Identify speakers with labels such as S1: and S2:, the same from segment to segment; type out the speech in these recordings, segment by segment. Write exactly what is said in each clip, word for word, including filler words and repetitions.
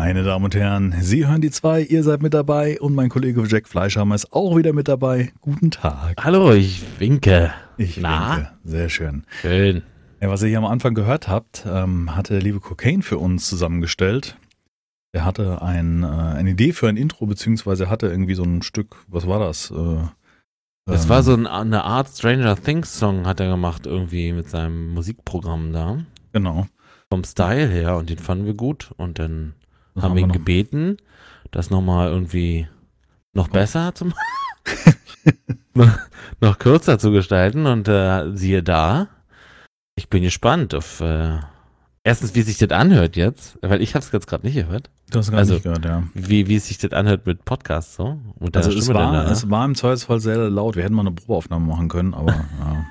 S1: Meine Damen und Herren, Sie hören die zwei, ihr seid mit dabei und mein Kollege Jack Fleischhammer ist auch wieder mit dabei. Guten Tag.
S2: Hallo, ich winke.
S1: Ich
S2: Na?
S1: winke. Sehr schön.
S2: Schön.
S1: Ja, was ihr hier am Anfang gehört habt, ähm, hatte der liebe Cocaine für uns zusammengestellt. Er hatte ein, äh, eine Idee für ein Intro, beziehungsweise hatte irgendwie so ein Stück, was war das? Äh,
S2: Das
S1: ähm,
S2: war so ein, eine Art Stranger Things Song hat er gemacht irgendwie mit seinem Musikprogramm da.
S1: Genau.
S2: Vom Style her und den fanden wir gut und dann
S1: Das
S2: haben wir ihn
S1: noch.
S2: gebeten, das nochmal irgendwie noch besser zu machen, noch, noch kürzer zu gestalten und äh, siehe da, ich bin gespannt auf äh, erstens, wie sich das anhört jetzt, weil ich habe es jetzt gerade nicht gehört.
S1: Du hast gar
S2: Also,
S1: nicht gehört, ja.
S2: Wie, wie es sich das anhört mit Podcast so. Mit
S1: Also
S2: deiner
S1: es
S2: Stimme
S1: war,
S2: dann da, ne?
S1: es war im Zweifelsfall sehr laut. Wir hätten mal eine Probeaufnahme machen können, aber ja.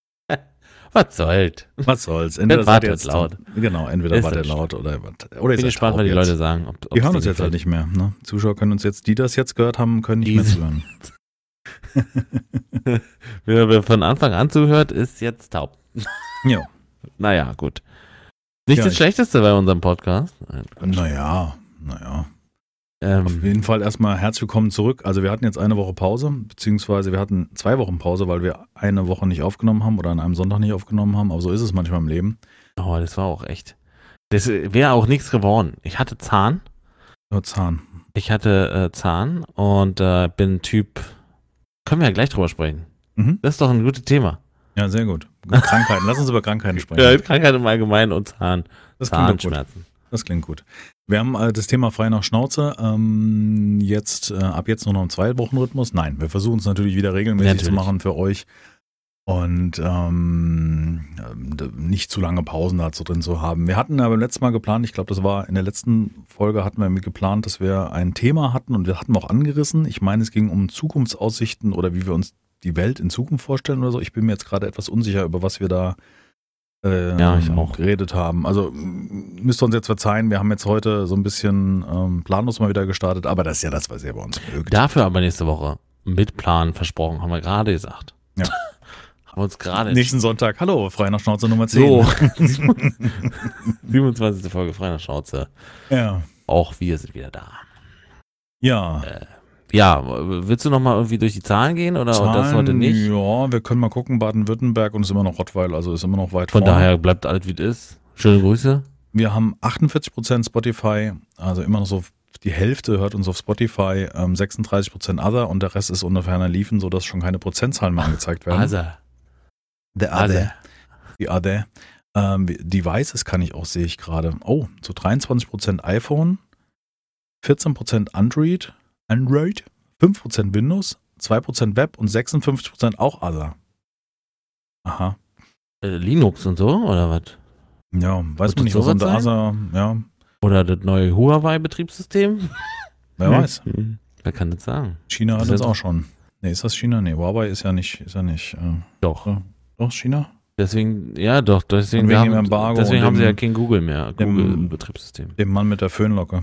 S2: Was soll's?
S1: Was soll's? Entweder
S2: Dann war
S1: seid ihr
S2: das
S1: jetzt
S2: laut.
S1: Genau, entweder
S2: Ist
S1: war der
S2: das
S1: laut oder was. Oder
S2: Ich
S1: ihr
S2: bin
S1: seid
S2: gespannt,
S1: taub
S2: was die
S1: jetzt.
S2: Leute sagen. Ob, ob
S1: Die hören
S2: es
S1: uns
S2: denen
S1: jetzt halt
S2: gefällt.
S1: nicht mehr. Ne? Zuschauer können uns jetzt, die das jetzt gehört haben, können nicht
S2: Die
S1: mehr
S2: sind-
S1: zuhören.
S2: Wer, wer von Anfang an zuhört, ist jetzt taub.
S1: Ja,
S2: Naja, gut. Nicht
S1: Ja,
S2: das
S1: ich-
S2: Schlechteste bei unserem Podcast. Nein, Quatsch.
S1: naja, naja. Auf
S2: Ähm,
S1: jeden Fall erstmal herzlich willkommen zurück. Also wir hatten jetzt eine Woche Pause, beziehungsweise wir hatten zwei Wochen Pause, weil wir eine Woche nicht aufgenommen haben oder an einem Sonntag nicht aufgenommen haben. Aber so ist es manchmal im Leben.
S2: oh, das war auch echt. Das wäre auch nichts geworden. Ich hatte Zahn.
S1: Nur Zahn.
S2: Ich hatte äh, Zahn und äh, bin Typ. Können wir ja gleich drüber sprechen.
S1: Mhm.
S2: Das ist doch ein gutes Thema.
S1: Ja, sehr gut. Krankheiten. Lass uns über Krankheiten sprechen.
S2: Ja, Krankheit im Allgemeinen und Zahn.
S1: das klingt doch gut.
S2: Zahnschmerzen.
S1: Das klingt gut. Wir haben äh, das Thema frei nach Schnauze. Ähm, jetzt, äh, ab jetzt nur noch im Zwei-Wochen-Rhythmus. Nein, wir versuchen es natürlich wieder regelmäßig
S2: Natürlich.
S1: zu machen für euch. Und ähm, äh, nicht zu lange Pausen dazu drin zu haben. Wir hatten aber letztes Mal geplant, ich glaube, das war in der letzten Folge, hatten wir mit geplant, dass wir ein Thema hatten und wir hatten auch angerissen. Ich meine, es ging um Zukunftsaussichten oder wie wir uns die Welt in Zukunft vorstellen oder so. Ich bin mir jetzt gerade etwas unsicher, über was wir da äh,
S2: Ja, ich auch.
S1: geredet haben. Also m- müsst ihr uns jetzt verzeihen, wir haben jetzt heute so ein bisschen ähm, planlos mal wieder gestartet, aber das ist ja das, was ihr bei uns mögt.
S2: Dafür aber nächste Woche mit Plan versprochen, haben wir gerade gesagt.
S1: Ja.
S2: Haben wir uns gerade
S1: Nächsten Sonntag, hallo, frei nach Schnauze Nummer zehn.
S2: so. siebenundzwanzigste Folge frei nach Schnauze.
S1: Ja.
S2: Auch wir sind wieder da.
S1: Ja.
S2: Ja, willst du nochmal irgendwie durch die Zahlen gehen oder
S1: Zahlen,
S2: das heute nicht?
S1: Ja, wir können mal gucken, Baden-Württemberg und es ist immer noch Rottweil, also ist immer noch weit
S2: Von
S1: vorne.
S2: daher bleibt alles wie es ist. Schöne Grüße.
S1: Wir haben achtundvierzig Prozent Spotify, also immer noch so die Hälfte hört uns auf Spotify, ähm, sechsunddreißig Prozent Other und der Rest ist unter ferner Liefen, sodass schon keine Prozentzahlen mehr angezeigt werden.
S2: Also,
S1: The Other. The Other. Ähm, Devices kann ich auch, sehe ich gerade. Oh, so dreiundzwanzig Prozent iPhone, vierzehn Prozent Android, Android, fünf Prozent Windows, zwei Prozent Web und sechsundfünfzig Prozent auch Other. Aha.
S2: äh, Linux und so oder was?
S1: Ja, weiß
S2: Wird
S1: man nicht,
S2: das
S1: was unter
S2: sowas
S1: Other, ja,
S2: Oder das neue Huawei-Betriebssystem?
S1: wer weiß.
S2: Hm. Wer kann das sagen?
S1: China hat
S2: Ist
S1: uns
S2: das-
S1: auch schon. Nee, ist das China? Nee, Huawei ist ja nicht, ist ja nicht, äh,
S2: Doch.
S1: ja. Doch, China?
S2: Deswegen, ja doch, deswegen,
S1: Und wegen
S2: haben,
S1: dem Embargo
S2: deswegen
S1: und
S2: haben sie
S1: dem-
S2: ja kein Google mehr,
S1: dem-
S2: Google-Betriebssystem.
S1: Dem Mann mit der Föhnlocke.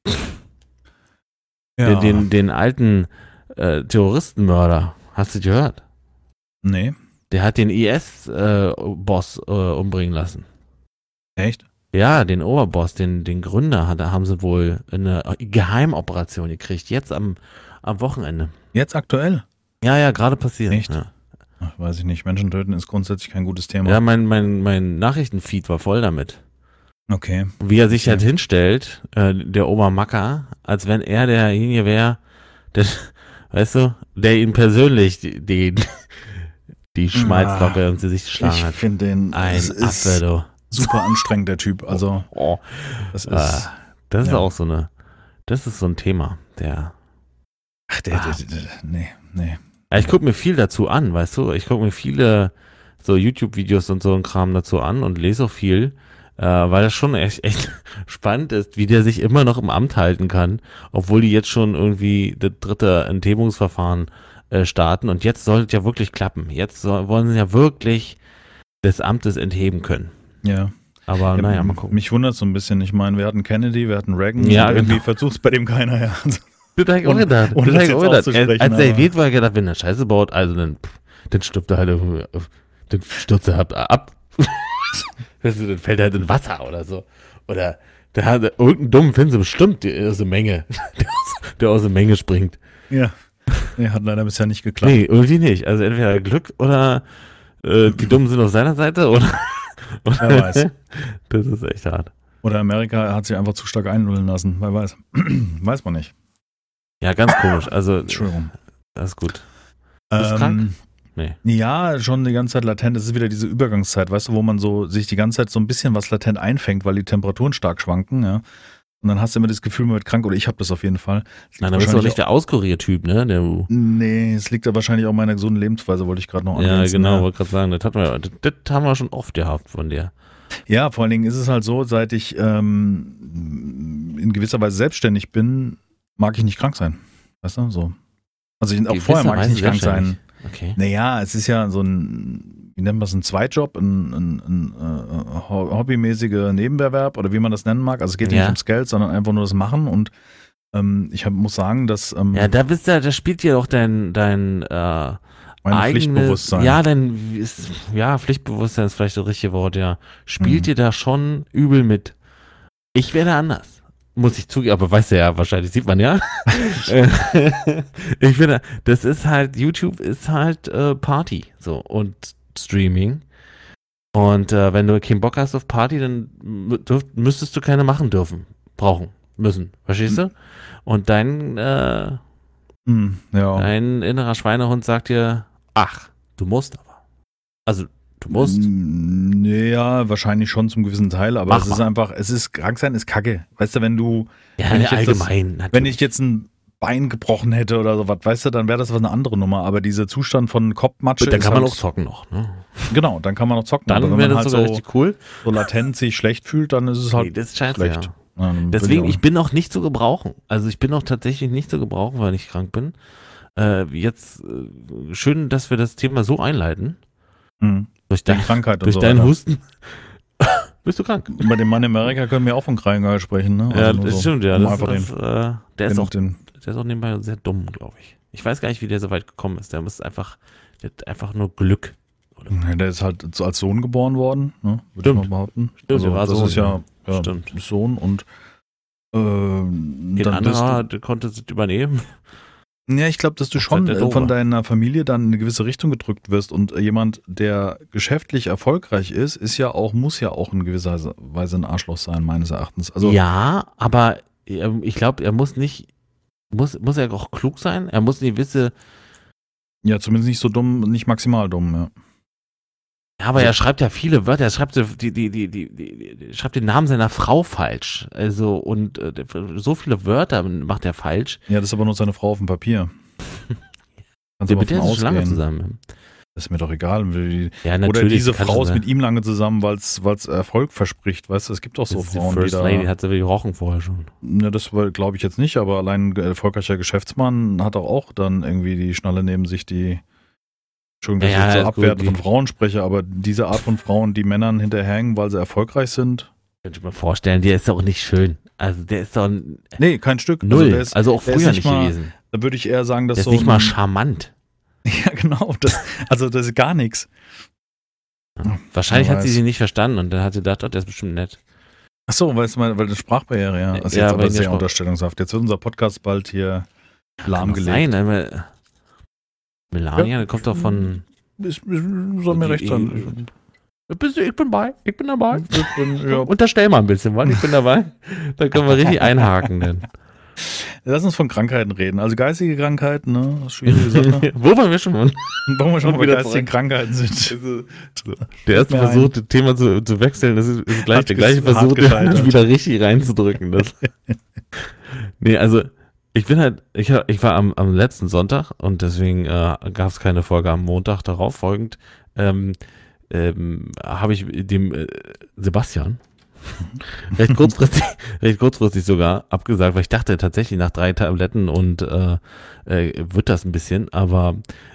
S2: Den, den, den alten äh, Terroristenmörder, hast du gehört?
S1: Nee,
S2: Der hat den I S-Boss äh, umbringen lassen.
S1: echt?
S2: Ja, den Oberboss, den, den Gründer, hat, haben sie wohl eine Geheimoperation gekriegt, jetzt am, am Wochenende.
S1: Jetzt aktuell?
S2: Ja, ja, gerade passiert.
S1: Echt?
S2: Ja,
S1: Ach, weiß ich nicht. Menschen töten ist grundsätzlich kein gutes Thema.
S2: ja mein, mein, mein Nachrichtenfeed war voll damit.
S1: Okay.
S2: Wie er sich
S1: Okay.
S2: halt hinstellt, äh, der Obermacker, als wenn er derjenige wäre, der, weißt du, der ihn persönlich die, die, die Schmalzlocke ins Gesicht geschlagen
S1: Ich
S2: hat.
S1: finde den,
S2: Ein
S1: das ist
S2: Affe, du.
S1: super anstrengend, der Typ. Also,
S2: Oh,
S1: das ist,
S2: ah, das ist
S1: ja.
S2: auch so eine, das ist so ein Thema, der,
S1: ach, der,
S2: ah.
S1: der, der, der, nee, nee.
S2: ja, ich gucke mir viel dazu an, weißt du, ich gucke mir viele so YouTube-Videos und so ein Kram dazu an und lese auch viel, äh, weil das schon echt, echt spannend ist, wie der sich immer noch im Amt halten kann, obwohl die jetzt schon irgendwie das dritte Enthebungsverfahren äh, starten und jetzt soll es ja wirklich klappen. Jetzt soll, wollen sie ja wirklich des Amtes entheben können.
S1: Ja.
S2: Aber
S1: Ja,
S2: naja, mal gucken.
S1: Mich wundert so ein bisschen. Ich meine, wir hatten Kennedy, wir hatten Reagan.
S2: Ja,
S1: und irgendwie
S2: genau.
S1: versucht es bei dem keiner. Ja. Also,
S2: Das hab ich auch
S1: Und-
S2: gedacht.
S1: ohne
S2: Das hab
S1: das
S2: ich auch
S1: jetzt
S2: gedacht.
S1: auszusprechen,
S2: Als der
S1: aber-
S2: gewählt war, gedacht, wenn er Scheiße baut, also dann, pff, dann stirbt er halt, irgendwie- dann stürzt er ab. ab. Weißt du, dann fällt er halt in Wasser oder so. Oder Der hat irgendeinen dummen finden sie bestimmt, der aus der Menge, der aus, der aus der Menge springt.
S1: Ja. Nee, hat leider bisher nicht geklappt.
S2: Nee, irgendwie nicht. Also entweder Glück oder äh, die Dummen sind auf seiner Seite oder, oder
S1: Wer weiß.
S2: Das ist echt hart.
S1: Oder Amerika hat sich einfach zu stark einlullen lassen. Wer weiß. Weiß man nicht.
S2: Ja, ganz komisch. Also,
S1: Entschuldigung.
S2: das ist gut. Bist du
S1: Ähm,
S2: krank? Nee.
S1: Ja, schon die ganze Zeit latent. Es ist wieder diese Übergangszeit, weißt du, wo man so sich die ganze Zeit so ein bisschen was latent einfängt, weil die Temperaturen stark schwanken, ja. Und dann hast du immer das Gefühl, man wird krank, oder ich habe das auf jeden Fall.
S2: Nein, dann bist du auch nicht der Auskurier-Typ, ne? Der,
S1: Nee, es liegt da wahrscheinlich auch an meiner gesunden Lebensweise, wollte ich gerade noch
S2: ja,
S1: ansetzen,
S2: genau,
S1: ja.
S2: wollte gerade sagen, das, hatten wir, das, das haben wir schon oft gehabt von dir.
S1: Ja, vor allen Dingen ist es halt so, seit ich ähm, in gewisser Weise selbstständig bin, mag ich nicht krank sein. Weißt du, so. Also ich, auch vorher mag ich nicht krank sein.
S2: Okay.
S1: Naja, es ist ja so ein, wie nennt man es, ein Zweitjob, ein, ein, ein, ein hobbymäßiger Nebenerwerb oder wie man das nennen mag. Also es geht ja nicht ums Geld, sondern einfach nur das Machen. Und ähm, ich hab, muss sagen, dass ähm,
S2: ja, da bist du, da spielt dir auch dein dein äh,
S1: mein
S2: eigenes,
S1: Pflichtbewusstsein.
S2: Ja, dein ist, ja, Pflichtbewusstsein ist vielleicht das richtige Wort, ja. Spielt
S1: Mhm.
S2: dir da schon übel mit. Ich werde anders. Muss ich zugeben, aber weißt du ja, wahrscheinlich sieht man ja. Ich finde, das ist halt, YouTube ist halt äh, Party, so, und Streaming. Und äh, wenn du keinen Bock hast auf Party, dann dürf, müsstest du keine machen dürfen, brauchen, müssen, verstehst du? Und dein, äh,
S1: Mhm, ja.
S2: dein innerer Schweinehund sagt dir, ach, du musst aber. Also, du musst.
S1: Ja, wahrscheinlich schon zum gewissen Teil, aber
S2: Mach
S1: es ist
S2: mal.
S1: einfach, es ist, krank sein ist Kacke. Weißt du, wenn du,
S2: Ja,
S1: wenn ich jetzt das-
S2: allgemein.
S1: wenn ich jetzt ein Bein gebrochen hätte oder sowas, weißt du, dann wäre das was eine andere Nummer. Aber dieser Zustand von Kopfmatsche
S2: dann
S1: ist
S2: kann man
S1: halt,
S2: auch zocken noch, ne?
S1: Genau, dann kann man noch zocken.
S2: Dann
S1: aber wenn
S2: wäre
S1: man
S2: das
S1: halt
S2: sogar
S1: so,
S2: richtig cool.
S1: so latent sich schlecht fühlt, dann ist es halt
S2: Nee, das ist scheiße,
S1: schlecht.
S2: ja.
S1: Ja, dann will
S2: Deswegen, ich
S1: auch-
S2: bin auch nicht zu gebrauchen. Also ich bin auch tatsächlich nicht zu gebrauchen, weil ich krank bin. Äh, jetzt äh, schön, dass wir das Thema so einleiten.
S1: Mhm.
S2: Durch,
S1: Wegen
S2: dein,
S1: Krankheit und
S2: durch
S1: so
S2: deinen
S1: weiter.
S2: Husten bist du krank.
S1: Bei dem Mann in Amerika können wir auch von Krankheit sprechen, ne?
S2: Ja,
S1: Also nur
S2: das
S1: so,
S2: stimmt, ja.
S1: um
S2: Das,
S1: einfach
S2: das,
S1: den,
S2: äh, der, ist
S1: den,
S2: auch,
S1: den,
S2: der ist auch nebenbei sehr dumm, glaube ich. Ich weiß gar nicht, wie der so weit gekommen ist. Der muss einfach, der hat einfach nur Glück.
S1: Ja, der ist halt so als Sohn geboren worden, ne? Würde ich
S2: Stimmt.
S1: mal behaupten.
S2: Stimmt,
S1: also,
S2: der war
S1: das
S2: Sohn,
S1: ist ja, ja
S2: Stimmt.
S1: Sohn und äh,
S2: Ein
S1: dann bist
S2: anderer, der konnte es übernehmen.
S1: du, ja, ich glaube, dass du
S2: Das ist
S1: schon
S2: halt der
S1: äh,
S2: Doofe.
S1: von deiner Familie dann in eine gewisse Richtung gedrückt wirst und äh, jemand, der geschäftlich erfolgreich ist, ist ja auch, muss ja auch in gewisser Weise ein Arschloch sein, meines Erachtens. Also,
S2: Ja, aber ähm, ich glaube, er muss nicht, muss, muss er auch klug sein? Er muss eine gewisse,
S1: ja, zumindest nicht so dumm, nicht maximal dumm, ja.
S2: ja, aber er schreibt ja viele Wörter, er schreibt die, die, die, die, die, die schreibt den Namen seiner Frau falsch. Also, und äh, so viele Wörter macht er falsch.
S1: Ja, das ist aber nur seine Frau auf dem Papier. Kannst
S2: Ja,
S1: aber
S2: mit der
S1: von
S2: ist schon lange
S1: ausgehen.
S2: zusammen.
S1: Das ist mir doch egal. Wie-
S2: Ja,
S1: Oder
S2: natürlich.
S1: diese
S2: kann
S1: Frau
S2: schon
S1: ist
S2: sein.
S1: mit ihm lange zusammen, weil es Erfolg verspricht. Weißt du, es gibt auch so
S2: Das ist die
S1: Frauen, die
S2: First
S1: da.
S2: Lady, hat sie wirklich rochen vorher schon.
S1: Ne, das glaube ich jetzt nicht, aber allein ein erfolgreicher Geschäftsmann hat doch auch dann irgendwie die Schnalle neben sich, die. Entschuldigung, dass
S2: Ja,
S1: ich jetzt so
S2: ist gut,
S1: abwertend von
S2: die-
S1: Frauen spreche, aber diese Art von Frauen, die Männern hinterhängen, weil sie erfolgreich sind.
S2: Könnte ich mir vorstellen, der ist doch auch nicht schön. Also, der ist doch n-
S1: Nee, kein Stück.
S2: null.
S1: Also, der ist,
S2: also auch
S1: der ist
S2: früher
S1: nicht
S2: nicht
S1: mal-
S2: gewesen.
S1: da würde ich eher sagen, dass
S2: Der ist
S1: so.
S2: nicht mal
S1: ein-
S2: charmant.
S1: Ja, genau. Das, also, das ist gar nichts.
S2: Wahrscheinlich
S1: wer
S2: hat sie
S1: weiß.
S2: sie nicht verstanden und dann hat sie gedacht, oh, der ist bestimmt nett.
S1: Ach so, weißt du mal, weil das Sprachbarriere, ja. Das ist
S2: Ja,
S1: jetzt aber
S2: wegen der
S1: sehr
S2: Sprach-
S1: unterstellungshaft. Jetzt wird unser Podcast bald hier
S2: Kann doch
S1: lahmgelegt.
S2: sein, aber Melania, der kommt doch von.
S1: Ist, ist, soll mir
S2: Die-
S1: recht sein.
S2: Bist du, ich bin bei, ich bin dabei.
S1: Ich bin, ja.
S2: Unterstell mal ein bisschen, Mann, ich bin dabei. Dann können wir richtig einhaken, denn.
S1: Lass uns von Krankheiten reden. Also geistige Krankheiten, ne? Das ist eine schwierige Sache.
S2: Wo waren wir schon? Mann?
S1: Warum wir schon
S2: Und
S1: bei
S2: wieder
S1: geistigen
S2: zurück.
S1: Krankheiten sind.
S2: Der erste
S1: mir ein.
S2: Versuch, das Thema zu, zu wechseln, das ist, ist gleich
S1: Hat
S2: der gleiche
S1: ges- hart
S2: Versuch,
S1: gescheitert.
S2: den wieder richtig reinzudrücken. Das. Nee, also ich bin halt, ich, ich war am, am letzten Sonntag und deswegen äh, gab es keine Folge am Montag darauf folgend. Ähm, ähm, habe ich dem äh, Sebastian recht kurzfristig, recht kurzfristig sogar abgesagt, weil ich dachte tatsächlich nach drei Tabletten und äh, äh, wird das ein bisschen, aber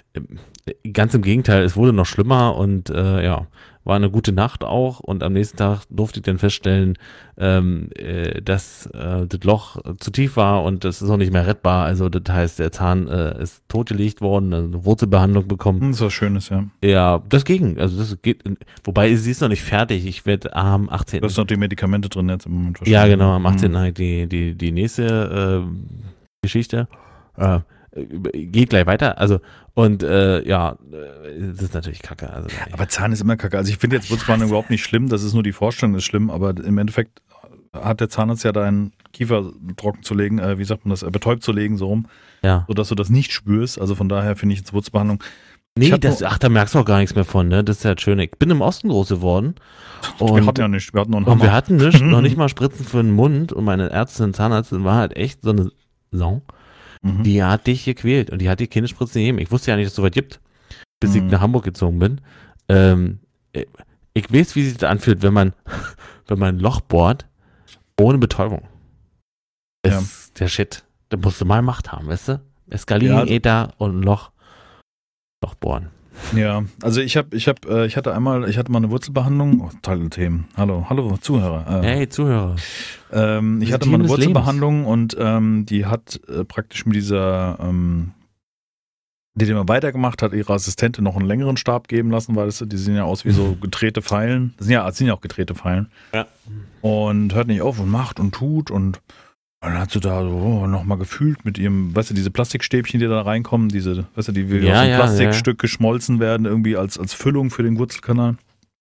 S2: ganz im Gegenteil, es wurde noch schlimmer und äh, ja, war eine gute Nacht auch und am nächsten Tag durfte ich dann feststellen, ähm, äh, dass äh, das Loch zu tief war und das ist auch nicht mehr rettbar. Also das heißt, der Zahn äh, ist totgelegt worden, eine Wurzelbehandlung bekommen.
S1: Das ist was Schönes, ja.
S2: Ja, das ging. Also das geht. Wobei sie ist noch nicht fertig. Ich werde am achtzehnten
S1: Du hast noch die Medikamente drin jetzt im Moment.
S2: Ja, genau. Am achtzehnten Mhm. die die die nächste äh, Geschichte. Äh, geht gleich weiter. Also und äh, ja, das ist natürlich kacke. Also,
S1: aber Zahn ist immer kacke. Also ich finde jetzt Wurzelbehandlung überhaupt nicht schlimm. Das ist nur die Vorstellung ist schlimm. Aber im Endeffekt hat der Zahnarzt ja deinen Kiefer trocken zu legen, äh, wie sagt man das, äh, betäubt zu legen, so rum,
S2: ja.
S1: sodass du das nicht spürst. Also von daher finde ich jetzt Wurzelbehandlung.
S2: Nee, das, ach, da merkst du auch gar nichts mehr von, ne? Das ist ja das Schöne. Ich bin im Osten groß geworden. Und
S1: wir hatten ja nichts, wir hatten noch einen
S2: Und
S1: Hammer.
S2: wir hatten nichts, noch nicht mal Spritzen für den Mund. Und meine Ärztin, Zahnärztin war halt echt so eine Sau. Mhm. Die hat dich gequält und die hat dir keine Spritzen gegeben. Ich wusste ja nicht, dass es so weit gibt, bis mhm. ich nach Hamburg gezogen bin. Ähm, ich weiß, wie sich das anfühlt, wenn man, wenn man ein Loch bohrt, ohne Betäubung. Das ja. ist der Shit. Da musst du mal Macht haben, weißt du? Eskalieren, ja. Ether und ein Loch, Loch bohren.
S1: Ja, also ich habe, ich habe, äh, ich hatte einmal, ich hatte mal eine Wurzelbehandlung. Oh, tolle Themen. Hallo, hallo Zuhörer.
S2: Äh, hey Zuhörer.
S1: Ähm, ich hatte mal eine Wurzelbehandlung und ähm, die hat äh, praktisch mit dieser, ähm, die die mal weitergemacht hat, ihre Assistentin noch einen längeren Stab geben lassen, weil das, die sehen ja aus wie so gedrehte Pfeilen. Das sind ja, das sind ja auch gedrehte Pfeilen.
S2: Ja.
S1: Und hört nicht auf und macht und tut und dann hat sie da so nochmal gefühlt mit ihrem, weißt du, diese Plastikstäbchen, die da reinkommen, diese, weißt du, die wie
S2: ja,
S1: aus dem
S2: ja,
S1: Plastikstück
S2: ja.
S1: geschmolzen werden, irgendwie als, als Füllung für den Wurzelkanal.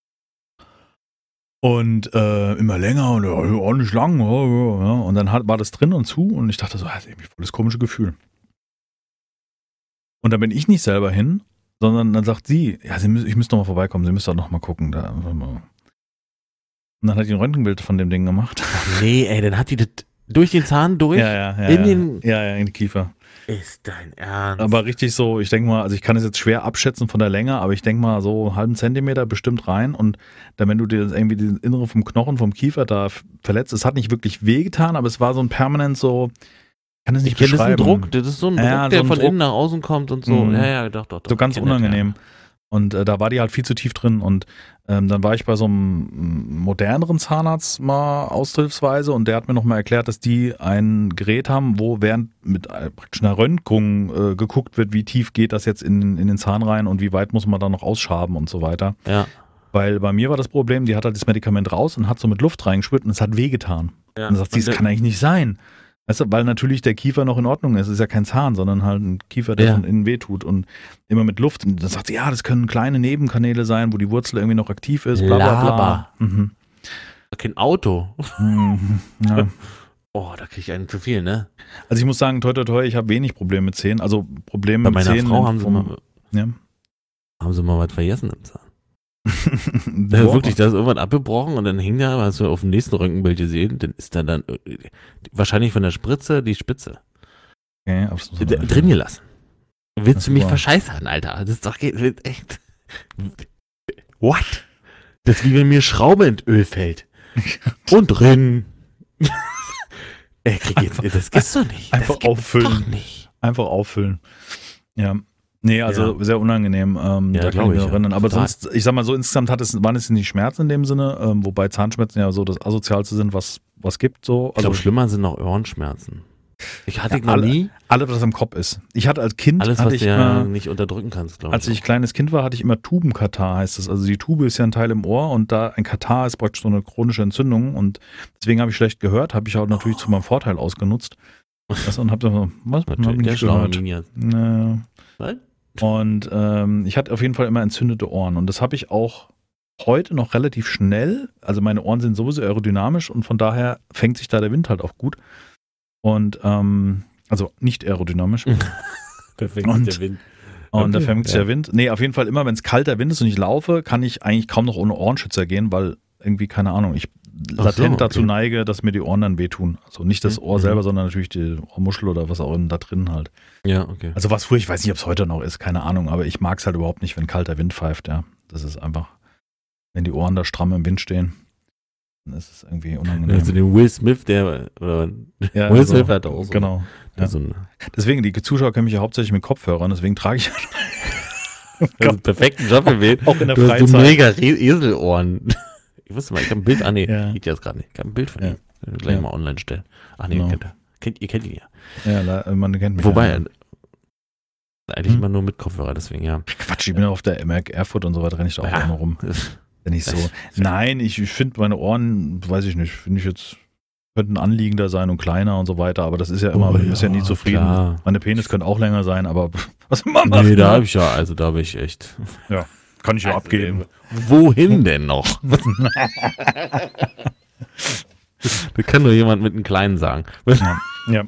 S1: Und äh, immer länger und ja, auch nicht lang. Ja, ja. Und dann hat, war das drin und zu und ich dachte so, das ist irgendwie voll das komische Gefühl. Und dann bin ich nicht selber hin, sondern dann sagt sie, ja, sie müssen, ich müsste noch mal vorbeikommen, Sie müssen doch noch mal gucken. Da. Und dann hat die ein Röntgenbild von dem Ding gemacht.
S2: Ach nee, ey, dann hat die das durch den Zahn durch?
S1: Ja, ja, ja.
S2: In
S1: ja.
S2: den
S1: ja, ja, in den Kiefer.
S2: Ist dein Ernst?
S1: Aber richtig so, ich denke mal, also ich kann es jetzt schwer abschätzen von der Länge, aber ich denke mal so einen halben Zentimeter bestimmt rein und dann, wenn du dir irgendwie das Innere vom Knochen, vom Kiefer da verletzt, es hat nicht wirklich wehgetan, aber es war so ein permanent so, ich kann es nicht
S2: ich
S1: beschreiben.
S2: Das ist ein Druck, das ist so ein Druck,
S1: ja,
S2: der
S1: so ein
S2: von
S1: Druck.
S2: innen nach außen kommt und so.
S1: Mhm.
S2: Ja, ja, doch, doch, doch.
S1: So ganz unangenehm. Das, ja. Und äh, da war die halt viel zu tief drin und ähm, dann war ich bei so einem moderneren Zahnarzt mal aushilfsweise und der hat mir nochmal erklärt, dass die ein Gerät haben, wo während mit äh, praktisch einer Röntgung äh, geguckt wird, wie tief geht das jetzt in, in den Zahn rein und wie weit muss man da noch ausschaben und so weiter.
S2: Ja.
S1: Weil bei mir war das Problem, die hat halt das Medikament raus und hat so mit Luft reingespürt und es hat wehgetan. Ja. Und dann sagt sie, das kann eigentlich nicht sein. Weißt du, weil natürlich der Kiefer noch in Ordnung ist. Es ist ja kein Zahn, sondern halt ein Kiefer, der ja. von innen wehtut und immer mit Luft. Und dann sagt sie, ja, das können kleine Nebenkanäle sein, wo die Wurzel irgendwie noch aktiv ist, bla bla bla. Mhm.
S2: Kein Auto.
S1: Mhm. Ja.
S2: Oh, da kriege ich einen zu viel, ne?
S1: Also ich muss sagen, toi toi toi, ich habe wenig Probleme mit Zähnen. Also Probleme
S2: Bei
S1: mit
S2: meiner
S1: Zähnen.
S2: Frau haben sie, mal,
S1: ja.
S2: haben sie mal was vergessen im Zahn. Ja, wirklich, da ist irgendwann abgebrochen und dann hing da, hast du auf dem nächsten Röntgenbild gesehen, dann ist da dann wahrscheinlich von der Spritze die Spitze
S1: okay,
S2: D- drin gelassen. Willst du mich wow. verscheißern, Alter? Das ist doch echt. What? Das ist wie wenn mir Schraube in Öl fällt. Und drin. Ey, krieg jetzt, das gibt's doch nicht.
S1: Einfach
S2: das
S1: auffüllen.
S2: Doch nicht.
S1: Einfach auffüllen. Ja. Nee, also ja. sehr unangenehm. Ähm,
S2: ja,
S1: da kann ich mich
S2: ich,
S1: erinnern.
S2: ja.
S1: Aber
S2: Total.
S1: sonst, ich sag mal so, insgesamt hat es, waren es nicht Schmerzen in dem Sinne, ähm, wobei Zahnschmerzen ja so das Asozialste sind, was was gibt. So.
S2: Ich
S1: also,
S2: glaube, schlimmer sind noch Ohrenschmerzen. Ich hatte
S1: ja,
S2: ich noch
S1: alle,
S2: nie.
S1: Alles, was im Kopf ist. Ich hatte als Kind.
S2: Alles,
S1: hatte
S2: was
S1: ich
S2: du ja
S1: immer,
S2: nicht unterdrücken kannst, glaube ich.
S1: Als ich kleines Kind war, hatte ich immer Tubenkatar, heißt das. Also die Tube ist ja ein Teil im Ohr und da ein Katar ist praktisch so eine chronische Entzündung und deswegen habe ich schlecht gehört, habe ich auch natürlich oh. zu meinem Vorteil ausgenutzt. Was, und hab so, was? Hab ich nicht gehört. Naja. Was? Und ähm, ich hatte auf jeden Fall immer entzündete Ohren und das habe ich auch heute noch relativ schnell. Also meine Ohren sind sowieso aerodynamisch und von daher fängt sich da der Wind halt auch gut. Und ähm, also nicht aerodynamisch.
S2: Da fängt
S1: und,
S2: sich der Wind.
S1: Und
S2: okay,
S1: da fängt sich
S2: ja.
S1: der Wind. Nee, auf jeden Fall immer, wenn es kalter Wind ist und ich laufe, kann ich eigentlich kaum noch ohne Ohrenschützer gehen, weil irgendwie, keine Ahnung, ich latent so, okay. dazu neige, dass mir die Ohren dann wehtun. Also nicht das Ohr mhm. selber, sondern natürlich die Ohrmuschel oder was auch immer da drin halt.
S2: Ja, okay.
S1: Also was früher, ich weiß nicht, ob es heute noch ist, keine Ahnung, aber ich mag es halt überhaupt nicht, wenn kalter Wind pfeift, ja. Das ist einfach, wenn die Ohren da stramm im Wind stehen, dann ist es irgendwie unangenehm.
S2: Also den Will Smith, der, oder
S1: ja,
S2: Will
S1: also,
S2: Smith hat auch so.
S1: Genau. Ja.
S2: So
S1: deswegen, die Zuschauer kennen mich ja hauptsächlich mit Kopfhörern, deswegen trage ich
S2: Also perfekten Job gewählt.
S1: Auch in der
S2: Du hast so
S1: Freizeit.
S2: mega Re- Eselohren. Ich wusste mal, ich habe ein Bild, ah nee,
S1: Ja.
S2: geht jetzt gerade nicht. Ich habe ein Bild von
S1: Ja.
S2: ihm. Können wir gleich
S1: Ja.
S2: mal online stellen. Ach nee,
S1: Genau.
S2: kennt, ihr. kennt, ihr kennt ihn ja.
S1: Ja, la- man kennt mich.
S2: Wobei,
S1: ja.
S2: äh, eigentlich
S1: Hm?
S2: immer nur mit Kopfhörer, deswegen ja.
S1: Quatsch, ich bin ja auf der M R K Erfurt und so weiter, renne ich da auch
S2: Ja.
S1: immer rum. Wenn ich so.
S2: Das-
S1: Nein, ich, ich finde meine Ohren, weiß ich nicht, finde ich jetzt, könnten anliegender sein und kleiner und so weiter, aber das ist ja immer,
S2: Oh
S1: man ist ja nie
S2: ja,
S1: zufrieden.
S2: klar.
S1: Meine Penis könnte auch länger sein, aber was soll man machen?
S2: Nee, da habe ich ja, also da habe ich echt.
S1: Kann ich ja
S2: Also,
S1: abgeben.
S2: Wohin denn noch? Das kann nur jemand mit einem Kleinen sagen.
S1: Ja. Ja.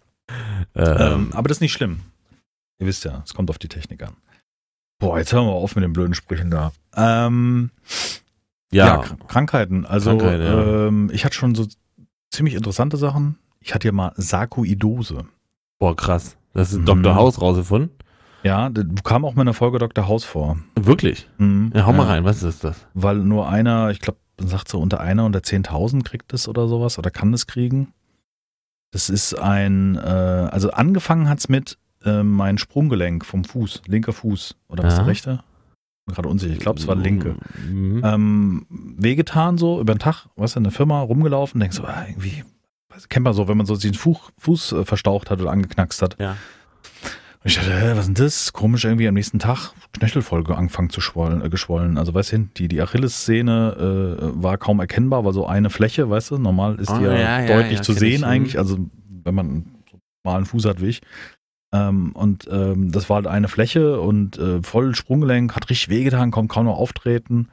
S2: Ähm,
S1: Ähm, aber das ist nicht schlimm. Ihr wisst ja, es kommt auf die Technik an. Boah, jetzt hören wir auf mit den blöden Sprüchen da. Ähm, ja,
S2: ja,
S1: Kr- Krankheiten. Also
S2: Krankheit, ja.
S1: ähm, ich hatte schon so ziemlich interessante Sachen. Ich hatte ja mal Sarkoidose.
S2: boah, krass. Das ist
S1: Mhm.
S2: Doktor House rausgefunden.
S1: Ja, das kam auch mal in der Folge Doktor House vor.
S2: Wirklich?
S1: Mhm.
S2: Ja, hau mal rein, was ist das?
S1: Weil nur einer, ich glaube, man sagt so unter einer unter zehntausend kriegt es oder sowas oder kann es kriegen. Das ist ein, äh, also angefangen hat's mit äh, mein Sprunggelenk vom Fuß, linker Fuß. Oder was
S2: Ja.
S1: der rechte? Bin gerade unsicher, ich glaube, es war linke.
S2: Mhm.
S1: Ähm, wehgetan so, über den Tag, weißt du, in der Firma rumgelaufen, denkst so, ah, irgendwie, weiß, kennt man so, wenn man so den Fuß, Fuß äh, verstaucht hat oder angeknackst hat.
S2: Ja.
S1: Und ich dachte, hä, was ist denn das? Komisch, irgendwie am nächsten Tag Knöchelfolge angefangen zu schwollen, äh, geschwollen. Also weißt du, die, die Achillessehne äh, war kaum erkennbar, war so eine Fläche, weißt du, normal ist die
S2: Oh,
S1: ja,
S2: ja, ja,
S1: deutlich
S2: ja,
S1: zu
S2: kenn
S1: sehen
S2: ich, hm.
S1: eigentlich, also wenn man so mal einen Fuß hat wie ich. Ähm, und ähm, das war halt eine Fläche und äh, voll Sprunggelenk, hat richtig wehgetan, konnte kaum noch auftreten.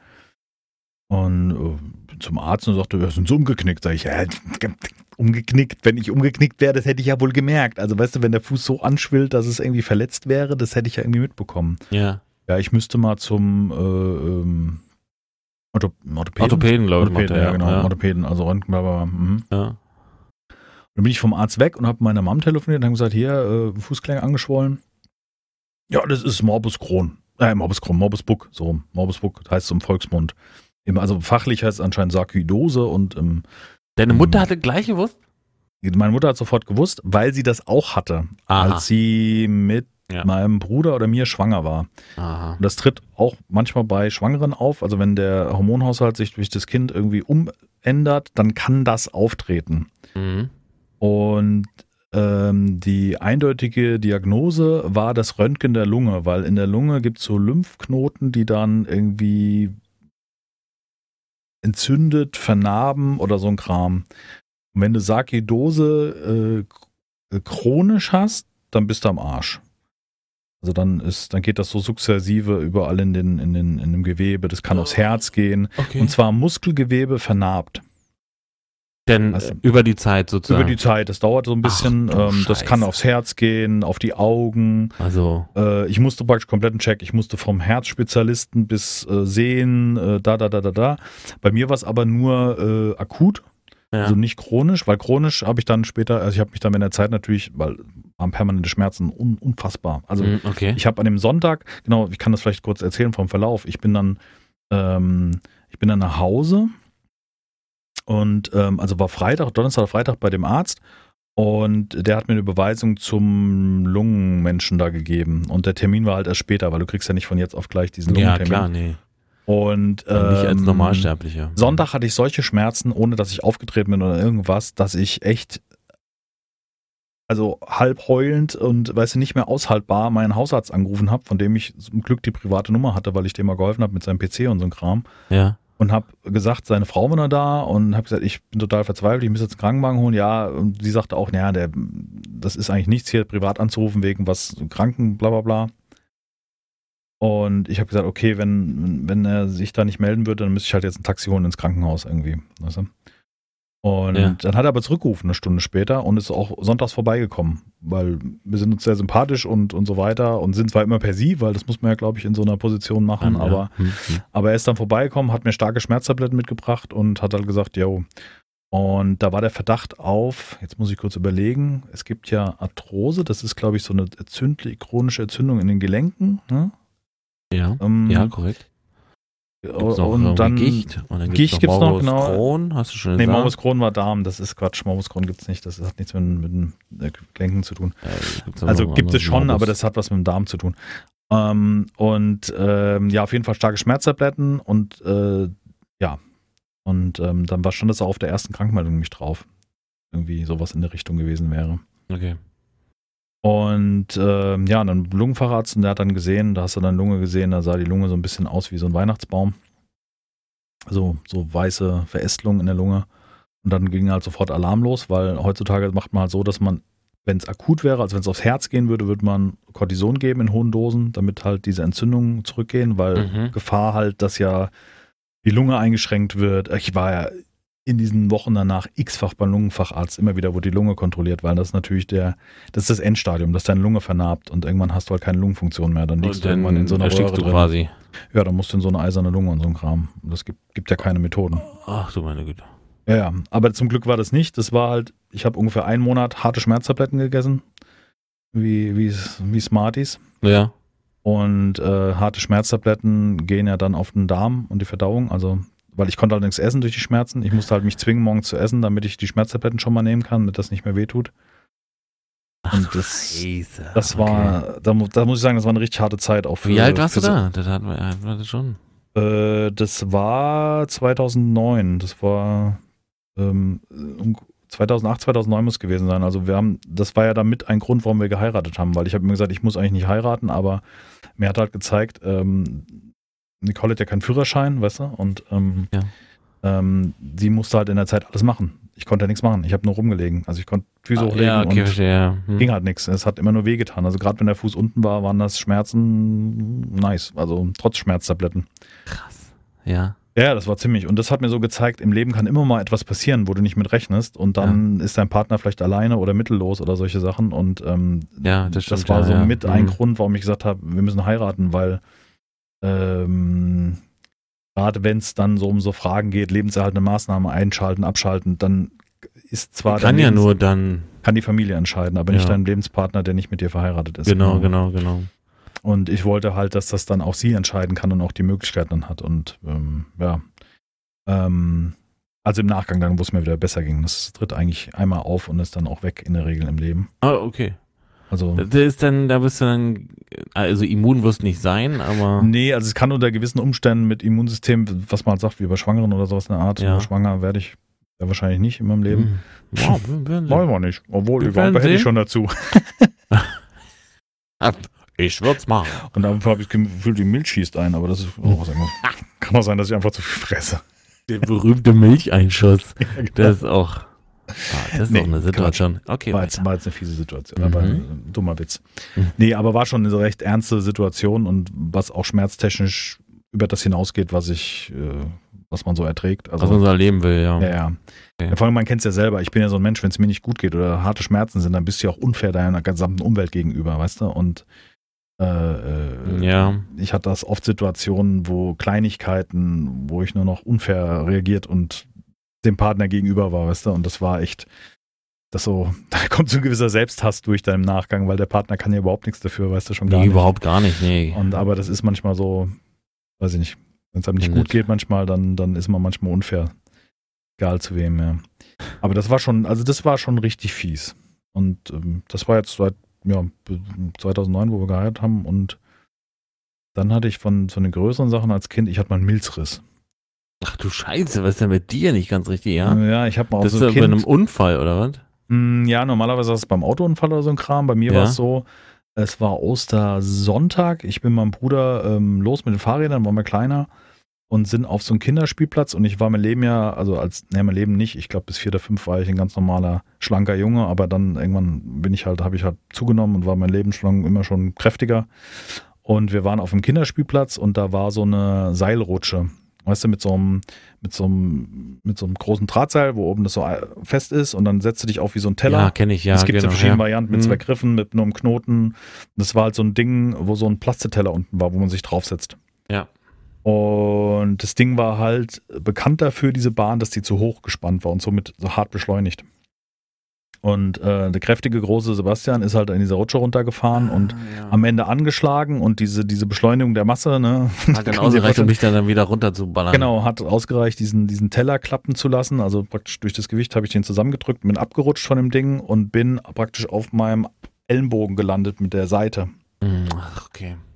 S1: Und äh, zum Arzt und sagte, wir sind so umgeknickt. Sag ich, ja, umgeknickt, wenn ich umgeknickt wäre, das hätte ich ja wohl gemerkt. Also weißt du, wenn der Fuß so anschwillt, dass es irgendwie verletzt wäre, das hätte ich ja irgendwie mitbekommen.
S2: Ja.
S1: Ja, ich müsste mal zum äh, ähm, Ortho Orthopäden.
S2: Orthopäden, glaube ich, macht
S1: Orthopäden,
S2: er,
S1: ja, genau,
S2: ja.
S1: Orthopäden, also Röntgen, bla, bla, bla. Mhm.
S2: Ja.
S1: Dann bin ich vom Arzt weg und habe meine Mom telefoniert und habe gesagt, hier, äh, Fußgelenk angeschwollen. Ja, das ist Morbus Crohn. Äh, Morbus Crohn, Morbus Buck, so rum. Morbus Buck heißt es im Volksmund. Eben, also fachlich heißt es anscheinend Sarkoidose und ähm,
S2: Deine Mutter hatte gleich gewusst?
S1: meine Mutter hat sofort gewusst, weil sie das auch hatte,
S2: Aha.
S1: als sie mit
S2: Ja.
S1: meinem Bruder oder mir schwanger war.
S2: Aha.
S1: Und das tritt auch manchmal bei Schwangeren auf. Also wenn der Hormonhaushalt sich durch das Kind irgendwie umändert, dann kann das auftreten.
S2: Mhm.
S1: Und ähm, die eindeutige Diagnose war das Röntgen der Lunge, weil in der Lunge gibt es so Lymphknoten, die dann irgendwie entzündet, vernarben oder so ein Kram. Und wenn du Sarkoidose äh, chronisch hast, dann bist du am Arsch. Also dann ist, dann geht das so sukzessive überall in den, in den, in dem Gewebe. Das kann aufs Herz gehen.
S2: Okay.
S1: Und zwar Muskelgewebe vernarbt.
S2: Denn
S1: Also-
S2: äh, über die Zeit sozusagen.
S1: Über die Zeit. Das dauert so ein bisschen.
S2: Ach du
S1: ähm, das kann
S2: Scheiße.
S1: aufs Herz gehen, auf die Augen.
S2: Also,
S1: Äh, ich musste praktisch kompletten Check. Ich musste vom Herzspezialisten bis äh, sehen, äh, da, da, da, da, da. Bei mir war es aber nur äh, akut.
S2: ja.
S1: Also nicht chronisch, weil chronisch habe ich dann später, also ich habe mich dann in der Zeit natürlich, weil waren permanente Schmerzen un, unfassbar. Also
S2: Mhm, okay.
S1: ich habe an dem Sonntag, genau, ich kann das vielleicht kurz erzählen vom Verlauf. Ich bin dann, ähm, ich bin dann nach Hause und ähm, also war Freitag, Donnerstag oder Freitag bei dem Arzt und der hat mir eine Überweisung zum Lungenmenschen da gegeben und der Termin war halt erst später, weil du kriegst ja nicht von jetzt auf gleich diesen
S2: Ja,
S1: Lungentermin.
S2: klar, nee.
S1: Und
S2: Nicht als
S1: ähm,
S2: Normalsterblicher.
S1: Sonntag hatte ich solche Schmerzen, ohne dass ich aufgetreten bin oder irgendwas, dass ich echt, also halb heulend und, weißt du, nicht mehr aushaltbar meinen Hausarzt angerufen habe, von dem ich zum Glück die private Nummer hatte, weil ich dem mal geholfen habe mit seinem P C und so ein Kram.
S2: Ja.
S1: Und habe gesagt, seine Frau war noch da und habe gesagt, ich bin total verzweifelt, ich muss jetzt einen Krankenwagen holen. Ja, und sie sagte auch, naja, der, das ist eigentlich nichts hier, privat anzurufen wegen was Kranken, bla bla bla. Und ich habe gesagt, okay, wenn, wenn er sich da nicht melden würde, dann müsste ich halt jetzt ein Taxi holen ins Krankenhaus irgendwie. Weißt du? Und
S2: Ja.
S1: dann hat er aber zurückgerufen eine Stunde später und ist auch sonntags vorbeigekommen, weil wir sind uns sehr sympathisch und, und so weiter und sind zwar immer per Sie, weil das muss man ja, glaube ich, in so einer Position machen,
S2: Ja.
S1: aber,
S2: Hm, hm.
S1: aber er ist dann vorbeigekommen, hat mir starke Schmerztabletten mitgebracht und hat halt gesagt, jo. Und da war der Verdacht auf, jetzt muss ich kurz überlegen, es gibt ja Arthrose, das ist, glaube ich, so eine entzündliche, chronische Entzündung in den Gelenken, ne?
S2: Ja.
S1: Ähm,
S2: Ja, korrekt. Gibt's noch
S1: und
S2: irgendwie
S1: dann
S2: Gicht. Und dann
S1: Gicht gibt's noch,
S2: Morbus
S1: genau.
S2: Crohn, hast du schon
S1: Nee,
S2: gesagt?
S1: Morbus Crohn war Darm, das ist Quatsch. Morbus Crohn gibt's nicht, das hat nichts mit, mit den Gelenken zu tun.
S2: Äh, gibt's noch
S1: Also
S2: was
S1: gibt es
S2: anderes?
S1: schon,
S2: Morbus-
S1: aber das hat was mit dem Darm zu tun. Ähm, und ähm, ja, auf jeden Fall starke Schmerztabletten und äh, ja, und ähm, dann war schon das auch auf der ersten Krankmeldung mich drauf. Irgendwie sowas in der Richtung gewesen wäre.
S2: Okay.
S1: Und ähm, ja, dann Lungenfacharzt und der hat dann gesehen, da hast du dann Lunge gesehen, da sah die Lunge so ein bisschen aus wie so ein Weihnachtsbaum. So, so weiße Verästelung in der Lunge. Und dann ging halt sofort Alarm los, weil heutzutage macht man halt so, dass man, wenn es akut wäre, also wenn es aufs Herz gehen würde, würde man Cortison geben in hohen Dosen, damit halt diese Entzündungen zurückgehen, weil
S2: Mhm.
S1: Gefahr halt, dass ja die Lunge eingeschränkt wird. Ich war ja in diesen Wochen danach x-fach beim Lungenfacharzt, immer wieder wurde die Lunge kontrolliert, weil das ist natürlich der, das ist das Endstadium, dass deine Lunge vernarbt und irgendwann hast du halt keine Lungenfunktion mehr. Dann liegst
S2: Und
S1: du irgendwann in so einer
S2: erstickst
S1: Röhre
S2: du
S1: drin.
S2: quasi.
S1: Ja, dann musst du in so eine eiserne Lunge und so ein Kram. Das gibt, gibt ja keine Methoden.
S2: Ach du meine Güte.
S1: Ja, ja, aber zum Glück war das nicht. Das war halt, ich habe ungefähr einen Monat harte Schmerztabletten gegessen, wie, wie, wie Smarties.
S2: Ja.
S1: Und äh, harte Schmerztabletten gehen ja dann auf den Darm und die Verdauung. Also, weil ich konnte halt nichts essen durch die Schmerzen. Ich musste halt mich zwingen, morgens zu essen, damit ich die Schmerztabletten schon mal nehmen kann, damit das nicht mehr wehtut.
S2: Ach,
S1: Und das,
S2: Scheiße.
S1: das
S2: Okay.
S1: war, da, mu- da muss ich sagen, das war eine richtig harte Zeit auch für.
S2: Wie alt warst
S1: für
S2: du da? Das hatten wir, hatten wir das schon.
S1: So, äh, das war zweitausendneun. Das war ähm, um- zweitausendacht, zweitausendneun muss es gewesen sein. Also wir haben, das war ja damit ein Grund, warum wir geheiratet haben, weil ich habe mir gesagt, ich muss eigentlich nicht heiraten, aber mir hat halt gezeigt, ähm, Nicole hat ja keinen Führerschein, weißt du, und ähm,
S2: Ja.
S1: ähm, sie musste halt in der Zeit alles machen. Ich konnte ja nichts machen. Ich habe nur rumgelegen. Also ich konnte Füße
S2: Ah,
S1: hochlegen
S2: ja, okay,
S1: und
S2: verstehe. Ja. Hm.
S1: ging halt nichts. Es hat immer nur wehgetan. Also gerade wenn der Fuß unten war, waren das Schmerzen nice. Also trotz Schmerztabletten.
S2: Krass. Ja.
S1: Ja, das war ziemlich. Und das hat mir so gezeigt, im Leben kann immer mal etwas passieren, wo du nicht mit rechnest. Und dann ist dein Partner vielleicht alleine oder mittellos oder solche Sachen. Und ähm,
S2: Ja, das
S1: das,
S2: stimmt,
S1: war
S2: ja,
S1: so
S2: ja.
S1: mit ein
S2: Mhm.
S1: Grund, warum ich gesagt habe, wir müssen heiraten, weil ähm, gerade wenn es dann so um so Fragen geht, lebenserhaltende Maßnahmen einschalten, abschalten, dann ist zwar
S2: Kann
S1: dein
S2: ja
S1: Lebens-
S2: nur dann.
S1: kann die Familie entscheiden, aber nicht
S2: Ja.
S1: dein Lebenspartner, der nicht mit dir verheiratet ist.
S2: Genau, genau, genau.
S1: Und ich wollte halt, dass das dann auch sie entscheiden kann und auch die Möglichkeit dann hat. Und ähm, ja, ähm, also im Nachgang dann, wo es mir wieder besser ging. Das tritt eigentlich einmal auf und ist dann auch weg in der Regel im Leben.
S2: Ah, okay.
S1: Also
S2: Das ist dann, da bist du dann, also immun wirst du nicht sein, aber.
S1: nee, also es kann unter gewissen Umständen mit Immunsystem, was man halt sagt, wie bei Schwangeren oder sowas in der Art,
S2: Ja.
S1: schwanger werde ich ja wahrscheinlich nicht in meinem Leben.
S2: Hm. Wow, wir werden
S1: Wollen
S2: sehen.
S1: wir nicht. Obwohl,
S2: Wir
S1: überhaupt
S2: werden
S1: hätte ich
S2: sehen.
S1: schon dazu.
S2: Ich würd's machen.
S1: Und dann habe ich das Gefühl, die Milch schießt ein, aber das ist auch was anderes. Kann auch sein, dass ich einfach zu viel fresse.
S2: Der berühmte Milcheinschuss. Das ist auch. Ah, das ist
S1: Nee,
S2: auch eine Situation. Okay,
S1: War
S2: weiter.
S1: jetzt, war jetzt eine fiese Situation,
S2: Mhm.
S1: aber ein dummer Witz.
S2: Mhm.
S1: Nee, aber war schon eine recht ernste Situation und was auch schmerztechnisch über das hinausgeht, was ich, äh, was man so erträgt. Also,
S2: Was man so erleben will, ja.
S1: ja, ja.
S2: Okay.
S1: Ja, vor allem, man kennt es ja selber. Ich bin ja so ein Mensch, wenn es mir nicht gut geht oder harte Schmerzen sind, dann bist du ja auch unfair deiner gesamten Umwelt gegenüber, weißt du? Und äh, äh,
S2: Ja.
S1: ich hatte das oft Situationen, wo Kleinigkeiten, wo ich nur noch unfair reagiert und dem Partner gegenüber war, weißt du? Und das war echt, das so, da kommt so ein gewisser Selbsthass durch deinem Nachgang, weil der Partner kann ja überhaupt nichts dafür, weißt du schon gar
S2: Nee,
S1: nicht.
S2: überhaupt gar nicht, nee.
S1: Und aber das ist manchmal so, weiß ich nicht, wenn es einem nicht
S2: Ja,
S1: gut
S2: nicht.
S1: geht manchmal, dann, dann ist man manchmal unfair. Egal zu wem, ja. Aber das war schon, also das war schon richtig fies. Und ähm, das war jetzt seit ja, zweitausendneun, wo wir geheiratet haben. Und dann hatte ich von, von den größeren Sachen als Kind, ich hatte mal einen Milzriss.
S2: Ach du Scheiße, was ist denn mit dir nicht ganz richtig, ja?
S1: Ja, ich habe mal auch
S2: Das ist
S1: so
S2: ja
S1: ein
S2: bei einem
S1: Kind.
S2: Unfall, oder was?
S1: Mm, Ja, normalerweise ist es beim Autounfall oder so ein Kram. Bei mir
S2: Ja.
S1: war es so, es war Ostersonntag. Ich bin mit meinem Bruder ähm, los mit den Fahrrädern, waren wir kleiner und sind auf so einen Kinderspielplatz. Und ich war mein Leben ja, also als, ne, mein Leben nicht. Ich glaube, bis vier oder fünf war ich ein ganz normaler, schlanker Junge. Aber dann irgendwann bin ich halt, habe ich halt zugenommen und war mein Leben schon immer schon kräftiger. Und wir waren auf dem Kinderspielplatz und da war so eine Seilrutsche. Weißt du, mit so einem, mit so einem, mit so einem großen Drahtseil, wo oben das so fest ist und dann setzt du dich auf wie so ein Teller.
S2: Ja, kenne ich, ja.
S1: Es gibt
S2: genau,
S1: ja verschiedene
S2: ja.
S1: Varianten mit
S2: Mhm.
S1: zwei Griffen, mit nur einem Knoten. Das war halt so ein Ding, wo so ein Plastikteller unten war, wo man sich draufsetzt.
S2: Ja.
S1: Und das Ding war halt bekannt dafür, diese Bahn, dass die zu hoch gespannt war und somit so hart beschleunigt. Und äh, der kräftige große Sebastian ist halt in dieser Rutsche runtergefahren und
S2: Ah, ja.
S1: am Ende angeschlagen und diese, diese Beschleunigung der Masse, ne?
S2: Hat dann
S1: kann man sich
S2: ausgereicht, um
S1: vorstellen.
S2: mich dann, dann wieder runter zu ballern.
S1: Genau, hat ausgereicht, diesen, diesen Teller klappen zu lassen. Also praktisch durch das Gewicht habe ich den zusammengedrückt, bin abgerutscht von dem Ding und bin praktisch auf meinem Ellenbogen gelandet mit der Seite.
S2: Mhm, Ach, okay.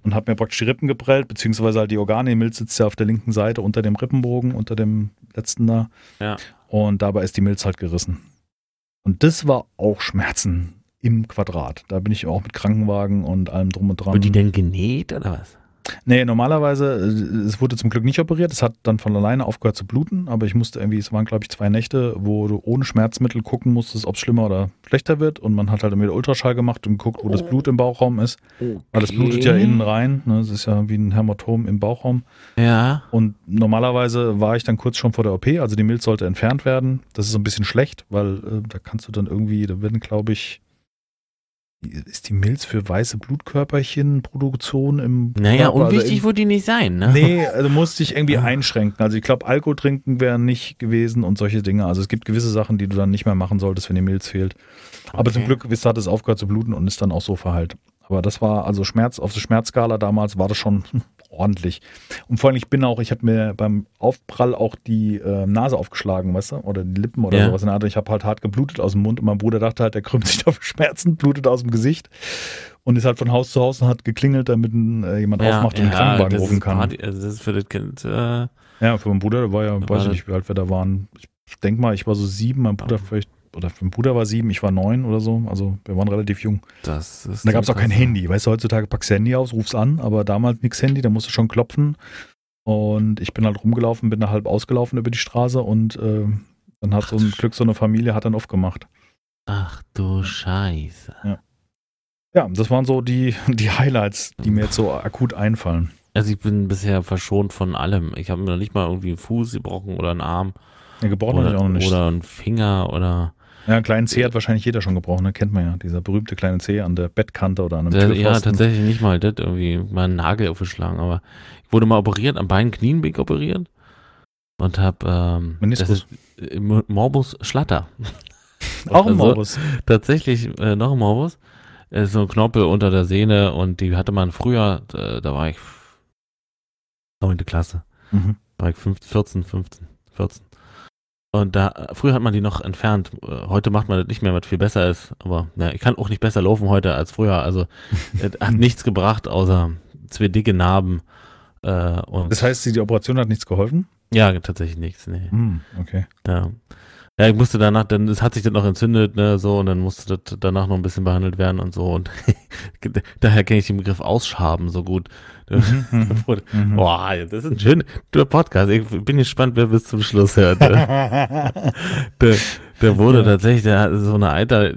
S1: und habe mir praktisch die Rippen geprellt, beziehungsweise halt die Organe. Die Milz sitzt ja auf der linken Seite unter dem Rippenbogen, unter dem letzten da.
S2: Ja.
S1: Und dabei ist die Milz halt gerissen. Und das war auch Schmerzen im Quadrat. Da bin ich auch mit Krankenwagen und allem drum und dran.
S2: Wurde die denn genäht oder was?
S1: Nee, normalerweise, es wurde zum Glück nicht operiert, es hat dann von alleine aufgehört zu bluten, aber ich musste irgendwie, es waren glaube ich zwei Nächte, wo du ohne Schmerzmittel gucken musstest, ob es schlimmer oder schlechter wird und man hat halt immer Ultraschall gemacht und geguckt, wo das Blut im Bauchraum ist,
S2: Okay.
S1: weil das blutet ja innen rein, ne? Das ist ja wie ein Hämatom im Bauchraum.
S2: Ja.
S1: Und normalerweise war ich dann kurz schon vor der O P, also die Milz sollte entfernt werden, das ist so ein bisschen schlecht, weil äh, da kannst du dann irgendwie, da werden glaube ich, ist die Milz für weiße Blutkörperchen-Produktion im
S2: Naja,
S1: Körper?
S2: unwichtig
S1: Also
S2: wurde die nicht sein, ne?
S1: Nee, also musst dich irgendwie einschränken. Also ich glaube, Alkohol trinken wäre nicht gewesen und solche Dinge. Also es gibt gewisse Sachen, die du dann nicht mehr machen solltest, wenn die Milz fehlt. Aber
S2: Okay.
S1: zum Glück wisst ihr, hat es aufgehört zu bluten und ist dann auch so verheilt. Aber das war also Schmerz, auf der Schmerzskala damals war das schon ordentlich. Und vor allem, ich bin auch, ich habe mir beim Aufprall auch die äh, Nase aufgeschlagen, weißt du, oder die Lippen oder
S2: Ja.
S1: sowas in der Art. Ich habe halt hart geblutet aus dem Mund und mein Bruder dachte halt, der krümmt sich da für Schmerzen, blutet aus dem Gesicht und ist halt von Haus zu Haus und hat geklingelt, damit äh, jemand aufmacht und den Krankenwagen
S2: das
S1: rufen
S2: ist
S1: kann.
S2: Party, also das ist für das Kind, äh,
S1: Ja, für meinen Bruder, der war ja,
S2: War
S1: weiß ich
S2: das-
S1: nicht, wie alt wir da waren. Ich denke mal, ich war so sieben, mein Bruder vielleicht, oder mein Bruder war sieben, ich war neun oder so. Also wir waren relativ jung.
S2: das ist.
S1: Und da gab es auch kein
S2: krass.
S1: Handy. Weißt du, heutzutage packst du Handy aus, rufst an, aber damals nix Handy, da musst du schon klopfen. Und ich bin halt rumgelaufen, bin da halb ausgelaufen über die Straße und äh, dann hat
S2: Ach,
S1: so ein
S2: du
S1: Glück so eine Familie hat dann aufgemacht.
S2: Ach du Scheiße.
S1: Ja, das waren so die, die Highlights, die mir jetzt so akut einfallen.
S2: Also ich bin bisher verschont von allem. Ich habe mir noch nicht mal irgendwie einen Fuß gebrochen oder einen Arm
S1: Ja, gebrochen habe ich
S2: oder,
S1: auch noch nicht.
S2: oder einen Finger oder
S1: Ja, einen kleinen Zeh hat wahrscheinlich jeder schon gebrochen, ne? Kennt man ja. Dieser berühmte kleine Zeh an der Bettkante oder an einem
S2: Der, ja,
S1: Türpfosten.
S2: tatsächlich nicht mal das, irgendwie mal einen Nagel aufgeschlagen, aber ich wurde mal operiert, am Bein, Knien bin ich operiert und hab ähm,
S1: Meniskus.
S2: das ist äh, Morbus Schlatter.
S1: Auch ein
S2: Also,
S1: Morbus.
S2: Tatsächlich äh, noch ein Morbus. Äh, so ein Knorpel unter der Sehne und die hatte man früher, äh, da war ich neunte Klasse,
S1: Mhm.
S2: da war ich fünfzehn, vierzehn, fünfzehn, vierzehn. Und da, früher hat man die noch entfernt. Äh, Heute macht man das nicht mehr, was viel besser ist. Aber ja, ich kann auch nicht besser laufen heute als früher. Also es hat nichts gebracht, außer zwei dicke Narben. Äh, und
S1: Das heißt, die Operation hat nichts geholfen?
S2: ja, tatsächlich nichts. Nee.
S1: Hm, okay.
S2: Ja. Ja, ich musste danach, dann es hat sich das noch entzündet, ne, so, und dann musste das danach noch ein bisschen behandelt werden und so. Und daher kenne ich den Begriff Ausschaben so gut.
S1: Mhm, mhm.
S2: Boah, das ist ein schöner Podcast. Ich bin gespannt, wer bis zum Schluss hört. Der, der wurde
S1: Ja.
S2: tatsächlich, der hat so eine Alter,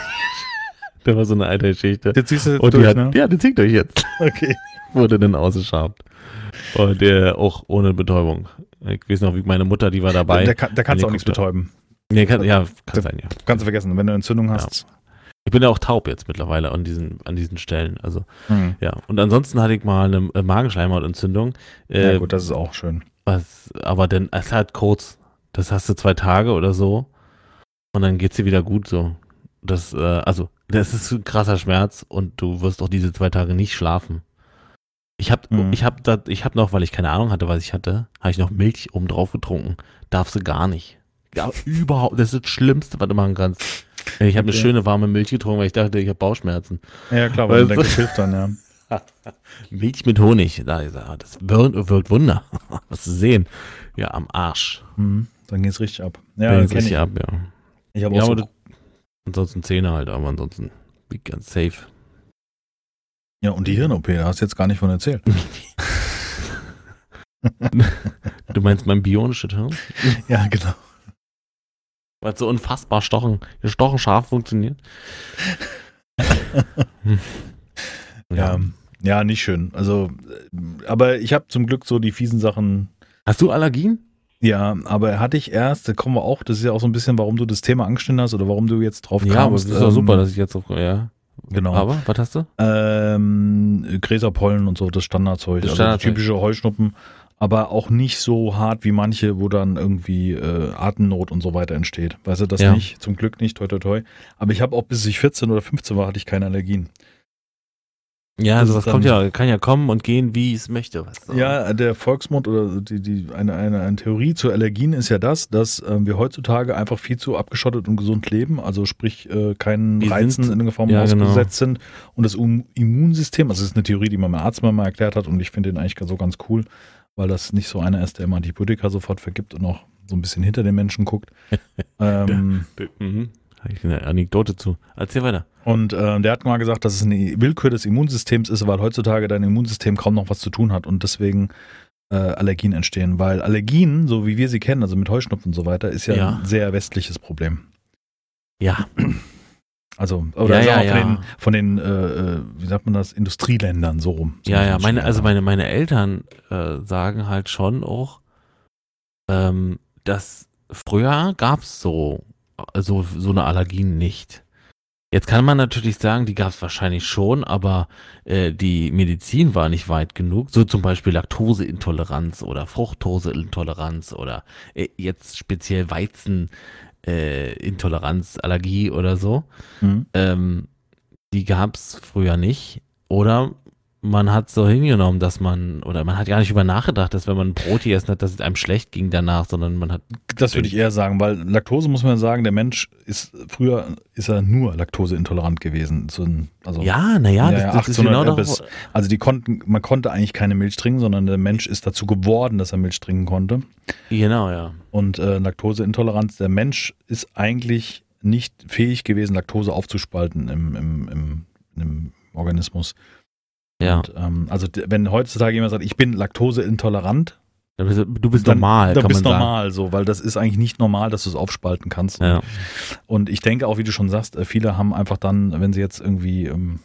S2: der war so eine alte Geschichte.
S1: Jetzt siehst du jetzt
S2: Und die
S1: durch,
S2: hat,
S1: ne?
S2: ja, die zieht euch jetzt.
S1: Okay.
S2: Wurde dann ausgeschabt. Und der auch ohne Betäubung. Ich weiß noch, wie meine Mutter, die war dabei.
S1: Der, kann, der kannst auch nichts
S2: Helikopter.
S1: betäuben.
S2: Nee, kann, ja, kann sein, ja.
S1: Kannst du vergessen, wenn du Entzündung hast.
S2: Ich bin ja auch taub jetzt mittlerweile an diesen, an diesen Stellen. Also,
S1: Hm.
S2: ja. Und ansonsten hatte ich mal eine äh, Magenschleimhautentzündung. Äh,
S1: Ja gut, das ist auch schön.
S2: was, aber dann, es ist halt kurz. Das hast du zwei Tage oder so. Und dann geht's dir wieder gut so. Das, äh, also, das ist ein krasser Schmerz und du wirst auch diese zwei Tage nicht schlafen. Ich hab,
S1: Mhm.
S2: ich hab da, ich hab noch, weil ich keine Ahnung hatte, was ich hatte, habe ich noch Milch oben drauf getrunken. Darfst du gar nicht. Ja, überhaupt, das ist das Schlimmste, was du machen kannst. Ich habe eine
S1: Okay.
S2: schöne warme Milch getrunken, weil ich dachte, ich habe Bauchschmerzen.
S1: Ja klar, weil du
S2: Weißt du?
S1: denkst, das hilft dann, ja.
S2: Milch mit Honig, da ist er, das wirkt, wirkt Wunder. Was zu sehen. Ja, am Arsch.
S1: Hm. Dann geht's richtig ab.
S2: Ja,
S1: Ja,
S2: das
S1: kenn
S2: richtig
S1: ich.
S2: ab, ja.
S1: Ich habe
S2: Ja,
S1: auch so,
S2: aber das, ansonsten Zähne halt, aber ansonsten bin ich ganz safe.
S1: ja, und die Hirn-O P, da hast du jetzt gar nicht von erzählt.
S2: Du meinst mein bionisches Hirn?
S1: Ja, genau.
S2: Weil es so unfassbar stochen, stochen scharf funktioniert. Hm.
S1: Ja, ja, nicht schön. Also, äh, aber ich habe zum Glück so die fiesen Sachen.
S2: Hast du Allergien?
S1: Ja, aber hatte ich erst, da kommen wir auch, das ist ja auch so ein bisschen, warum du das Thema angeschnitten hast oder warum du jetzt drauf
S2: Ja, aber es
S1: kamst.
S2: ist doch
S1: ähm,
S2: super, dass ich jetzt auf, ja.
S1: Genau.
S2: Aber, was hast du?
S1: Ähm, Gräserpollen und so, das Standardzeug.
S2: Das
S1: also
S2: Standardzeug.
S1: typische Heuschnuppen, aber auch nicht so hart wie manche, wo dann irgendwie äh, Atemnot und so weiter entsteht. Weißt du, das
S2: Ja.
S1: nicht, zum Glück nicht, toi toi toi. Aber ich habe auch, bis ich vierzehn oder fünfzehn war, hatte ich keine Allergien.
S2: Ja,
S1: Das
S2: sowas
S1: ist dann-
S2: kommt ja, kann ja kommen und gehen, wie es möchte. Was so.
S1: Ja, der Volksmund oder die, die, eine, eine, eine Theorie zu Allergien ist ja das, dass ähm, wir heutzutage einfach viel zu abgeschottet und gesund leben, also sprich äh, keinen
S2: Wir
S1: Reizen
S2: sind-
S1: in irgendeiner Form
S2: ja, genau.
S1: ausgesetzt sind und das um Immunsystem, also das ist eine Theorie, die mir mein Arzt mal, mal erklärt hat und ich finde den eigentlich so ganz cool, weil das nicht so einer ist, der immer Antibiotika sofort vergibt und auch so ein bisschen hinter den Menschen guckt. ähm,
S2: Mhm. Habe ich eine Anekdote zu. Erzähl weiter.
S1: Und äh, der hat mal gesagt, dass es eine Willkür des Immunsystems ist, weil heutzutage dein Immunsystem kaum noch was zu tun hat und deswegen äh, Allergien entstehen. Weil Allergien, so wie wir sie kennen, also mit Heuschnupfen und so weiter, ist ja,
S2: Ja.
S1: ein sehr westliches Problem.
S2: Ja,
S1: Also, oder
S2: Ja,
S1: sagen
S2: ja,
S1: wir
S2: ja.
S1: von den, von den äh, äh, wie sagt man das, Industrieländern so rum. So
S2: ja,
S1: muss
S2: ja.
S1: man
S2: Meine,
S1: schon
S2: also
S1: sagen.
S2: meine, meine Eltern äh, sagen halt schon auch, ähm, dass früher gab es so, so, so eine Allergien nicht. Jetzt kann man natürlich sagen, die gab es wahrscheinlich schon, aber äh, die Medizin war nicht weit genug. So zum Beispiel Laktoseintoleranz oder Fructoseintoleranz oder äh, jetzt speziell Weizenintoleranz, äh, Intoleranz, Allergie oder so.
S1: Mhm.
S2: Ähm, die gab es früher nicht. Oder man hat so hingenommen, dass man, oder man hat gar nicht über nachgedacht, dass wenn man ein Brot gegessen hat, dass es einem schlecht ging danach, sondern man hat,
S1: Das würde ich eher sagen, weil Laktose muss man sagen, der Mensch ist, früher ist er nur laktoseintolerant gewesen. So ein, also
S2: ja, naja,
S1: Ja,
S2: das,
S1: ja,
S2: das ist
S1: achtzehnhundert
S2: genau
S1: bis-
S2: darauf.
S1: Also die konnten, man konnte eigentlich keine Milch trinken, sondern der Mensch ist dazu geworden, dass er Milch trinken konnte.
S2: Genau, ja.
S1: Und äh, Laktoseintoleranz, der Mensch ist eigentlich nicht fähig gewesen, Laktose aufzuspalten im, im, im, im Organismus.
S2: Ja.
S1: Und, ähm, also d- wenn heutzutage jemand sagt, ich bin laktoseintolerant,
S2: Du bist, du bist
S1: dann,
S2: normal,
S1: dann
S2: kann
S1: bist
S2: man sagen.
S1: normal so, weil das ist eigentlich nicht normal, dass du es aufspalten kannst.
S2: Ja.
S1: Und ich denke auch, wie du schon sagst, äh, viele haben einfach dann, wenn sie jetzt irgendwie, ähm,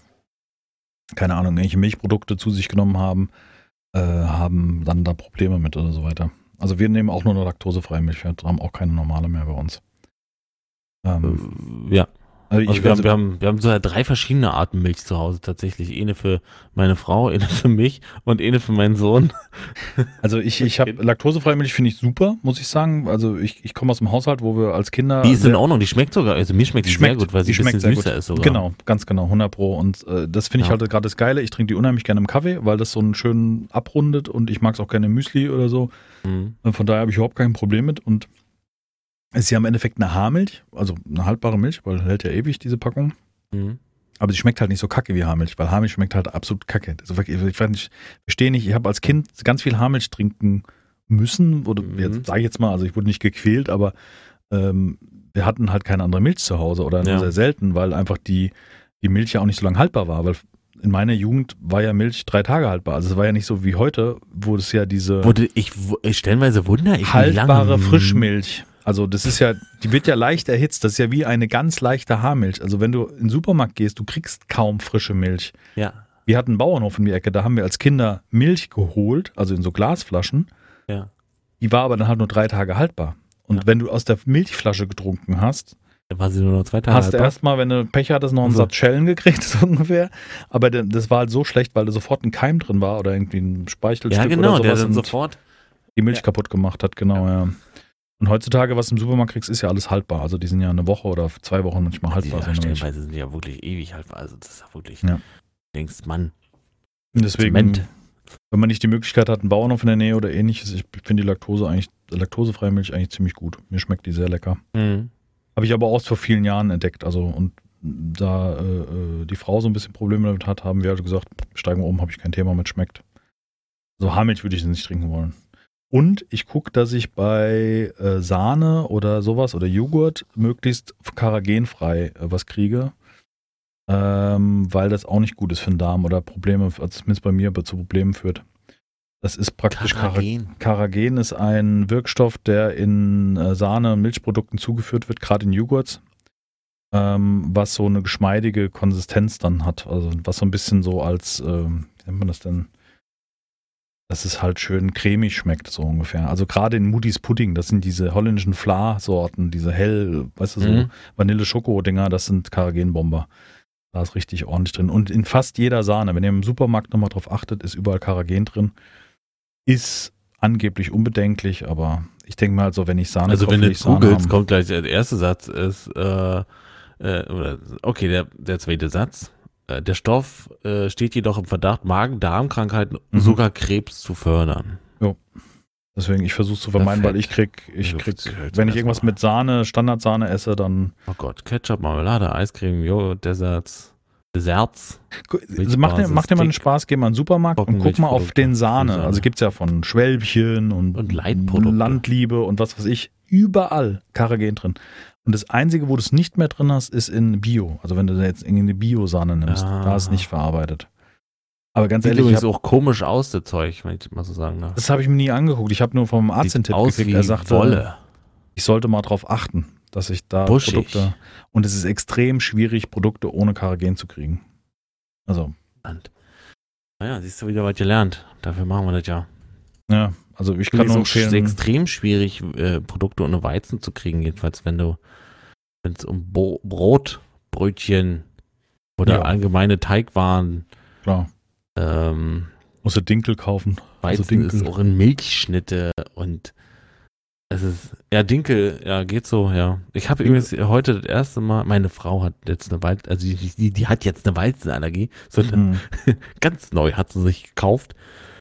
S1: keine Ahnung, irgendwelche Milchprodukte zu sich genommen haben, äh, haben dann da Probleme mit oder so weiter. Also wir nehmen auch nur eine laktosefreie Milch, wir haben auch keine normale mehr bei uns. Ähm,
S2: Ja.
S1: also ich,
S2: Also wir,
S1: also,
S2: haben, wir, haben, wir haben so drei verschiedene Arten Milch zu Hause tatsächlich. Eine für meine Frau, eine für mich und eine für meinen Sohn.
S1: also ich, ich habe laktosefreie Milch, finde ich super, muss ich sagen. Also ich, ich komme aus einem Haushalt, wo wir als Kinder...
S2: Die ist in
S1: sehr-
S2: Ordnung, die schmeckt sogar, also mir schmeckt die,
S1: Die schmeckt-
S2: sehr gut, weil sie
S1: die
S2: ein bisschen
S1: schmeckt sehr
S2: süßer
S1: gut.
S2: ist sogar.
S1: Genau, ganz genau, hundert Pro. Und äh, das finde ich
S2: Ja.
S1: halt gerade das Geile. Ich trinke die unheimlich gerne im Kaffee, weil das so einen schönen abrundet und ich mag es auch gerne im Müsli oder so.
S2: Mhm.
S1: Und von daher habe ich überhaupt kein Problem mit. Und es ist ja im Endeffekt eine Haarmilch, also eine haltbare Milch, weil hält ja ewig diese Packung.
S2: Mhm.
S1: Aber sie schmeckt halt nicht so kacke wie Haarmilch, weil Haarmilch schmeckt halt absolut kacke. Also wirklich, ich weiß nicht, ich verstehe nicht, ich habe als Kind ganz viel Haarmilch trinken müssen, oder
S2: Mhm.
S1: jetzt sage ich jetzt mal, also ich wurde nicht gequält, aber ähm, wir hatten halt keine andere Milch zu Hause oder nur
S2: Ja.
S1: sehr selten, weil einfach die, die Milch ja auch nicht so lange haltbar war, weil in meiner Jugend war ja Milch drei Tage haltbar. Also es war ja nicht so wie heute, wo es ja diese
S2: Wurde ich, ich stellenweise wundere ich
S1: haltbare
S2: mich lange.
S1: Frischmilch. Also das ist ja, die wird ja leicht erhitzt. Das ist ja wie eine ganz leichte Haarmilch. Also wenn du in den Supermarkt gehst, du kriegst kaum frische Milch.
S2: Ja,
S1: Wir hatten einen Bauernhof in die Ecke, da haben wir als Kinder Milch geholt, also in so Glasflaschen.
S2: ja.
S1: Die war aber dann halt nur drei Tage haltbar. Und
S2: Ja.
S1: wenn du aus der Milchflasche getrunken hast,
S2: Da war sie nur noch zwei Tage
S1: hast du
S2: haltbar.
S1: erstmal, wenn du Pech hattest, noch einen
S2: Also.
S1: Satz Schellen gekriegt, so ungefähr. Aber der- das war halt so schlecht, weil da sofort ein Keim drin war oder irgendwie ein Speichelstück
S2: Ja, genau,
S1: oder
S2: der
S1: sowas
S2: dann
S1: und
S2: sofort.
S1: die Milch
S2: Ja.
S1: kaputt gemacht hat, genau, ja. Und heutzutage, was du im Supermarkt kriegst, ist ja alles haltbar. Also die sind ja eine Woche oder zwei Wochen manchmal
S2: Die
S1: haltbar. so eine Milch.
S2: stellenweise sind die ja wirklich ewig haltbar. Also das ist ja wirklich,
S1: Ja.
S2: du denkst, Mann,
S1: Und deswegen,
S2: Zement.
S1: wenn man nicht die Möglichkeit hat, einen Bauernhof in der Nähe oder ähnliches, ich finde die Laktose eigentlich, laktosefreie Milch eigentlich ziemlich gut. Mir schmeckt die sehr lecker.
S2: Mhm.
S1: Habe ich aber auch vor vielen Jahren entdeckt. Also und da äh, äh, die Frau so ein bisschen Probleme damit hat, haben wir also gesagt, steigen wir um, habe ich kein Thema mit, schmeckt. So Haarmilch würde ich nicht trinken wollen. Und ich gucke, dass ich bei äh, Sahne oder sowas oder Joghurt möglichst karagenfrei äh, was kriege, ähm, weil das auch nicht gut ist für den Darm oder Probleme, also zumindest bei mir, aber zu Problemen führt. Das ist praktisch Karagen.
S2: Karagen.
S1: Karagen ist ein Wirkstoff, der in äh, Sahne- und Milchprodukten zugeführt wird, gerade in Joghurts, ähm, was so eine geschmeidige Konsistenz dann hat. Also was so ein bisschen so als, ähm, wie nennt man das denn? Dass es halt schön cremig schmeckt, so ungefähr. Also gerade in Moody's Pudding, das sind diese holländischen Fla-Sorten, diese hell, weißt du, so
S2: Mhm.
S1: Vanille-Schoko-Dinger, das sind Karagenbomber. Da ist richtig ordentlich drin. Und in fast jeder Sahne, wenn ihr im Supermarkt nochmal drauf achtet, ist überall Karagen drin. Ist angeblich unbedenklich, aber ich denke mal, so, wenn ich Sahne
S2: Also
S1: kaufe,
S2: wenn
S1: will
S2: du
S1: ich Sahne
S2: googelst,
S1: haben.
S2: kommt gleich der erste Satz ist, äh, äh, oder okay, der, der zweite Satz äh, der Stoff äh, steht jedoch im Verdacht, Magen-Darm-Krankheiten,
S1: Mhm.
S2: sogar Krebs zu fördern.
S1: Deswegen, ich versuche es zu vermeiden, weil ich krieg, ich
S2: Ja,
S1: krieg,
S2: das- das
S1: wenn ich
S2: erstmal.
S1: irgendwas mit Sahne, Standardsahne esse, dann
S2: Oh Gott, Ketchup, Marmelade, Eiscreme, Joghurt, Desserts, Desserts.
S1: also mach dir, mach dir mal einen Spaß, geh mal in den Supermarkt und guck mal auf
S2: Trockenmilchprodukte,
S1: den Sahne.
S2: Sahne.
S1: Also gibt's ja von Schwälbchen und,
S2: Und Leitprodukte.
S1: Landliebe und was weiß ich, überall Karagen drin. Und das Einzige, wo du es nicht mehr drin hast, ist in Bio. Also wenn du da jetzt irgendeine Bio-Sahne nimmst,
S2: Ah.
S1: da ist nicht verarbeitet. Aber ganz
S2: Sieht
S1: ehrlich, ich
S2: übrigens
S1: hab,
S2: auch komisch aus, das Zeug, wenn ich das mal so sagen darf.
S1: das habe ich mir nie angeguckt. Ich habe nur vom Arzt den
S2: Sieht
S1: Tipp
S2: aus
S1: gekriegt.
S2: wie
S1: Er sagte,
S2: Wolle.
S1: ich sollte mal drauf achten, dass ich da
S2: Buschig.
S1: Produkte. Und es ist extrem schwierig, Produkte ohne Karagen zu kriegen. Also,
S2: Und, naja, siehst du wieder was gelernt. Dafür machen wir das ja.
S1: ja, also ich
S2: Es
S1: kann
S2: ist
S1: nur
S2: auch
S1: empfehlen.
S2: extrem schwierig, äh, Produkte ohne Weizen zu kriegen, jedenfalls wenn du, wenn es um Bo Brot, Brötchen oder
S1: Ja.
S2: allgemeine Teigwaren,
S1: Klar,
S2: ähm,
S1: musst du Dinkel kaufen.
S2: Weizen
S1: Also Dinkel.
S2: ist auch in Milchschnitte und es ist, ja, Dinkel, ja, geht so, ja. Ich habe übrigens heute das erste Mal, meine Frau hat jetzt eine Weizen, also die, die, die hat jetzt eine Weizenallergie, so
S1: Hm.
S2: ganz neu hat sie sich gekauft.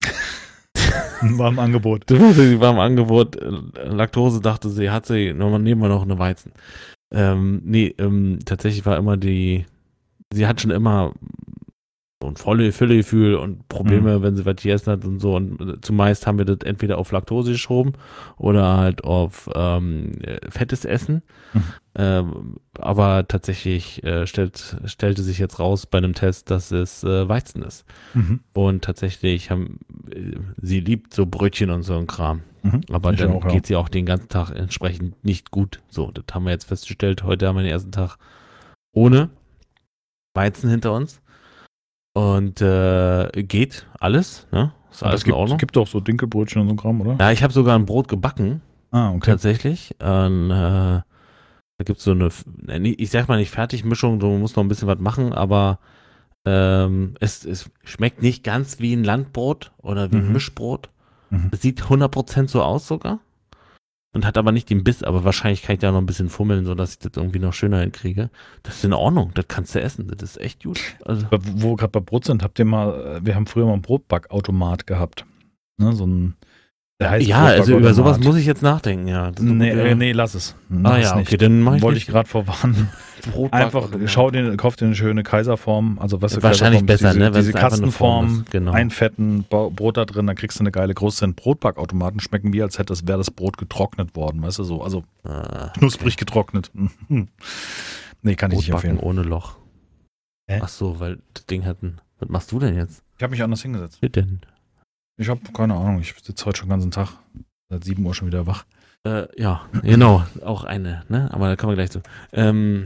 S1: War im Angebot.
S2: Sie war im Angebot, äh, Laktose dachte sie, hat sie, nochmal nehmen wir noch eine Weizen. Ähm, nee, ähm, tatsächlich war immer die, sie hat schon immer so ein volle Füllegefühl und Probleme, wenn sie was gegessen hat und so. Und äh, zumeist haben wir das entweder auf Laktose geschoben oder halt auf ähm, äh, fettes Essen.
S1: Mhm.
S2: Ähm, aber tatsächlich äh, stellt, stellte sich jetzt raus bei einem Test, dass es äh, Weizen ist.
S1: Mhm.
S2: Und tatsächlich haben, äh, sie liebt so Brötchen und so ein Kram.
S1: Mhm.
S2: Aber
S1: Ich
S2: dann
S1: auch, ja.
S2: geht sie auch den ganzen Tag entsprechend nicht gut. So, das haben wir jetzt festgestellt. Heute haben wir den ersten Tag ohne Weizen hinter uns. Und äh, geht alles, ne? Ist
S1: Aber
S2: alles
S1: es gibt,
S2: in Ordnung.
S1: es gibt doch so Dinkelbrötchen und so ein Kram, oder?
S2: Ja, ich habe sogar ein Brot gebacken,
S1: Ah, okay.
S2: tatsächlich. Und, äh, da gibt es so eine, nee, ich sag mal nicht Fertigmischung, du musst noch ein bisschen was machen, aber ähm, es, es schmeckt nicht ganz wie ein Landbrot oder wie ein
S1: Mhm.
S2: Mischbrot.
S1: Mhm.
S2: Es sieht hundert Prozent so aus sogar. Und hat aber nicht den Biss, aber wahrscheinlich kann ich da noch ein bisschen fummeln, sodass ich das irgendwie noch schöner hinkriege. Das ist in Ordnung, das kannst du essen, das ist echt gut. Also,
S1: Aber Wo wir gerade bei Brot sind, habt ihr mal, wir haben früher mal einen Brotbackautomat gehabt. Ne, so ein, der heißt
S2: ja, also über
S1: Brotbackautomat.
S2: sowas muss ich jetzt nachdenken, ja. Das ist eine
S1: Nee,
S2: gute-
S1: äh, nee, lass es. Mach
S2: ah
S1: es
S2: ja,
S1: nicht.
S2: okay, dann mach ich
S1: Wollte
S2: nicht.
S1: ich gerade vorwarnen.
S2: Brotback-
S1: Einfach, schau dir, kauf dir eine schöne Kaiserform, also was du
S2: Wahrscheinlich
S1: Kaiserform,
S2: besser,
S1: diese,
S2: ne, wenn
S1: diese
S2: es einfach eine Form
S1: Kastenform,
S2: ist, genau.
S1: einfetten, Ba- Brot da drin, dann kriegst du eine geile große Brotbackautomaten, schmecken wie, als hätte das, wäre das Brot getrocknet worden, weißt du, so, also
S2: Ah,
S1: knusprig getrocknet. Mhm. Nee, kann ich nicht
S2: Brotbacken
S1: empfehlen.
S2: ohne Loch.
S1: Hä?
S2: Ach so, weil das Ding hatten. Was machst du denn jetzt?
S1: Ich habe mich anders hingesetzt.
S2: Wie denn?
S1: Ich habe keine Ahnung, ich sitze heute schon den ganzen Tag, seit sieben Uhr schon wieder wach.
S2: Äh, ja, genau, auch eine, ne? Aber da kommen wir gleich zu. Ähm,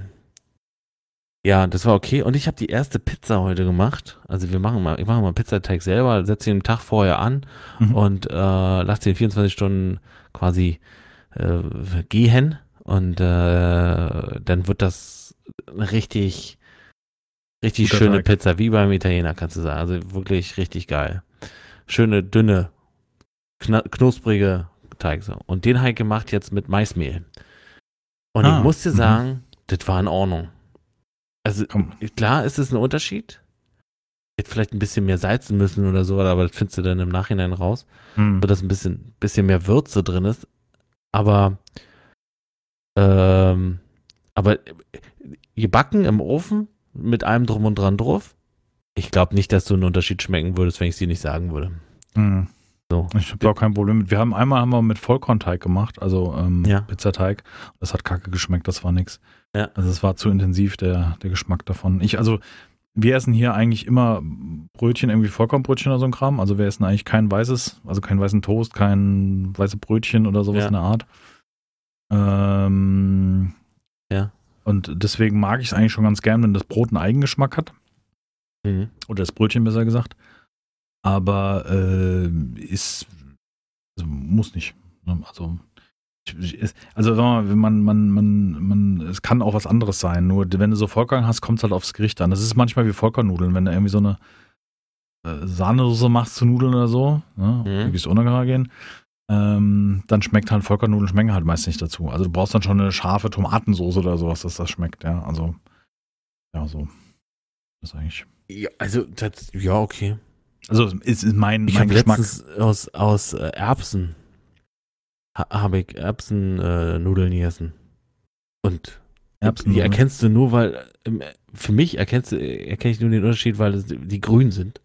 S2: ja, das war okay. Und ich habe die erste Pizza heute gemacht. Also wir machen mal, ich mache mal Pizzateig selber, setze ihn einen Tag vorher an
S1: Mhm.
S2: und äh, lasse den vierundzwanzig Stunden quasi äh, gehen. Und äh, dann wird das eine richtig, richtig
S1: Guter
S2: schöne
S1: Teig.
S2: Pizza, wie beim Italiener, kannst du sagen. Also wirklich richtig geil. Schöne, dünne, kna- knusprige Teig. So. Und den habe ich gemacht jetzt mit Maismehl. Und
S1: Ah,
S2: ich muss dir
S1: mhm.
S2: sagen, das war in Ordnung. Also
S1: Komm.
S2: klar ist es ein Unterschied. Hätte vielleicht ein bisschen mehr salzen müssen oder so, aber das findest du dann im Nachhinein raus,
S1: Hm.
S2: so dass ein bisschen, bisschen mehr Würze drin ist. Aber ähm, aber gebacken im Ofen mit allem drum und dran drauf. Ich glaube nicht, dass du einen Unterschied schmecken würdest, wenn ich es dir nicht sagen würde.
S1: Hm.
S2: So.
S1: Ich habe da auch kein Problem mit. Wir haben einmal haben wir mit Vollkornteig gemacht, also ähm,
S2: Ja.
S1: Pizzateig. Das hat kacke geschmeckt, das war nix.
S2: Ja.
S1: Also es war zu intensiv, der, der Geschmack davon. Ich, also, wir essen hier eigentlich immer Brötchen, irgendwie Vollkornbrötchen oder so ein Kram. Also wir essen eigentlich kein weißes, also keinen weißen Toast, kein weiße Brötchen oder sowas
S2: Ja.
S1: in der Art. Ähm,
S2: Ja.
S1: Und deswegen mag ich es eigentlich schon ganz gern, wenn das Brot einen Eigengeschmack hat.
S2: Mhm.
S1: Oder das Brötchen besser gesagt. Aber äh, ist, also muss nicht. Ne? Also, ich- ich- also sagen wir mal, man, man, man, man, es kann auch was anderes sein. Nur wenn du so Vollkorn hast, kommt es halt aufs Gericht an. Das ist manchmal wie Vollkornnudeln, wenn du irgendwie so eine äh, Sahnesoße machst zu Nudeln oder so, ne?
S2: Mhm.
S1: Wie es ohne gehen, ähm, dann schmeckt halt Vollkornnudeln schmecken halt meist nicht dazu. Also du brauchst dann schon eine scharfe Tomatensoße oder sowas, dass das schmeckt, ja. Also, ja, so. Das eigentlich.
S2: Ja, also, das, ja, okay.
S1: Also ist, ist mein,
S2: Ich
S1: mein
S2: habe
S1: Geschmack.
S2: letztens aus, aus äh, Erbsen, ha, habe ich Erbsennudeln äh, Nudeln gegessen. Und die
S1: Erbsennudeln.
S2: erkennst du nur, weil, ähm, für mich erkennst du, erkenne ich nur den Unterschied, weil es, die grün sind.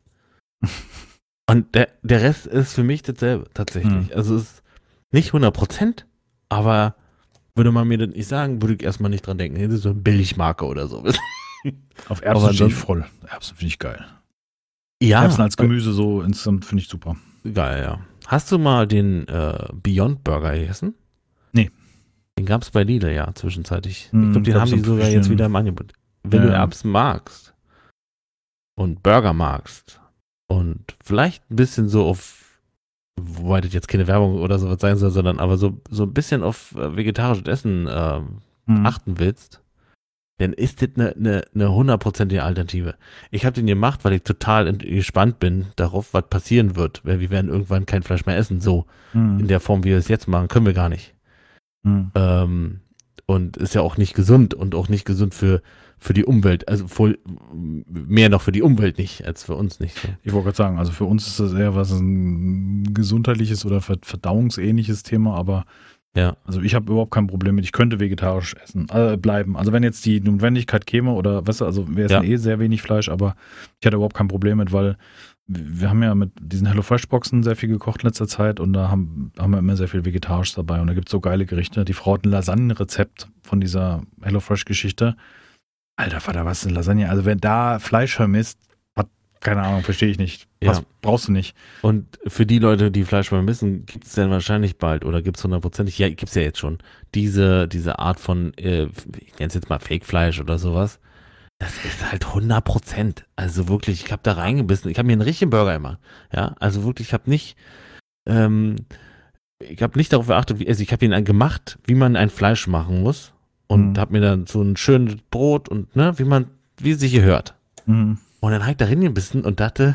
S2: Und der, der Rest ist für mich dasselbe, tatsächlich.
S1: Hm.
S2: Also es ist nicht hundert Prozent, aber würde man mir das nicht sagen, würde ich erstmal nicht dran denken. Das ist so eine Billigmarke oder so.
S1: Auf
S2: Aber
S1: Erbsen stehe ich
S2: ansonsten-
S1: voll. Erbsen finde ich geil.
S2: Ja,
S1: Erbsen als Gemüse so insgesamt finde ich super.
S2: geil, ja. Hast du mal den äh, Beyond Burger gegessen?
S1: Nee.
S2: Den gab es bei Lidl, ja, zwischenzeitlich.
S1: Hm,
S2: ich glaube, den
S1: gab's
S2: haben die
S1: in
S2: sogar jetzt
S1: verschiedenen-
S2: wieder im Angebot. Wenn
S1: Ja.
S2: du Erbsen magst und Burger magst und vielleicht ein bisschen so auf, wobei das jetzt keine Werbung oder sowas sein soll, sondern aber so, so ein bisschen auf äh, vegetarisches Essen ähm,
S1: Hm.
S2: achten willst, dann ist das eine ne, ne hundertprozentige Alternative. Ich habe den gemacht, weil ich total in- gespannt bin darauf, was passieren wird, weil wir werden irgendwann kein Fleisch mehr essen, so in
S1: Hm.
S2: der Form, wie wir es jetzt machen, können wir gar nicht.
S1: Hm.
S2: Ähm, und ist ja auch nicht gesund und auch nicht gesund für, für die Umwelt, also voll, mehr noch für die Umwelt nicht, als für uns nicht. So.
S1: Ich wollte gerade sagen, also für uns ist das eher was ein gesundheitliches oder ver- verdauungsähnliches Thema, aber
S2: Ja.
S1: also ich habe überhaupt kein Problem mit, ich könnte vegetarisch essen, äh, bleiben. Also wenn jetzt die Notwendigkeit käme oder, weißt du, also wir essen
S2: Ja.
S1: eh sehr wenig Fleisch, aber ich hatte überhaupt kein Problem mit, weil wir haben ja mit diesen HelloFresh-Boxen sehr viel gekocht in letzter Zeit und da haben, haben wir immer sehr viel vegetarisch dabei und da gibt es so geile Gerichte. Die Frau hat ein Lasagne-Rezept von dieser HelloFresh-Geschichte. Alter Vater, was ist eine Lasagne? Also wenn da Fleisch vermisst, hat, keine Ahnung, verstehe ich nicht.
S2: Ja.
S1: Was brauchst du nicht?
S2: Und für die Leute, die Fleisch vermissen, gibt es dann wahrscheinlich bald oder gibt es hundertprozentig, ja, gibt es ja jetzt schon, diese, diese Art von, äh, ich nenne es jetzt mal Fake-Fleisch oder sowas. Das ist halt hundert Prozent. Also wirklich, ich habe da reingebissen. Ich habe mir einen richtigen Burger gemacht. Ja, also wirklich, ich habe nicht, ähm, ich habe nicht darauf geachtet, wie, also ich habe ihn dann gemacht, wie man ein Fleisch machen muss und
S1: Mhm.
S2: habe mir dann so ein schönes Brot und, ne, wie man, wie es sich gehört.
S1: Mhm.
S2: Und dann habe ich da reingebissen und dachte,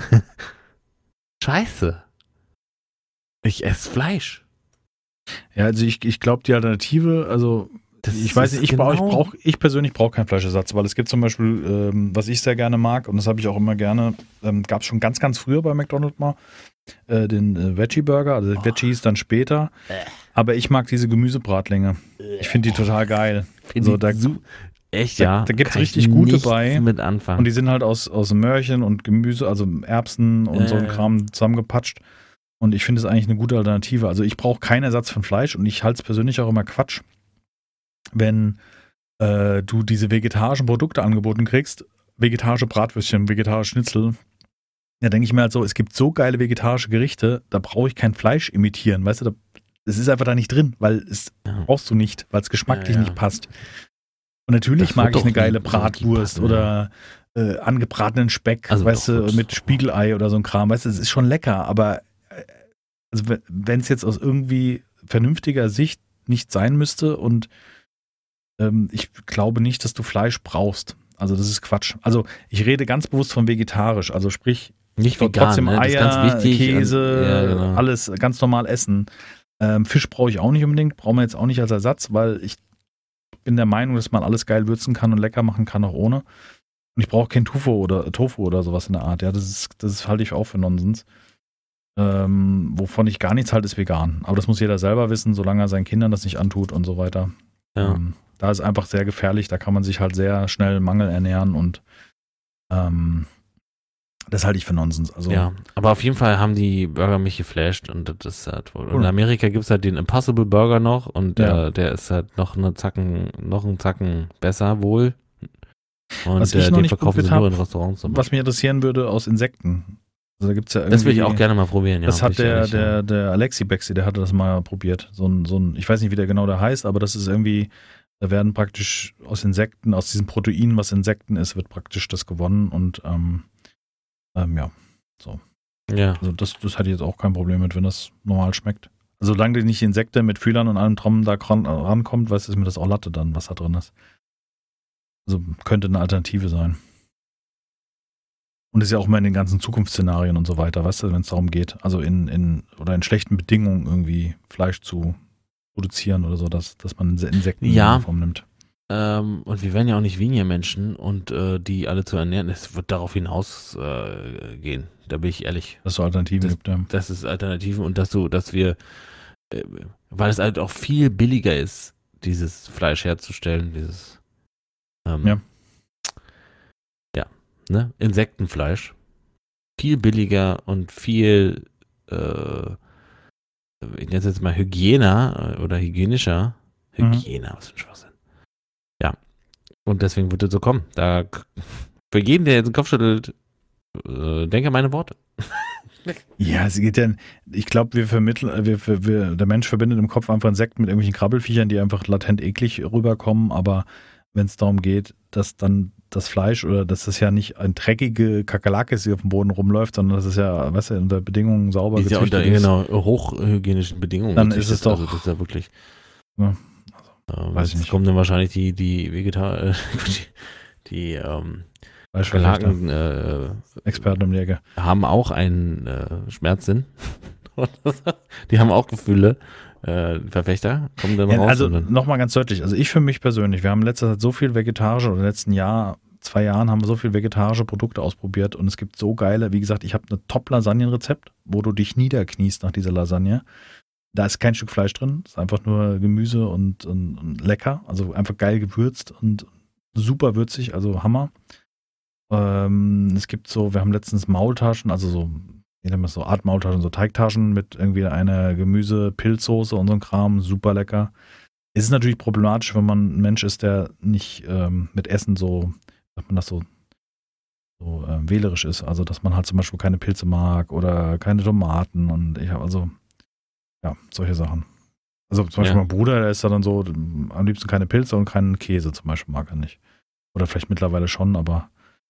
S2: Scheiße. Ich esse Fleisch.
S1: Ja, also ich, ich glaube, die Alternative, also
S2: Das
S1: ich weiß
S2: ist
S1: nicht, ich, brauch, ich,
S2: genau-
S1: brauch, ich persönlich brauche keinen Fleischersatz, weil es gibt zum Beispiel, ähm, was ich sehr gerne mag, und das habe ich auch immer gerne, ähm, gab es schon ganz, ganz früher bei McDonald's mal, äh, den äh, Veggie-Burger, also
S2: Oh.
S1: Veggies dann später.
S2: Äh.
S1: Aber ich mag diese Gemüsebratlinge. Ich finde die total geil.
S2: Find
S1: So,
S2: ich
S1: da-
S2: su- Echt,
S1: da-
S2: ja.
S1: da gibt's
S2: Kann ich
S1: richtig gute
S2: nichts
S1: bei.
S2: mit anfangen.
S1: Und die sind halt aus, aus Möhrchen und Gemüse, also Erbsen und
S2: Ja,
S1: so ein
S2: ja, ja.
S1: Kram zusammengepatscht. Und ich finde es eigentlich eine gute Alternative. Also ich brauche keinen Ersatz von Fleisch und ich halte es persönlich auch immer Quatsch, wenn äh, du diese vegetarischen Produkte angeboten kriegst, vegetarische Bratwürstchen, vegetarische Schnitzel. Da denke ich mir halt so, es gibt so geile vegetarische Gerichte, da brauche ich kein Fleisch imitieren, weißt du, da, es ist einfach da nicht drin, weil es
S2: Ja.
S1: brauchst du nicht, weil es geschmacklich
S2: Ja, ja.
S1: nicht passt. Und natürlich
S2: Das
S1: mag
S2: wird
S1: ich eine
S2: doch
S1: geile
S2: nie so
S1: Bratwurst
S2: passen,
S1: oder äh, angebratenen Speck,
S2: Also
S1: weißt
S2: doch,
S1: du,
S2: wird's
S1: mit
S2: doch.
S1: Spiegelei oder so ein Kram, weißt du, es ist schon lecker, aber äh, also wenn es jetzt aus irgendwie vernünftiger Sicht nicht sein müsste und ähm, ich glaube nicht, dass du Fleisch brauchst. Also das ist Quatsch. Also ich rede ganz bewusst von vegetarisch, also sprich
S2: Nicht
S1: doch
S2: vegan,
S1: trotzdem
S2: ne? Das ist
S1: Eier,
S2: ganz wichtig.
S1: Käse,
S2: Und, ja, genau.
S1: alles ganz normal essen. Ähm, Fisch brauche ich auch nicht unbedingt, brauchen wir jetzt auch nicht als Ersatz, weil ich bin der Meinung, dass man alles geil würzen kann und lecker machen kann, auch ohne. Und ich brauche kein Tofu oder Tofu oder sowas in der Art. Ja, das ist, das ist, halte ich auch für Nonsens. Ähm, wovon ich gar nichts halte, ist vegan. Aber das muss jeder selber wissen, solange er seinen Kindern das nicht antut und so weiter.
S2: Ja.
S1: Ähm, da ist einfach sehr gefährlich, da kann man sich halt sehr schnell Mangel ernähren und ähm, das halte ich für Nonsens. Also,
S2: Ja, aber auf jeden Fall haben die Burger mich geflasht und das ist halt wohl.
S1: Cool.
S2: In Amerika gibt es halt den Impossible Burger noch und
S1: Ja.
S2: äh, der ist halt noch eine Zacken, noch einen Zacken besser wohl. Und
S1: Was ich
S2: äh,
S1: noch
S2: den
S1: nicht
S2: verkaufen sie
S1: probiert
S2: nur
S1: hab,
S2: in Restaurants. zum
S1: was mich interessieren würde, aus Insekten. Also da gibt's ja irgendwie,
S2: Das will ich auch gerne mal probieren, ja.
S1: Das hat
S2: will ich
S1: der,
S2: ehrlich,
S1: der,
S2: ja.
S1: der Alexi Bexi, der hatte das mal probiert. So ein, so ein, ich weiß nicht, wie der genau da heißt, aber das ist irgendwie, da werden praktisch aus Insekten, aus diesem Protein, was Insekten ist, wird praktisch das gewonnen und ähm, ähm, ja, so.
S2: Ja,
S1: Also das, das hatte ich jetzt auch kein Problem mit, wenn das normal schmeckt. Also solange die nicht Insekte mit Fühlern und allem Trommen da ran, rankommt, weißt du, ist mir das auch Latte dann, was da drin ist. Also könnte eine Alternative sein. Und ist ja auch immer in den ganzen Zukunftsszenarien und so weiter, weißt du, wenn es darum geht, also in, in oder in schlechten Bedingungen irgendwie Fleisch zu produzieren oder so, dass, dass man Insekten
S2: Ja.
S1: in der Form nimmt.
S2: Ähm, und wir werden ja auch nicht weniger Menschen und äh, die alle zu ernähren, es wird darauf hinaus äh, gehen. Da bin ich ehrlich.
S1: Dass es Alternativen
S2: das,
S1: gibt, ja.
S2: Dass es Alternativen und dass du, dass wir, äh, weil es halt auch viel billiger ist, dieses Fleisch herzustellen, dieses ähm,
S1: Ja.
S2: ja, ne, Insektenfleisch. Viel billiger und viel äh, ich nenne es jetzt mal Hygiener oder hygienischer. Hygiene, mhm. was für ein Schwachsinn. Ja. Und deswegen wird es so kommen. Da für jeden, der jetzt den Kopf schüttelt, äh, denke meine Worte.
S1: Ja, es geht ja, ich glaube, wir vermitteln, wir, wir, der Mensch verbindet im Kopf einfach Insekten mit irgendwelchen Krabbelfiechern, die einfach latent eklig rüberkommen, aber wenn es darum geht, dass dann das Fleisch oder dass das ja nicht ein dreckige Kakerlake ist, die auf dem Boden rumläuft, sondern das ist ja, weißt du, unter Bedingungen sauber
S2: ist ja unter ist. Genau, hochhygienischen Bedingungen.
S1: Dann ist es doch.
S2: Also das ist ja wirklich.
S1: Ja,
S2: also, ähm, weiß ich nicht. Kommen dann wahrscheinlich die, die Vegetar, die, die ähm, Kakerlaken, äh,
S1: Experten um die Ecke.
S2: Haben auch einen äh, Schmerzsinn. Die haben auch Gefühle. Äh, Verfechter kommen dann
S1: ja,
S2: raus.
S1: Also nochmal ganz deutlich, also ich für mich persönlich, wir haben in letzter Zeit so viel vegetarische, oder in den letzten Jahr, zwei Jahren haben wir so viel vegetarische Produkte ausprobiert und es gibt so geile, wie gesagt, ich habe eine Top-Lasagnenrezept, wo du dich niederkniest nach dieser Lasagne. Da ist kein Stück Fleisch drin, es ist einfach nur Gemüse und, und, und lecker, also einfach geil gewürzt und super würzig, also Hammer. Ähm, es gibt so, wir haben letztens Maultaschen, also so wie nennt man das, so Art Maultaschen, so Teigtaschen mit irgendwie einer Gemüse-Pilzsoße und so ein Kram, super lecker. Es ist natürlich problematisch, wenn man ein Mensch ist, der nicht ähm, mit Essen so, sagt man das so, so äh, wählerisch ist. Also, dass man halt zum Beispiel keine Pilze mag oder keine Tomaten und ich habe also, ja, solche Sachen. Also zum Beispiel ja. Mein Bruder, der ist da dann so, am liebsten keine Pilze und keinen Käse zum Beispiel mag er nicht. Oder vielleicht mittlerweile schon, aber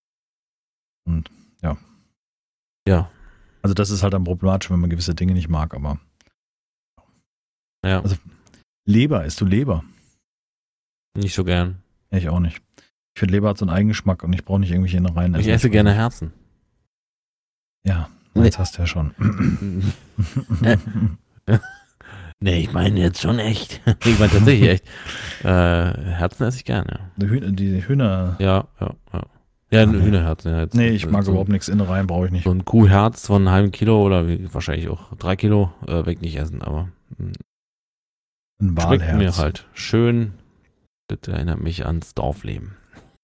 S1: und ja.
S2: Ja.
S1: Also das ist halt dann problematisch, wenn man gewisse Dinge nicht mag, aber
S2: ja.
S1: Also Leber, isst du Leber?
S2: Nicht so gern.
S1: Ja, ich auch nicht. Ich finde, Leber hat so einen Eigengeschmack und ich brauche nicht irgendwelche Innereien.
S2: Ich esse gerne Herzen.
S1: Ja, jetzt nee. hast du ja schon.
S2: Nee, ich meine jetzt schon echt. Ich meine tatsächlich echt. Äh, Herzen esse ich gerne.
S1: Die Hühner, die Hühner.
S2: Ja, ja, ja. Ja, ein Hühnerherzen. Ja,
S1: nee, ich mag so überhaupt nichts Innereien, brauche ich nicht.
S2: So ein Kuhherz von einem halben Kilo oder wie, wahrscheinlich auch drei Kilo äh, weg nicht essen, aber
S1: ein Walherz.
S2: Schmeckt mir halt schön. Bitte erinnert mich ans Dorfleben.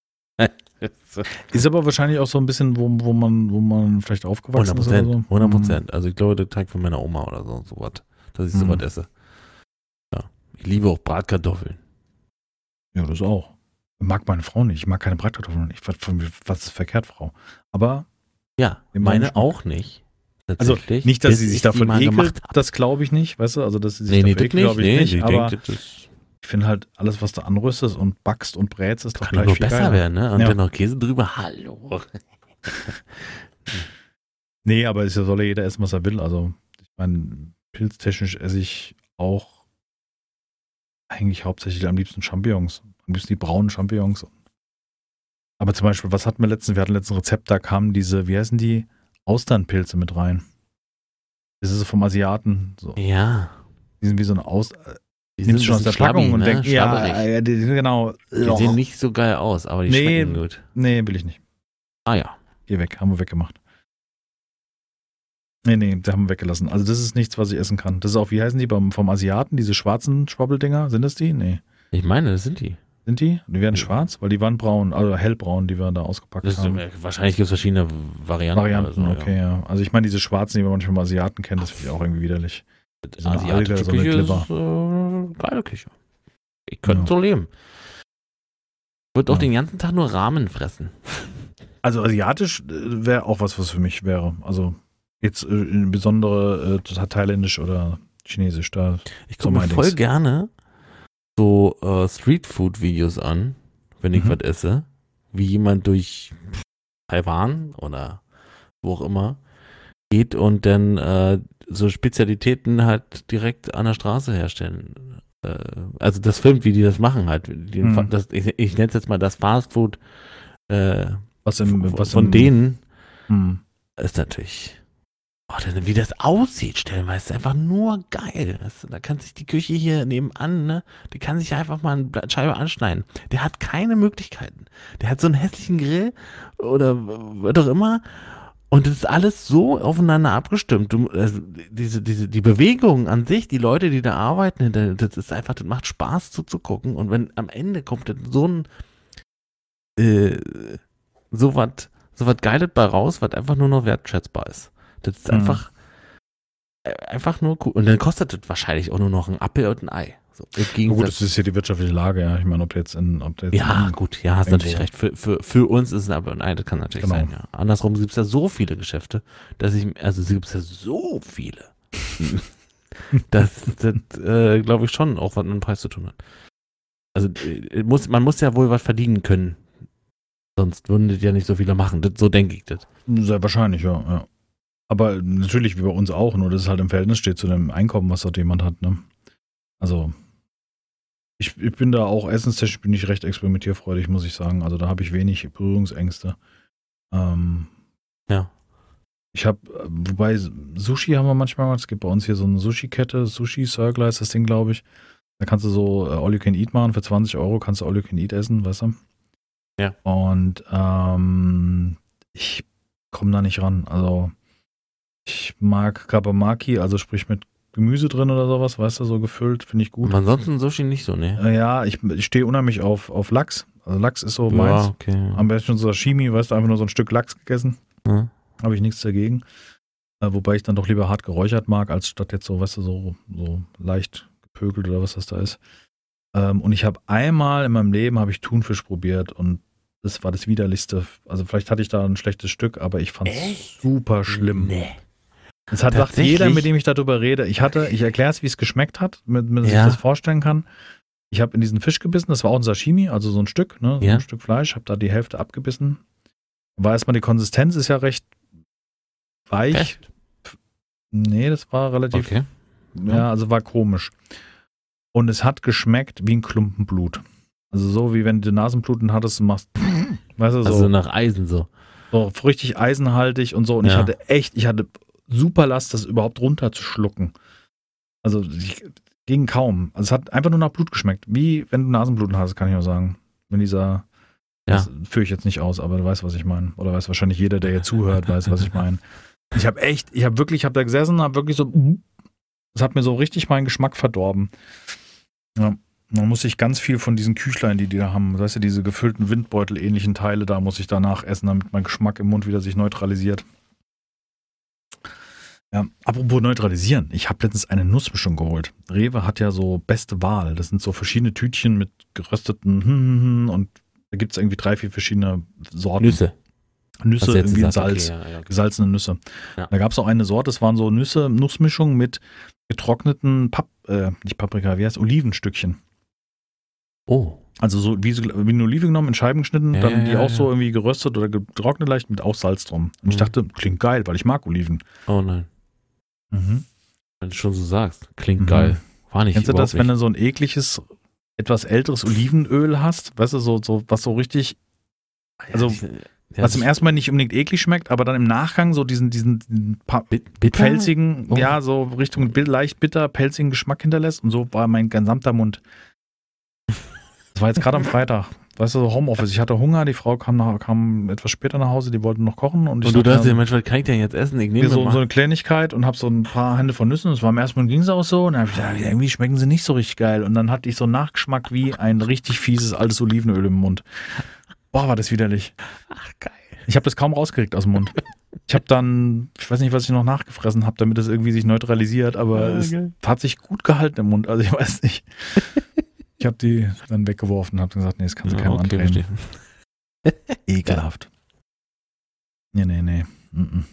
S1: Ist aber wahrscheinlich auch so ein bisschen, wo, wo man, wo man vielleicht aufgewachsen
S2: hundert Prozent,
S1: ist oder so.
S2: hundert Prozent. Also ich glaube, der Teig von meiner Oma oder so, so was, dass ich so was esse. Ja. Ich liebe auch Bratkartoffeln.
S1: Ja, das auch. Mag meine Frau nicht. Ich mag keine Bratkartoffeln. Ich, was ist verkehrt, Frau? Aber
S2: ja, meine auch nicht.
S1: Also nicht, dass sie sich davon ekelt, das glaube ich nicht, weißt du? Also dass sie sich
S2: nee, nee,
S1: davon ekelt, glaube ich
S2: nee,
S1: nicht.
S2: Ich
S1: aber
S2: denke, das
S1: ich finde halt, alles, was du anrüstest und backst und brätst, ist doch
S2: kann
S1: gleich
S2: nur
S1: viel
S2: besser
S1: geiler.
S2: werden, ne? Und
S1: ja.
S2: dann noch Käse drüber. Hallo.
S1: Nee, aber es soll ja jeder essen, was er will. Also ich meine, pilztechnisch esse ich auch eigentlich hauptsächlich am liebsten Champignons. Am liebsten die braunen Champignons. Aber zum Beispiel, was hatten wir letztens? Wir hatten letzten Rezept, da kamen diese, wie heißen die? Austernpilze mit rein. Das ist so vom Asiaten. So.
S2: Ja.
S1: Die sind wie so ein Aus...
S2: Die sind schon aus der Packung und
S1: ne? denken, ja, ja, die, genau.
S2: Die
S1: oh.
S2: sehen nicht so geil aus, aber die
S1: nee,
S2: schmecken gut.
S1: Nee, will ich nicht.
S2: Ah ja.
S1: Geh weg, haben wir weggemacht. Nee, nee, die haben wir weggelassen. Also das ist nichts, was ich essen kann. Das ist auch, wie heißen die beim, vom Asiaten, diese schwarzen Schwabbeldinger? Sind das die? Nee.
S2: Ich meine, das sind die.
S1: Sind die? Die werden schwarz? Weil die waren braun, also hellbraun, die wir da ausgepackt
S2: das
S1: haben.
S2: Ist, wahrscheinlich gibt es verschiedene Varianten.
S1: Varianten,
S2: so,
S1: okay, ja. ja. Also ich meine, diese schwarzen, die man manchmal beim Asiaten kennt, das finde ich auch irgendwie widerlich.
S2: So eine Alge, so eine Klipper. Ist, äh, geile Küche. Ich könnte ja. so leben. Ich würde auch ja. den ganzen Tag nur Ramen fressen.
S1: Also asiatisch wäre auch was, was für mich wäre. Also jetzt äh, insbesondere äh, thailändisch oder chinesisch. Da
S2: ich gucke mir voll Dings. gerne so äh, Streetfood-Videos an, wenn ich mhm. was esse. Wie jemand durch Taiwan oder wo auch immer geht und dann äh, so Spezialitäten halt direkt an der Straße herstellen. Äh, also das filmt, wie die das machen halt. Die, mhm. das, ich ich nenne es jetzt mal das Fastfood äh,
S1: was im, was
S2: von
S1: im,
S2: denen
S1: mhm.
S2: ist natürlich Oh, dann, wie das aussieht, stellenweise, ist einfach nur geil. Das, da kann sich die Küche hier nebenan, ne, die kann sich einfach mal eine Scheibe anschneiden. Der hat keine Möglichkeiten. Der hat so einen hässlichen Grill oder was auch immer. Und das ist alles so aufeinander abgestimmt. Du, also diese, diese, die Bewegung an sich, die Leute, die da arbeiten, das ist einfach, das macht Spaß zuzugucken. Und wenn am Ende kommt dann so ein, äh, so was, so was Geiles bei raus, was einfach nur noch wertschätzbar ist. Das ist einfach, mhm. einfach nur cool. Und dann kostet das wahrscheinlich auch nur noch ein Apfel und ein Ei. So,
S1: oh gut, das ist ja die wirtschaftliche Lage, ja. Ich meine, ob jetzt in, ob jetzt
S2: ja, gut, ja, hast natürlich recht. Für, für, für uns ist es ein Apfel und ein Ei, das kann natürlich genau. sein, ja. Andersrum gibt es ja so viele Geschäfte, dass ich, also es gibt ja so viele, dass das, äh, glaube ich, schon auch was mit dem Preis zu tun hat. Also muss, man muss ja wohl was verdienen können. Sonst würden das ja nicht so viele machen. Das, so denke ich das.
S1: Sehr wahrscheinlich, ja, ja. Aber natürlich wie bei uns auch, nur dass es halt im Verhältnis steht zu dem Einkommen, was dort jemand hat, ne? Also ich, ich bin da auch essenstechnisch bin ich recht experimentierfreudig, muss ich sagen. Also da habe ich wenig Berührungsängste. Ähm,
S2: ja.
S1: Ich habe, wobei Sushi haben wir manchmal, es gibt bei uns hier so eine Sushi-Kette, Sushi Circle ist das Ding, glaube ich. Da kannst du so All You Can Eat machen, für zwanzig Euro kannst du All You Can Eat essen, weißt du?
S2: Ja.
S1: Und ähm, ich komme da nicht ran. Also ich mag Kabamaki, also sprich mit Gemüse drin oder sowas, weißt du, so gefüllt, finde ich gut.
S2: Und ansonsten Sushi nicht so, ne?
S1: Ja, ich, ich stehe unheimlich auf, auf Lachs. Also Lachs ist so meins.
S2: Ja, okay.
S1: Am besten so Sashimi, weißt du, einfach nur so ein Stück Lachs gegessen.
S2: Ja.
S1: Habe ich nichts dagegen. Äh, wobei ich dann doch lieber hart geräuchert mag, als statt jetzt so, weißt du, so, so leicht gepökelt oder was das da ist. Ähm, und ich habe einmal in meinem Leben habe ich Thunfisch probiert und das war das widerlichste. Also vielleicht hatte ich da ein schlechtes Stück, aber ich fand es super schlimm. Nee. Es hat sagt jeder, mit dem ich darüber rede. Ich hatte, ich erkläre es, wie es geschmeckt hat, damit man sich
S2: ja.
S1: das vorstellen kann. Ich habe in diesen Fisch gebissen, das war auch ein Sashimi, also so ein Stück, ne, so
S2: ja.
S1: ein Stück Fleisch, habe da die Hälfte abgebissen. War erstmal die Konsistenz ist ja recht weich.
S2: Echt?
S1: Nee, das war relativ,
S2: okay.
S1: ja, also war komisch. Und es hat geschmeckt wie ein Klumpen Blut. Also so wie wenn du Nasenbluten hattest und machst, weißt du, so.
S2: Also nach Eisen so.
S1: So richtig eisenhaltig und so. Und ja. ich hatte echt, ich hatte super Last, das überhaupt runterzuschlucken. Also ich, ging kaum. Also es hat einfach nur nach Blut geschmeckt. Wie wenn du Nasenbluten hast, kann ich nur sagen. Wenn dieser,
S2: ja.
S1: das führe ich jetzt nicht aus, aber du weißt, was ich meine. Oder weiß wahrscheinlich jeder, der hier zuhört, weiß, was ich meine. Ich habe echt, ich habe wirklich, ich habe da gesessen, habe wirklich so, das hat mir so richtig meinen Geschmack verdorben. Ja. Man muss sich ganz viel von diesen Küchlein, die die da haben, weißt du, diese gefüllten Windbeutel-ähnlichen Teile, da muss ich danach essen, damit mein Geschmack im Mund wieder sich neutralisiert. Ja, apropos neutralisieren, ich habe letztens eine Nussmischung geholt. Rewe hat ja so beste Wahl. Das sind so verschiedene Tütchen mit gerösteten und da gibt es irgendwie drei, vier verschiedene Sorten.
S2: Nüsse.
S1: Nüsse, irgendwie in Salz,
S2: okay, ja, ja, okay.
S1: gesalzene Nüsse.
S2: Ja.
S1: Da gab es auch eine Sorte, das waren so Nüsse, Nussmischungen mit getrockneten Pap, äh, nicht Paprika, wie heißt Olivenstückchen.
S2: Oh.
S1: Also so wie, wie eine Olive genommen, in Scheiben geschnitten,
S2: ja,
S1: dann
S2: ja,
S1: die
S2: ja,
S1: auch
S2: ja.
S1: so irgendwie geröstet oder getrocknet leicht mit auch Salz drum. Und ich
S2: mhm.
S1: dachte, klingt geil, weil ich mag Oliven.
S2: Oh nein.
S1: Mhm.
S2: Wenn du schon so sagst, klingt
S1: Mhm.
S2: geil. War nicht.
S1: Kennst du das, wenn
S2: nicht.
S1: du so ein ekliges, etwas älteres Olivenöl hast? Weißt du, so, so was so richtig, also
S2: ja, ich, ja,
S1: was im ersten Mal nicht unbedingt eklig schmeckt, aber dann im Nachgang so diesen, diesen, diesen
S2: bitter?
S1: pelzigen,
S2: oh.
S1: ja, so Richtung leicht bitter, pelzigen Geschmack hinterlässt. Und so war mein gesamter Mund. Das war jetzt gerade am Freitag. Weißt du, so Homeoffice. Ich hatte Hunger, die Frau kam, nach, kam etwas später nach Hause, die wollten noch kochen. Und, ich
S2: und du dachtest dir,
S1: dann,
S2: Mensch, was kann ich denn jetzt essen? Ich nehme
S1: so,
S2: mal.
S1: so eine Kleinigkeit und habe so ein paar Hände von Nüssen. Das war am ersten Mal, ging es auch so. Und dann habe ich gesagt, irgendwie schmecken sie nicht so richtig geil. Und dann hatte ich so einen Nachgeschmack wie ein richtig fieses altes Olivenöl im Mund. Boah, war das widerlich.
S2: Ach, geil.
S1: Ich habe das kaum rausgekriegt aus dem Mund. Ich habe dann, ich weiß nicht, was ich noch nachgefressen habe, damit das irgendwie sich neutralisiert, aber
S2: ja,
S1: es
S2: geil.
S1: hat sich gut gehalten im Mund. Also ich weiß nicht. Ich habe die dann weggeworfen und habe gesagt, nee, das kannst du
S2: Ja,
S1: keinem
S2: okay,
S1: andrehen.
S2: verstehe.
S1: Ekelhaft. Nee, nee, nee. Mm-mm.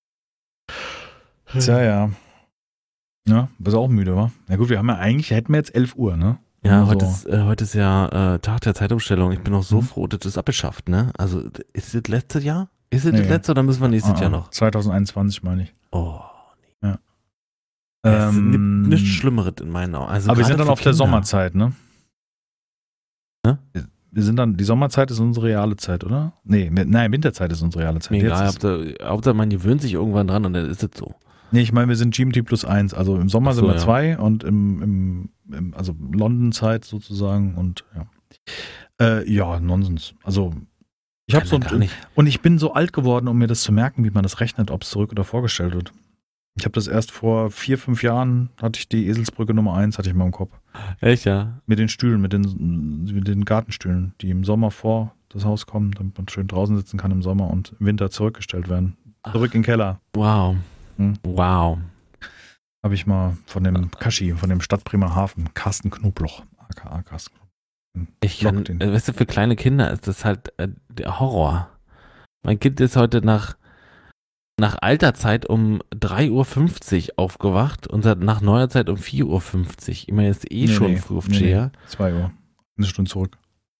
S1: Tja, ja. Ja, bist auch müde, wa? Na gut, wir haben ja eigentlich, hätten wir jetzt elf Uhr, ne?
S2: Ja,
S1: Also,
S2: heute ist, äh, heute ist ja äh, Tag der Zeitumstellung. Ich bin auch so
S1: Mhm.
S2: froh, dass das abgeschafft, ne? Also, ist das letzte Jahr? Ist es
S1: Nee.
S2: das letzte oder müssen wir nächstes
S1: ah,
S2: Jahr noch?
S1: zwanzig einundzwanzig meine ich.
S2: Oh.
S1: Ja.
S2: Es ist
S1: Ähm,
S2: ni- nichts Schlimmeres in meinen Augen. Also
S1: aber wir
S2: gerade
S1: sind dann
S2: für
S1: auf der
S2: Kinder.
S1: Sommerzeit, ne?
S2: Ne?
S1: Wir sind dann, die Sommerzeit ist unsere reale Zeit, oder? Nee, wir- nein, Winterzeit ist unsere reale Zeit.
S2: Mir
S1: Jetzt
S2: egal,
S1: ist,
S2: Hauptsache, Hauptsache man gewöhnt sich irgendwann dran und dann ist es so.
S1: Nee, ich meine, wir sind G M T plus eins. Also im Sommer
S2: Ach so,
S1: sind wir
S2: ja.
S1: zwei und im, im, im also London-Zeit sozusagen und ja. Äh, ja, Nonsens. Also ich habe so
S2: Kann er gar nicht.
S1: und ich bin so alt geworden, um mir das zu merken, wie man das rechnet, ob es zurück oder vorgestellt wird. Ich habe das erst vor vier, fünf Jahren, hatte ich die Eselsbrücke Nummer eins, hatte ich mal im Kopf.
S2: Echt, ja?
S1: Mit den Stühlen, mit den, mit den Gartenstühlen, die im Sommer vor das Haus kommen, damit man schön draußen sitzen kann im Sommer und im Winter zurückgestellt werden. Zurück in den Keller.
S2: Wow.
S1: Hm.
S2: Wow.
S1: Habe ich mal von dem Kaschi, von dem Stadt Bremerhaven, Carsten Knobloch, aka Carsten Knobloch.
S2: Ich kann,
S1: den.
S2: äh, weißt du, für kleine Kinder ist das halt äh, der Horror. Mein Kind ist heute nach, nach alter Zeit um drei Uhr fünfzig aufgewacht und seit- nach neuer Zeit um vier Uhr fünfzig. Ich meine, ist eh
S1: Nee,
S2: schon
S1: nee,
S2: Frühaufsteher.
S1: nee, nee. zwei Uhr. Eine Stunde zurück.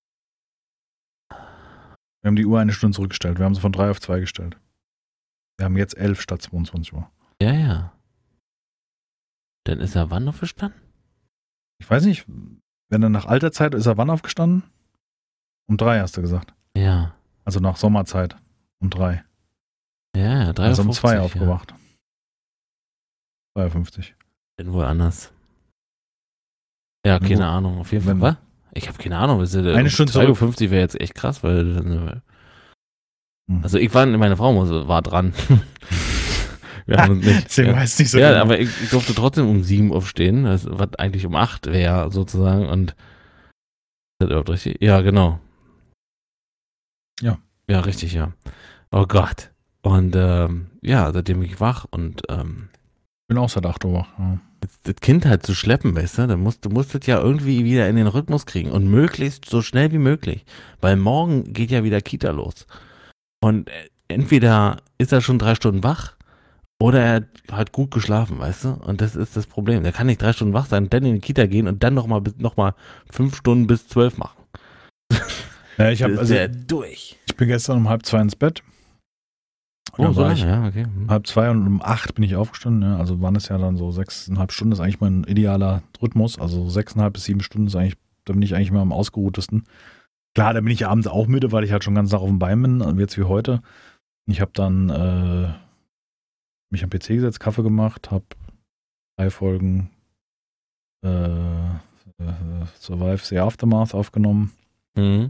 S1: Wir haben die Uhr eine Stunde zurückgestellt. Wir haben sie von drei auf zwei gestellt. Wir haben jetzt elf statt zweiundzwanzig Uhr.
S2: Ja, ja. Dann ist er wann aufgestanden?
S1: Ich weiß nicht, wenn er nach alter Zeit, ist er wann aufgestanden? Um drei hast du gesagt.
S2: Ja.
S1: Also nach Sommerzeit. Um drei.
S2: Ja, ja, drei Uhr
S1: Also um
S2: fünfzig.
S1: zwei
S2: ja.
S1: aufgewacht. zwei Uhr fünfzig.
S2: Bin wohl anders. Ja,
S1: Wenn
S2: keine
S1: wo-
S2: Ahnung. Auf jeden
S1: wenn-
S2: Fall. Was? Ich habe keine Ahnung.
S1: Eine Stunde
S2: zwei Uhr
S1: zurück.
S2: fünfzig wäre jetzt echt krass, weil. äh,
S1: Hm.
S2: Also, ich war, meine Frau muss- war dran. Wir haben uns nicht.
S1: Deswegen
S2: ja.
S1: weiß ich nicht so
S2: Ja,
S1: genau.
S2: aber ich, ich durfte trotzdem um sieben aufstehen, das, was eigentlich um acht wäre, sozusagen. Und. Ist das überhaupt richtig? Ja, genau.
S1: Ja.
S2: Ja, richtig, ja. Oh Gott. Und ähm, ja, seitdem bin ich wach und ähm,
S1: Ich bin auch seit acht Uhr wach. Ja.
S2: das Kind halt zu schleppen, weißt du, dann musst, du musst das ja irgendwie wieder in den Rhythmus kriegen und möglichst so schnell wie möglich, weil morgen geht ja wieder Kita los und äh, entweder ist er schon drei Stunden wach oder er hat gut geschlafen, weißt du, und das ist das Problem, der kann nicht drei Stunden wach sein, dann in die Kita gehen und dann nochmal noch mal fünf Stunden bis zwölf machen.
S1: Ja, ich, hab,
S2: Das ist
S1: also,
S2: ja durch.
S1: ich bin gestern um halb zwei ins Bett. Und
S2: Oh,
S1: dann
S2: so
S1: war
S2: lange,
S1: ich
S2: ja, okay. Hm.
S1: halb zwei und um acht bin ich aufgestanden. Ja. Also waren es ja dann so sechseinhalb Stunden, das ist eigentlich mein idealer Rhythmus. Also sechseinhalb bis sieben Stunden ist eigentlich, da bin ich eigentlich immer am ausgeruhtesten. Klar, da bin ich abends auch müde, weil ich halt schon ganz Tag auf dem Bein bin, jetzt wie heute. Ich habe dann äh, mich am P C gesetzt, Kaffee gemacht, habe drei Folgen äh, äh, Survive the Aftermath aufgenommen.
S2: Mhm.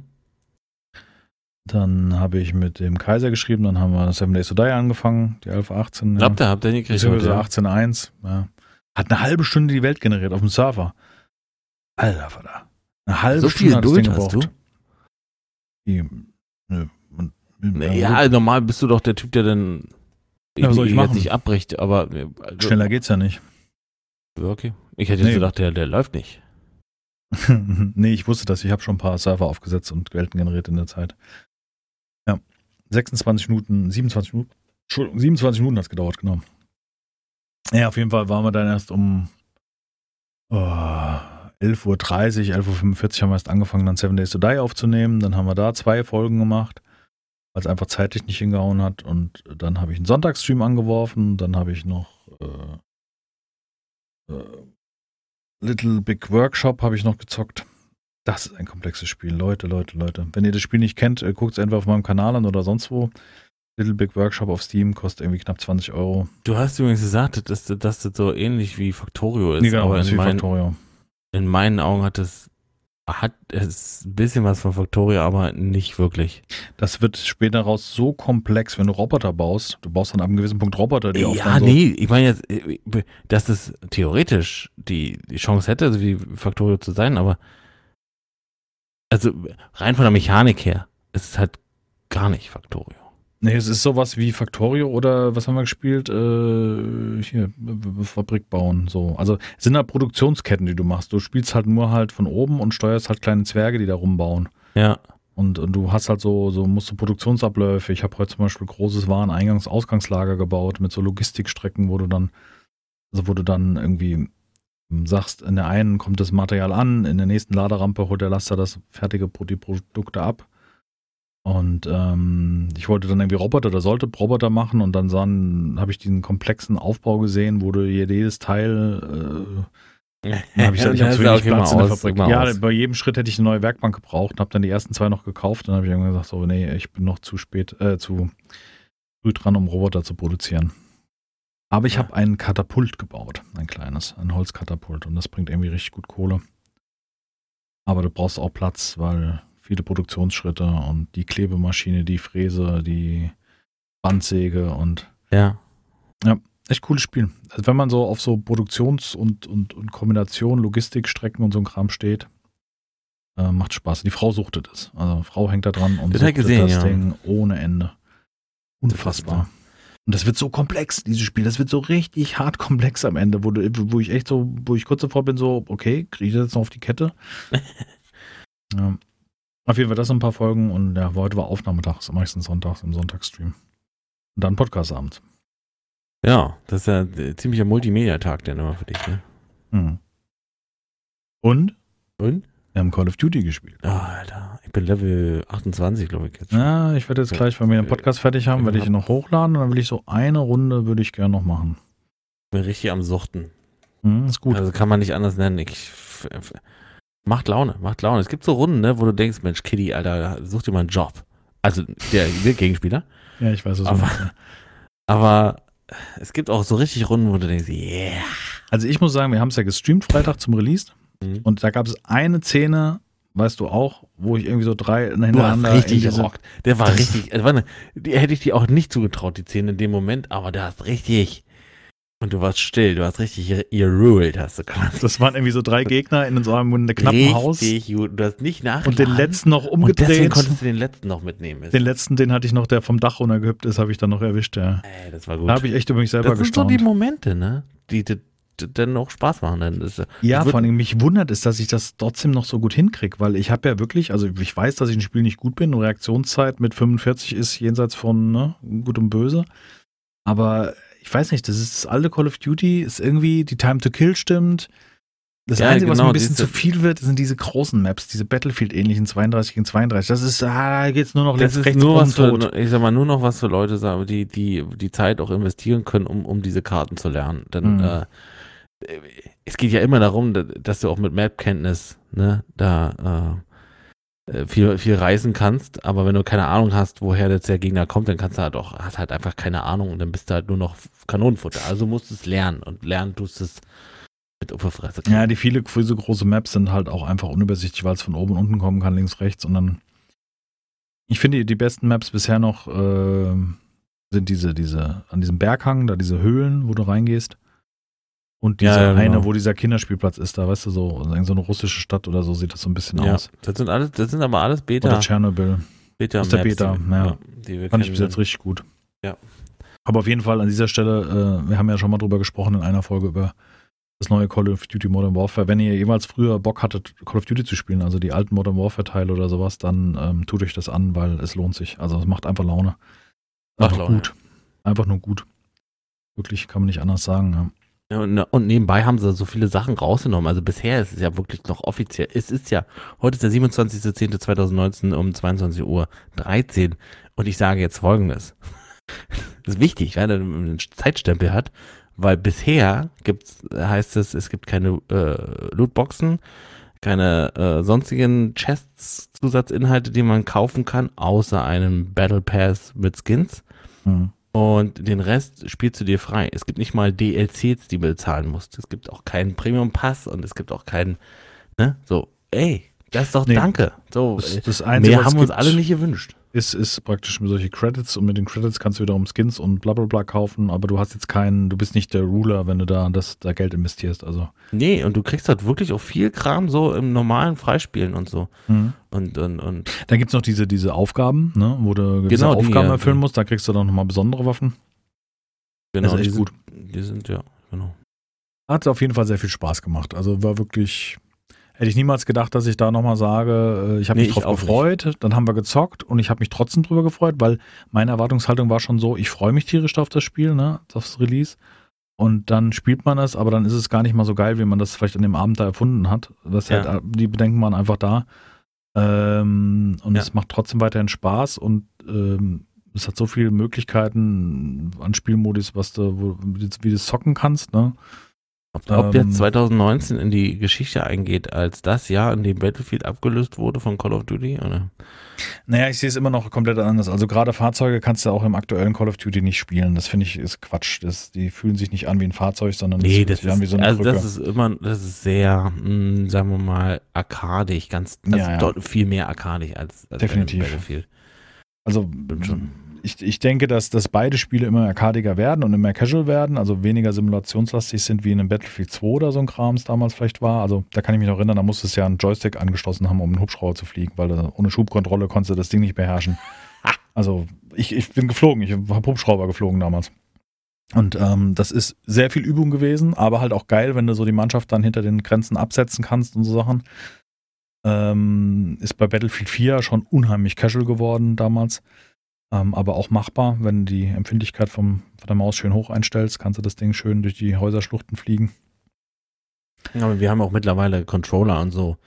S1: Dann habe ich mit dem Kaiser geschrieben, dann haben wir Seven Days to Die angefangen, die elf achtzehn.
S2: Habt ihr, habt ihr nicht gekriegt heute, ja?
S1: achtzehn eins. Ja. Hat eine halbe Stunde die Welt generiert auf dem Server. Alter, Vater. Eine halbe
S2: So
S1: Stunde
S2: viel
S1: hat das
S2: Geduld
S1: Ding
S2: hast du?
S1: gebraucht. Die, nö, man,
S2: Ja, normal bist du doch der Typ, der dann
S1: Ja, was soll ich
S2: jetzt
S1: machen?
S2: nicht abbricht, aber äh,
S1: schneller geht's ja nicht.
S2: Ja, okay. Ich hätte jetzt
S1: Nee.
S2: gedacht, der, der läuft nicht.
S1: Nee, ich wusste das. Ich habe schon ein paar Server aufgesetzt und Welten generiert in der Zeit. Ja, sechsundzwanzig Minuten, siebenundzwanzig Minuten, Entschuldigung, siebenundzwanzig Minuten hat es gedauert, genau. Ja, auf jeden Fall waren wir dann erst um oh, elf Uhr dreißig, elf Uhr fünfundvierzig haben wir erst angefangen, dann Seven Days to Die aufzunehmen. Dann haben wir da zwei Folgen gemacht, weil es einfach zeitlich nicht hingehauen hat. Und dann habe ich einen Sonntagsstream angeworfen. Dann habe ich noch äh, äh, Little Big Workshop habe ich noch gezockt. Das ist ein komplexes Spiel. Leute, Leute, Leute. Wenn ihr das Spiel nicht kennt, guckt es entweder auf meinem Kanal an oder sonst wo. Little Big Workshop auf Steam kostet irgendwie knapp zwanzig Euro.
S2: Du hast übrigens gesagt, dass, dass das so ähnlich wie Factorio ist,
S1: Nee, genau,
S2: aber
S1: das ist
S2: in,
S1: wie
S2: mein,
S1: Factorio.
S2: in meinen Augen hat es hat es ein bisschen was von Factorio, aber nicht wirklich.
S1: Das wird später raus so komplex, wenn du Roboter baust. Du baust dann ab einem gewissen Punkt Roboter, die auch
S2: Ja,
S1: dann so
S2: nee, ich meine jetzt, äh, dass es theoretisch die, die Chance hätte, so wie Factorio zu sein, aber also rein von der Mechanik her ist es halt gar nicht Factorio.
S1: Nee, es ist sowas wie Factorio oder was haben wir gespielt? Äh, hier, Fabrik bauen, so. Also es sind halt Produktionsketten, die du machst. Du spielst halt nur halt von oben und steuerst halt kleine Zwerge, die da rumbauen.
S2: Ja.
S1: Und, und du hast halt so, so musst du Produktionsabläufe. Ich habe heute zum Beispiel großes Waren-Eingangs-Ausgangslager gebaut mit so Logistikstrecken, wo du dann, also wo du dann irgendwie sagst, in der einen kommt das Material an, in der nächsten Laderampe holt der Laster das fertige die Produkte ab. Und ähm, ich wollte dann irgendwie Roboter, oder sollte Roboter machen und dann sahen, habe ich diesen komplexen Aufbau gesehen, wo du jedes Teil äh, dann habe ich gesagt, ich habe zu wenig Platz in der Fabrik. Ja, bei jedem Schritt hätte ich eine neue Werkbank gebraucht und habe dann die ersten zwei noch gekauft. Dann habe ich irgendwann gesagt, so, nee, ich bin noch zu spät, äh, zu früh dran, um Roboter zu produzieren. Aber ich
S2: Ja.
S1: habe ein Katapult gebaut, ein kleines, ein Holzkatapult und das bringt irgendwie richtig gut Kohle. Aber du brauchst auch Platz, weil viele Produktionsschritte und die Klebemaschine, die Fräse, die Bandsäge und
S2: Ja.
S1: echt cooles Spiel. Also wenn man so auf so Produktions- und, und, und Kombination, Logistikstrecken und so ein Kram steht, äh, macht Spaß. Die Frau suchtet es. Also Frau hängt da dran und
S2: Das hab ich
S1: suchtet
S2: gesehen,
S1: das
S2: ja.
S1: Ding ohne Ende. Unfassbar. Und das wird so komplex, dieses Spiel. Das wird so richtig hart komplex am Ende, wo, du, wo ich echt so, wo ich kurz davor bin, so, okay, kriege ich das jetzt noch auf die Kette? Ja. Auf jeden Fall das ein paar Folgen und ja, heute war Aufnahmetag, am meisten sonntags im Sonntagsstream. Und dann Podcastabend.
S2: Ja, das ist ja ein ziemlicher Multimedia-Tag dann immer für dich, ne?
S1: Hm. Und
S2: Und?
S1: wir haben Call of Duty gespielt.
S2: Oh, Alter, ich bin Level achtundzwanzig, glaube ich, jetzt.
S1: Ja, ich werde jetzt gleich, wenn wir den Podcast fertig haben, werde ich ihn noch hochladen und dann will ich so eine Runde, würde ich gerne noch machen.
S2: Ich bin richtig am Suchten.
S1: Hm, ist gut.
S2: Also kann man nicht anders nennen. Ich, f- f- macht Laune, macht Laune. Es gibt so Runden, ne, wo du denkst, Mensch, Kitty, Alter, such dir mal einen Job. Also der, der Gegenspieler.
S1: Ja, ich weiß es
S2: Aber-
S1: nicht.
S2: Aber es gibt auch so richtig Runden, wo du denkst, yeah.
S1: Also ich muss sagen, wir haben es ja gestreamt Freitag zum Release
S2: Mhm.
S1: und da gab es eine Szene, weißt du auch, wo ich irgendwie so drei
S2: Du hast
S1: hintereinander
S2: richtig
S1: in diese-
S2: gerockt. Der war
S1: Das-
S2: richtig, also warte, die hätte ich dir auch nicht zugetraut, die Szene in dem Moment, aber du hast richtig, und du warst still, du hast richtig geruled, hast du quasi.
S1: Das waren irgendwie so drei Gegner in so einem knappen Haus
S2: Richtig gut, du hast nicht nachgeladen.
S1: und den letzten noch
S2: Und deswegen
S1: umgedreht.
S2: konntest du den letzten noch mitnehmen.
S1: Den letzten, den hatte ich noch, der vom Dach runtergehüpft ist, habe ich dann noch erwischt. Ja.
S2: Ey, das war gut.
S1: Da habe ich echt über mich selber
S2: das sind
S1: gestaunt.
S2: so die Momente, ne, die, die, die dann auch Spaß machen. Dann ist,
S1: Ja,
S2: das wird-
S1: vor allem mich wundert es, dass ich das trotzdem noch so gut hinkriege, weil ich habe ja wirklich, also ich weiß, dass ich ein Spiel nicht gut bin und Reaktionszeit mit fünfundvierzig ist jenseits von ne, gut und böse, aber ich weiß nicht, das ist das alte Call of Duty, ist irgendwie, die Time to Kill stimmt. Das
S2: Ja,
S1: Einzige, was
S2: genau,
S1: mir ein bisschen
S2: diese-
S1: zu viel wird, sind diese großen Maps, diese Battlefield-ähnlichen zweiunddreißig gegen zweiunddreißig. Das ist, ah, da geht's nur noch
S2: Das
S1: links,
S2: ist
S1: rechts,
S2: nur
S1: oben,
S2: was
S1: tot.
S2: für, ich sag mal, nur noch was für Leute sagen, die, die, die Zeit auch investieren können, um, um diese Karten zu lernen. Denn
S1: Mhm.
S2: äh, es geht ja immer darum, da- dass du auch mit Map-Kenntnis, ne, da äh, viel, viel reisen kannst, aber wenn du keine Ahnung hast, woher jetzt der Gegner kommt, dann kannst du halt auch, hast halt einfach keine Ahnung und dann bist du halt nur noch Kanonenfutter. Also musst du es lernen und lernen tust es mit auf der Fresse.
S1: Ja, die viele, viele große Maps sind halt auch einfach unübersichtlich, weil es von oben und unten kommen kann, links, rechts und dann ich finde, die, die besten Maps bisher noch äh, sind diese, diese, an diesem Berghang, da diese Höhlen, wo du reingehst. Und diese
S2: Ja, ja, genau.
S1: eine, wo dieser Kinderspielplatz ist, da weißt du so, so eine russische Stadt oder so sieht das so ein bisschen
S2: Ja,
S1: aus.
S2: das sind alles, das sind aber alles Beta.
S1: Oder Tschernobyl.
S2: Beta
S1: aus der
S2: Maps,
S1: Beta,
S2: die,
S1: ja.
S2: die wir
S1: Fand ich
S2: kennen
S1: bis jetzt
S2: werden.
S1: richtig gut.
S2: Ja.
S1: Aber auf jeden Fall an dieser Stelle, äh, wir haben ja schon mal drüber gesprochen in einer Folge über das neue Call of Duty Modern Warfare. Wenn ihr jemals früher Bock hattet, Call of Duty zu spielen, also die alten Modern Warfare Teile oder sowas, dann ähm, tut euch das an, weil es lohnt sich. Also es macht einfach Laune.
S2: Macht
S1: Einfach
S2: Laune,
S1: gut. Einfach nur gut. Wirklich kann man nicht anders sagen. Ja.
S2: Ja, und, und nebenbei haben sie so viele Sachen rausgenommen. Also bisher ist es ja wirklich noch offiziell. Es ist ja, heute ist der siebenundzwanzigster zehnter zweitausendneunzehn um zweiundzwanzig Uhr dreizehn. Und ich sage jetzt Folgendes. Das ist wichtig, weil er einen Zeitstempel hat, weil bisher gibt's, heißt es, es gibt keine äh, Lootboxen, keine äh, sonstigen Chests, Zusatzinhalte, die man kaufen kann, außer einem Battle Pass mit Skins.
S1: Hm.
S2: Und den Rest spielst du dir frei. Es gibt nicht mal D L Cs, die du bezahlen musst. Es gibt auch keinen Premium-Pass und es gibt auch keinen, ne, so, ey, das ist doch
S1: Nee.
S2: Danke. So,
S1: Das,
S2: äh,
S1: das Einzige,
S2: mehr
S1: was
S2: haben
S1: es
S2: wir uns
S1: gibt,
S2: alle nicht gewünscht.
S1: Ist, ist praktisch solche Credits und mit den Credits kannst du wiederum Skins und bla bla bla kaufen, aber du hast jetzt keinen, du bist nicht der Ruler, wenn du da das da Geld investierst. Also.
S2: Nee, und du kriegst halt wirklich auch viel Kram so im normalen Freispielen und so.
S1: Mhm.
S2: Und, und, und,
S1: Dann gibt es noch diese, diese Aufgaben, ne, wo du gewisse
S2: Genau, die,
S1: Aufgaben
S2: ja,
S1: erfüllen
S2: die.
S1: musst, da kriegst du dann nochmal besondere Waffen.
S2: genau,
S1: Das ist echt
S2: die sind,
S1: gut.
S2: Die sind, ja, genau.
S1: Hat auf jeden Fall sehr viel Spaß gemacht. Also war wirklich, hätte ich niemals gedacht, dass ich da nochmal sage, äh, ich habe
S2: Nee,
S1: mich
S2: ich
S1: drauf
S2: auch
S1: gefreut, dann haben wir gezockt und ich habe mich trotzdem drüber gefreut, weil meine Erwartungshaltung war schon so, ich freue mich tierisch auf das Spiel, ne, aufs Release. Und dann spielt man es, aber dann ist es gar nicht mal so geil, wie man das vielleicht an dem Abend da erfunden hat. Das
S2: Ja.
S1: halt, die Bedenken waren einfach da. Ähm, und
S2: Ja.
S1: es macht trotzdem weiterhin Spaß und ähm, es hat so viele Möglichkeiten an Spielmodis, was du, wo, wie du wie du es zocken kannst, ne?
S2: Ob, ob jetzt zwanzig neunzehn in die Geschichte eingeht als das Jahr, in dem Battlefield abgelöst wurde von Call of Duty, oder?
S1: Naja, ich sehe es immer noch komplett anders. Also gerade Fahrzeuge kannst du auch im aktuellen Call of Duty nicht spielen. Das finde ich ist Quatsch. Das, die fühlen sich nicht an wie ein Fahrzeug, sondern
S2: nee,
S1: das,
S2: das ist, wie so eine also Brücke. Das ist immer, das ist sehr, mh, sagen wir mal, arkadig, ganz, also
S1: ja, ja.
S2: dort viel mehr arkadig als, als
S1: definitiv.
S2: Battlefield.
S1: Also ich, ich denke, dass, dass beide Spiele immer arcadiger werden und immer casual werden, also weniger simulationslastig sind wie in einem Battlefield zwei oder so ein Krams damals vielleicht war. Also da kann ich mich noch erinnern, da musstest du ja einen Joystick angeschlossen haben, um einen Hubschrauber zu fliegen, weil da, ohne Schubkontrolle konntest du das Ding nicht beherrschen. Also ich, ich bin geflogen, ich habe Hubschrauber geflogen damals. Und ähm, das ist sehr viel Übung gewesen, aber halt auch geil, wenn du so die Mannschaft dann hinter den Grenzen absetzen kannst und so Sachen. Ähm, ist bei Battlefield vier schon unheimlich casual geworden damals. Ähm, aber auch machbar, wenn du die Empfindlichkeit vom, von der Maus schön hoch einstellst, kannst du das Ding schön durch die Häuserschluchten fliegen.
S2: Ja, aber wir haben auch mittlerweile Controller und so.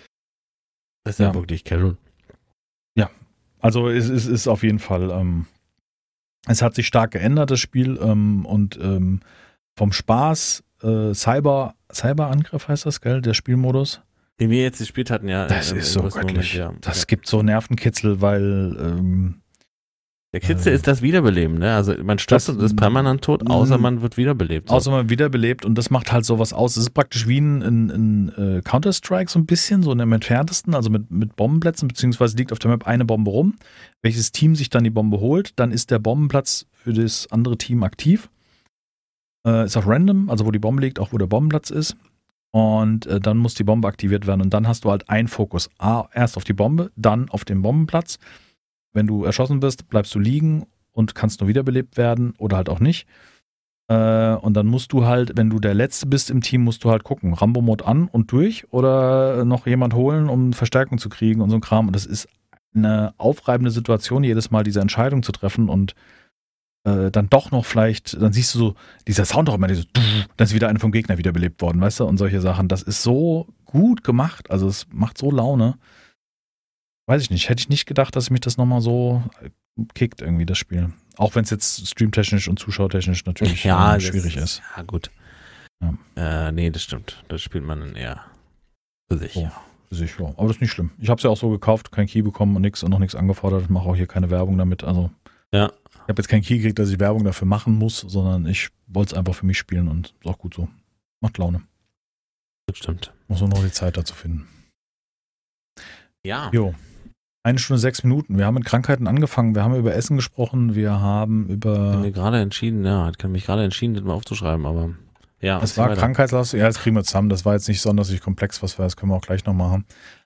S2: Das ist ja, ja wirklich casual.
S1: Ja, also es, es ist auf jeden Fall, ähm, es hat sich stark geändert, das Spiel, ähm, und ähm, vom Spaß, äh, Cyber, Cyberangriff heißt das, gell, der Spielmodus.
S2: Den wir jetzt gespielt hatten, ja.
S1: Das äh, ist so göttlich. Ja. Das ja. gibt so Nervenkitzel, weil ähm,
S2: der Kitzel äh, ist das Wiederbeleben, ne? Also man stirbt und ist permanent tot, außer man wird wiederbelebt. So.
S1: Außer man wiederbelebt und das macht halt sowas aus. Es ist praktisch wie ein, ein, ein, ein Counter-Strike so ein bisschen, so in dem entferntesten, also mit, mit Bombenplätzen, beziehungsweise liegt auf der Map eine Bombe rum. Welches Team sich dann die Bombe holt, dann ist der Bombenplatz für das andere Team aktiv. Äh, ist auch random, also wo die Bombe liegt, auch wo der Bombenplatz ist. Und äh, dann muss die Bombe aktiviert werden und dann hast du halt einen Fokus. A, erst auf die Bombe, dann auf den Bombenplatz. Wenn du erschossen bist, bleibst du liegen und kannst nur wiederbelebt werden oder halt auch nicht. Äh, und dann musst du halt, wenn du der Letzte bist im Team, musst du halt gucken, Rambo-Mode an und durch oder noch jemand holen, um Verstärkung zu kriegen und so ein Kram. Und das ist eine aufreibende Situation, jedes Mal diese Entscheidung zu treffen und äh, dann doch noch vielleicht, dann siehst du so, dieser Sound auch immer, dieses, dann ist wieder einer vom Gegner wiederbelebt worden, weißt du, und solche Sachen. Das ist so gut gemacht, also es macht so Laune. Weiß ich nicht, hätte ich nicht gedacht, dass mich das nochmal so kickt irgendwie, das Spiel. Auch wenn es jetzt streamtechnisch und zuschauertechnisch natürlich
S2: ja,
S1: äh, schwierig ist, ist.
S2: Ja, gut. Ja. Äh, nee, das stimmt. Das spielt man dann eher für sich.
S1: Oh, für sich, ja. Aber das ist nicht schlimm. Ich habe es ja auch so gekauft, kein Key bekommen und nichts und noch nichts angefordert. Ich mache auch hier keine Werbung damit. Also
S2: ja.
S1: Ich habe jetzt kein Key gekriegt, dass ich Werbung dafür machen muss, sondern ich wollte es einfach für mich spielen und ist auch gut so. Macht Laune.
S2: Das stimmt.
S1: Muss nur noch die Zeit dazu finden.
S2: Ja.
S1: Jo. Eine Stunde, sechs Minuten. Wir haben mit Krankheiten angefangen, wir haben über Essen gesprochen, wir haben über...
S2: Ich habe mich gerade entschieden, ja, ich habe mich gerade entschieden, das mal aufzuschreiben, aber ja.
S1: Es war krankheitslastig, ja, das kriegen wir zusammen, das war jetzt nicht sonderlich komplex, was wir, das können wir auch gleich noch machen.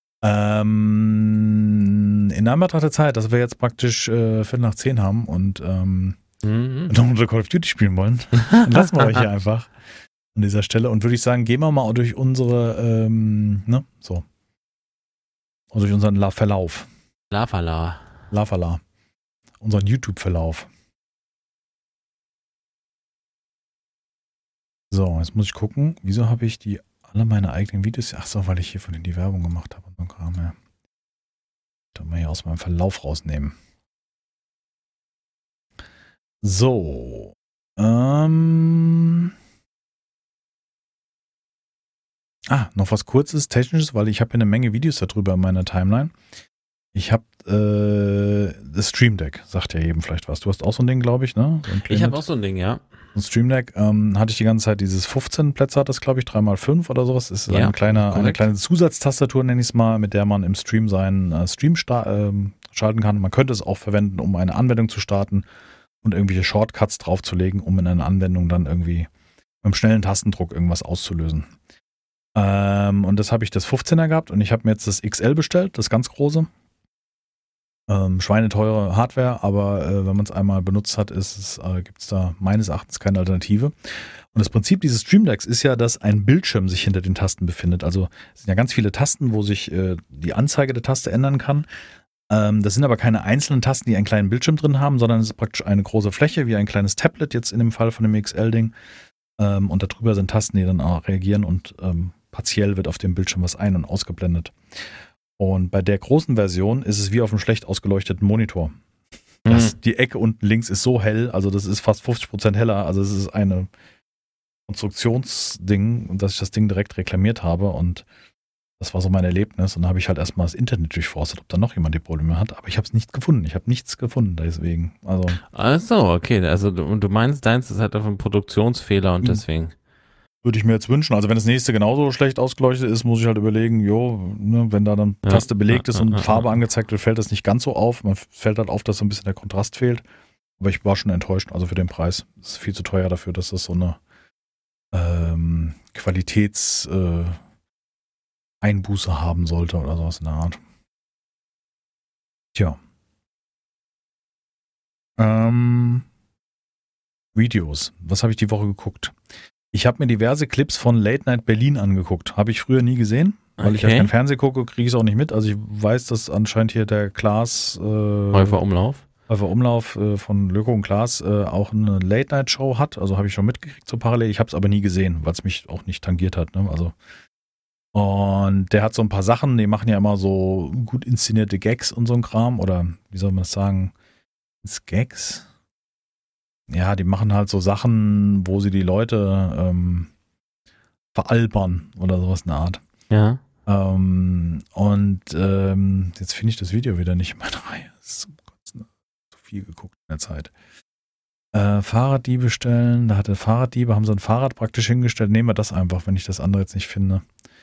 S1: Ähm, in Anbetracht der Zeit, dass wir jetzt praktisch äh, Viertel nach zehn haben und ähm, mhm. noch unser Call of Duty spielen wollen, dann lassen wir euch hier einfach an dieser Stelle und würde ich sagen, gehen wir mal durch unsere, ähm, ne, so, also durch unseren La- Verlauf.
S2: Lafala.
S1: Lafala. Unseren YouTube-Verlauf. So, jetzt muss ich gucken, wieso habe ich die alle meine eigenen Videos, ach so, weil ich hier von denen die Werbung gemacht habe und so Kram, ja. Da mal hier aus meinem Verlauf rausnehmen. So. Ähm. Ah, noch was Kurzes, Technisches, weil ich habe hier eine Menge Videos darüber in meiner Timeline. Ich habe äh, das Stream Deck, sagt ja jedem vielleicht was. Du hast auch so ein Ding, glaube ich, ne? So
S2: ich habe auch so ein Ding, ja.
S1: Ein Stream Deck ähm, hatte ich die ganze Zeit dieses fünfzehn Plätze hat das, glaube ich, drei mal fünf oder sowas. Das ist ja, eine, kleine, eine kleine Zusatztastatur, nenne ich es mal, mit der man im Stream seinen äh, Stream sta- äh, schalten kann. Man könnte es auch verwenden, um eine Anwendung zu starten und irgendwelche Shortcuts draufzulegen, um in einer Anwendung dann irgendwie mit einem schnellen Tastendruck irgendwas auszulösen. Ähm, und das habe ich das fünfzehner gehabt und ich habe mir jetzt das X L bestellt, das ganz große. Ähm, schweineteure Hardware, aber äh, wenn man es einmal benutzt hat, ist es, äh, gibt es da meines Erachtens keine Alternative. Und das Prinzip dieses Stream Decks ist ja, dass ein Bildschirm sich hinter den Tasten befindet. Also es sind ja ganz viele Tasten, wo sich äh, die Anzeige der Taste ändern kann. Ähm, das sind aber keine einzelnen Tasten, die einen kleinen Bildschirm drin haben, sondern es ist praktisch eine große Fläche, wie ein kleines Tablet jetzt in dem Fall von dem X L-Ding. Ähm, und darüber sind Tasten, die dann auch reagieren und ähm, partiell wird auf dem Bildschirm was ein- und ausgeblendet. Und bei der großen Version ist es wie auf einem schlecht ausgeleuchteten Monitor. Das, mhm. Die Ecke unten links ist so hell, also das ist fast fünfzig Prozent heller, also es ist eine Konstruktionsding und dass ich das Ding direkt reklamiert habe und das war so mein Erlebnis und da habe ich halt erstmal das Internet durchforstet, ob da noch jemand die Probleme hat, aber ich habe es nicht gefunden. Ich habe nichts gefunden deswegen. Also
S2: Ach so, okay, also du, du meinst, deins ist halt einfach ein Produktionsfehler und deswegen.
S1: Würde ich mir jetzt wünschen. Also wenn das nächste genauso schlecht ausgeleuchtet ist, muss ich halt überlegen, jo, ne, wenn da dann
S2: Ja,
S1: Taste belegt
S2: ja,
S1: ist und
S2: ja,
S1: Farbe
S2: ja.
S1: angezeigt wird, fällt das nicht ganz so auf. Man fällt halt auf, dass so ein bisschen der Kontrast fehlt. Aber ich war schon enttäuscht, also für den Preis. Das ist viel zu teuer dafür, dass das so eine ähm, Qualitäts äh, Einbuße haben sollte oder sowas in der Art. Tja. Ähm, Videos. Was habe ich die Woche geguckt? Ich habe mir diverse Clips von Late Night Berlin angeguckt. Habe ich früher nie gesehen, weil ich ja
S2: Okay.
S1: kein Fernsehen gucke, kriege ich es auch nicht mit. Also ich weiß, dass anscheinend hier der Klaas äh,
S2: Häufer Umlauf.
S1: Häufer Umlauf äh, von Löko und Klaas äh, auch eine Late Night Show hat. Also habe ich schon mitgekriegt so parallel. Ich habe es aber nie gesehen, weil es mich auch nicht tangiert hat. Ne? Also und der hat so ein paar Sachen, die machen ja immer so gut inszenierte Gags und so ein Kram. Oder wie soll man das sagen? Ist Gags? Ja, die machen halt so Sachen, wo sie die Leute ähm, veralbern oder sowas in der Art.
S2: Ja.
S1: Ähm, und ähm, jetzt finde ich das Video wieder nicht in meiner Reihe. Das ist zum Kotzen. Zu viel geguckt in der Zeit. Äh, Fahrraddiebe stellen, da hatte Fahrraddiebe, haben so ein Fahrrad praktisch hingestellt. Nehmen wir das einfach, wenn ich das andere jetzt nicht finde.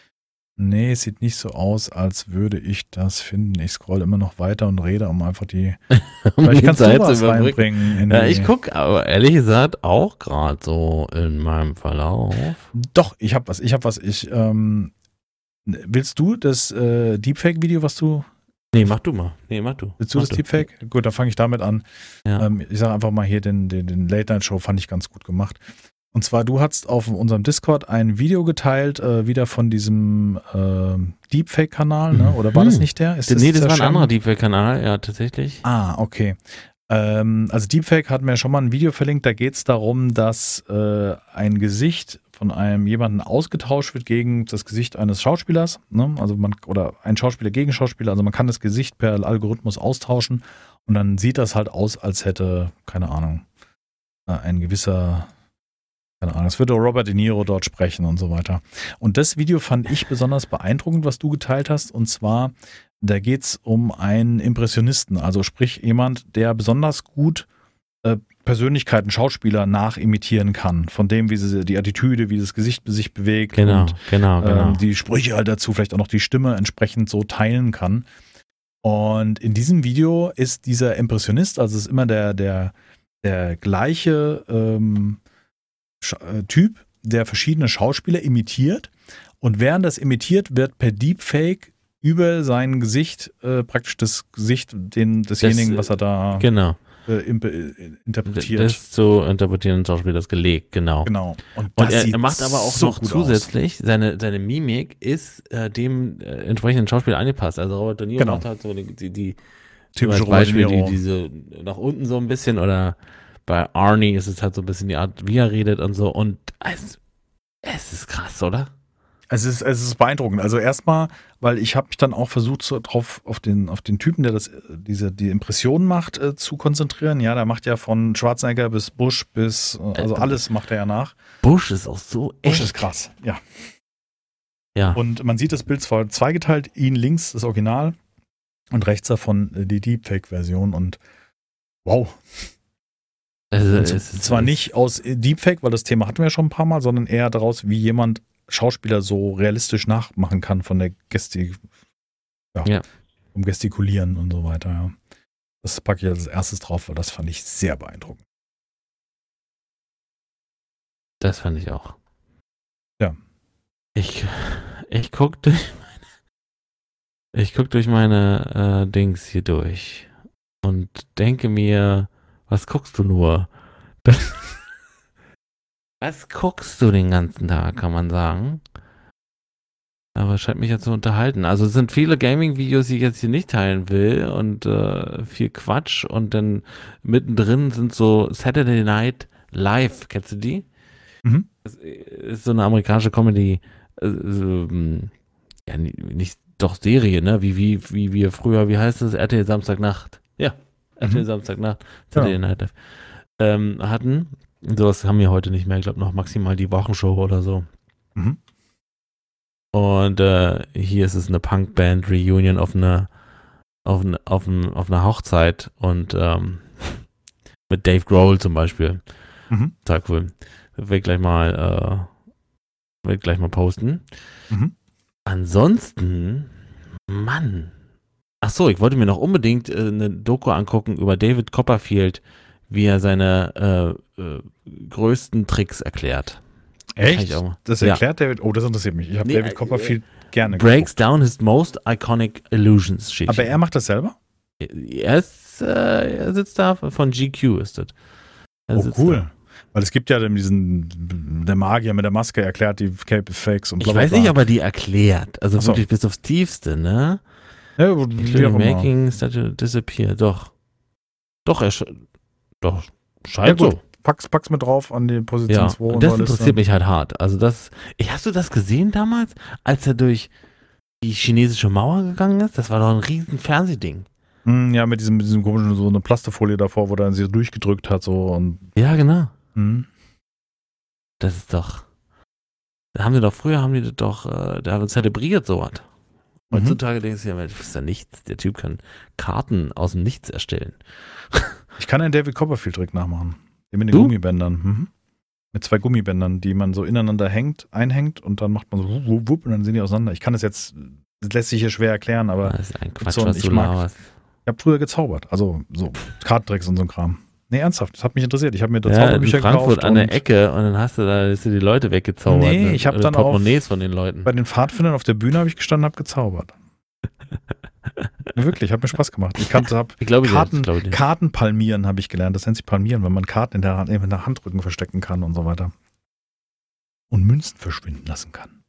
S1: Nee, es sieht nicht so aus, als würde ich das finden. Ich scroll immer noch weiter und rede, um einfach die.
S2: Um
S1: Vielleicht
S2: die
S1: kannst
S2: Zeit
S1: du
S2: zu
S1: was
S2: überbrücken.
S1: reinbringen. In
S2: Ja,
S1: die,
S2: ich gucke aber ehrlich gesagt auch gerade so in meinem Verlauf.
S1: Doch, ich habe was. Ich habe was. Ich ähm, willst du das äh, Deepfake-Video, was du?
S2: Nee, mach du mal. Nee, mach du.
S1: Willst du
S2: mach
S1: das Deepfake? Gut, dann fange ich damit an.
S2: Ja.
S1: Ähm, ich sage einfach mal hier den, den, den Late Night Show fand ich ganz gut gemacht. Und zwar, du hast auf unserem Discord ein Video geteilt, äh, wieder von diesem äh, Deepfake-Kanal, ne? Oder war
S2: Mhm.
S1: das nicht der? Ist
S2: nee, das
S1: der
S2: war ein
S1: Schirm?
S2: anderer Deepfake-Kanal, ja, tatsächlich.
S1: Ah, okay. Ähm, also Deepfake hat mir schon mal ein Video verlinkt, da geht es darum, dass äh, ein Gesicht von einem jemanden ausgetauscht wird gegen das Gesicht eines Schauspielers, ne? Also man, oder ein Schauspieler gegen Schauspieler, also man kann das Gesicht per Algorithmus austauschen und dann sieht das halt aus, als hätte, keine Ahnung, äh, ein gewisser, keine Ahnung, es würde Robert De Niro dort sprechen und so weiter. Und das Video fand ich besonders beeindruckend, was du geteilt hast, und zwar da geht es um einen Impressionisten, also sprich jemand, der besonders gut äh, Persönlichkeiten, Schauspieler nachimitieren kann, von dem, wie sie die Attitüde, wie das Gesicht sich bewegt
S2: Genau,
S1: und
S2: genau, genau.
S1: ähm, die Sprüche halt dazu, vielleicht auch noch die Stimme entsprechend so teilen kann. Und in diesem Video ist dieser Impressionist, also es ist immer der, der, der gleiche ähm, Sch- äh, Typ, der verschiedene Schauspieler imitiert, und während das imitiert wird per Deepfake über sein Gesicht, äh, praktisch das Gesicht den, desjenigen,
S2: Das,
S1: was er da
S2: Genau.
S1: äh, imp- äh, interpretiert.
S2: Das zu interpretieren Schauspiel das gelegt, genau.
S1: Genau. Und,
S2: Und
S1: das
S2: er,
S1: sieht
S2: er macht aber auch
S1: so
S2: noch
S1: gut
S2: zusätzlich, seine, seine Mimik ist äh, dem äh, entsprechenden Schauspieler angepasst. Also Robert De Niro
S1: Genau.
S2: macht halt so die, die, die
S1: Typische
S2: zum Beispiel
S1: Robert De
S2: die,
S1: Niro.
S2: diese nach unten so ein bisschen, oder bei Arnie ist es halt so ein bisschen die Art, wie er redet und so. Und es, es ist krass, oder?
S1: Es ist, es ist beeindruckend. Also erstmal, weil ich habe mich dann auch versucht, so drauf auf den, auf den Typen, der das, diese, die Impressionen macht, äh, zu konzentrieren. Ja, der macht ja von Schwarzenegger bis Bush bis, äh, also
S2: Äh,
S1: alles macht er ja nach.
S2: Bush ist auch so
S1: Bush
S2: echt.
S1: ist krass, ja.
S2: Ja.
S1: Und man sieht das Bild zwar zweigeteilt, ihn links das Original und rechts davon äh, die Deepfake-Version, und wow.
S2: Also,
S1: Und
S2: es ist,
S1: zwar
S2: es-
S1: nicht aus äh, Deepfake, weil das Thema hatten wir ja schon ein paar Mal, sondern eher daraus, wie jemand Schauspieler so realistisch nachmachen kann von der Gestik, ja,
S2: Ja.
S1: vom Gestikulieren und so weiter, ja. Das packe ich als erstes drauf, weil das fand ich sehr beeindruckend.
S2: Das fand ich auch.
S1: Ja.
S2: Ich, ich guck durch meine, ich guck durch meine äh, Dings hier durch und denke mir, was guckst du nur? Was guckst du den ganzen Tag, kann man sagen. Aber es scheint mich ja zu unterhalten. Also es sind viele Gaming-Videos, die ich jetzt hier nicht teilen will, und äh, viel Quatsch, und dann mittendrin sind so Saturday Night Live, kennst du die?
S1: Mhm.
S2: Das ist so eine amerikanische Comedy, äh, so, ähm, ja, ni- nicht, doch Serie, ne? Wie, wie, wie wir früher, wie heißt es? R T L Samstagnacht. Ja, R T L
S1: Mhm.
S2: Samstagnacht, Saturday
S1: Genau.
S2: Night Live. Ähm, hatten. Sowas haben wir heute nicht mehr. Ich glaube noch maximal die Wochenshow oder so.
S1: Mhm.
S2: Und äh, hier ist es eine Punkband-Reunion auf eine auf, eine, auf, eine, auf einer Hochzeit und ähm, mit Dave Grohl zum Beispiel.
S1: Mhm.
S2: Total cool. Will ich gleich mal äh, will ich gleich mal posten.
S1: Mhm.
S2: Ansonsten, Mann. Ach so, ich wollte mir noch unbedingt äh, eine Doku angucken über David Copperfield, wie er seine äh, äh, größten Tricks erklärt.
S1: Echt?
S2: Auch,
S1: das
S2: ja.
S1: erklärt David? Oh, das interessiert mich. Ich habe
S2: Nee,
S1: David Copperfield äh, gerne
S2: Breaks
S1: geguckt.
S2: down his most iconic illusions. Steht
S1: Aber
S2: hier.
S1: er macht das selber?
S2: Er, ist, äh, er sitzt da, von G Q ist das. Er
S1: Oh,
S2: sitzt
S1: cool.
S2: da.
S1: Weil es gibt ja diesen, der Magier mit der Maske erklärt die Fakes und
S2: Ich
S1: bla bla
S2: weiß
S1: bla.
S2: nicht, ob er die erklärt. Also
S1: Ach so.
S2: wirklich bis aufs Tiefste, ne?
S1: Ja, wie auch immer.
S2: Making Statue Disappear. Doch. Doch, er sch- doch.
S1: Ja,
S2: Scheint
S1: gut.
S2: so.
S1: Pack's, pack's mit drauf an die Position
S2: Ja,
S1: zwei.
S2: und das interessiert mich halt hart. Also das, ich, hast du das gesehen damals, als er durch die chinesische Mauer gegangen ist? Das war doch ein riesen Fernsehding.
S1: Hm, ja, mit diesem, mit diesem komischen, so eine Plastefolie davor, wo er sie durchgedrückt hat, so und.
S2: Ja, genau.
S1: Hm.
S2: Das ist doch, da haben die doch, früher haben die das doch, äh, da haben wir zelebriert sowas. Heutzutage denkst du ja, das ist ja nichts, der Typ kann Karten aus dem Nichts erstellen.
S1: Ich kann einen David Copperfield-Trick nachmachen. Den mit den
S2: Du?
S1: Gummibändern. Mhm. Mit zwei Gummibändern, die man so ineinander hängt, einhängt und dann macht man so wupp, wupp, wupp und dann sind die auseinander. Ich kann das jetzt, das lässt sich hier schwer erklären, aber
S2: Das ist ein Quatsch,
S1: so,
S2: was
S1: ich
S2: du
S1: mag-
S2: laberst.
S1: ich habe früher gezaubert. Also so Kartentricks und so ein Kram. Nee, ernsthaft, das hat mich interessiert. Ich habe mir da
S2: Ja, in
S1: Zauberbücher
S2: Frankfurt
S1: gekauft.
S2: an der
S1: und
S2: Ecke und dann hast du da hast du die Leute weggezaubert.
S1: Nee,
S2: ne?
S1: ich hab
S2: Oder
S1: dann auch-
S2: Portemonnaies von den Leuten.
S1: Bei den Pfadfindern auf der Bühne habe ich gestanden und habe gezaubert. Ja, wirklich, hat mir Spaß gemacht. Ich kannte, hab
S2: Ich glaube,
S1: Karten,
S2: ich glaube,
S1: Karten palmieren habe ich gelernt. Das nennt sich palmieren, wenn man Karten in der, Hand- in der Handrücken verstecken kann und so weiter. Und Münzen verschwinden lassen kann.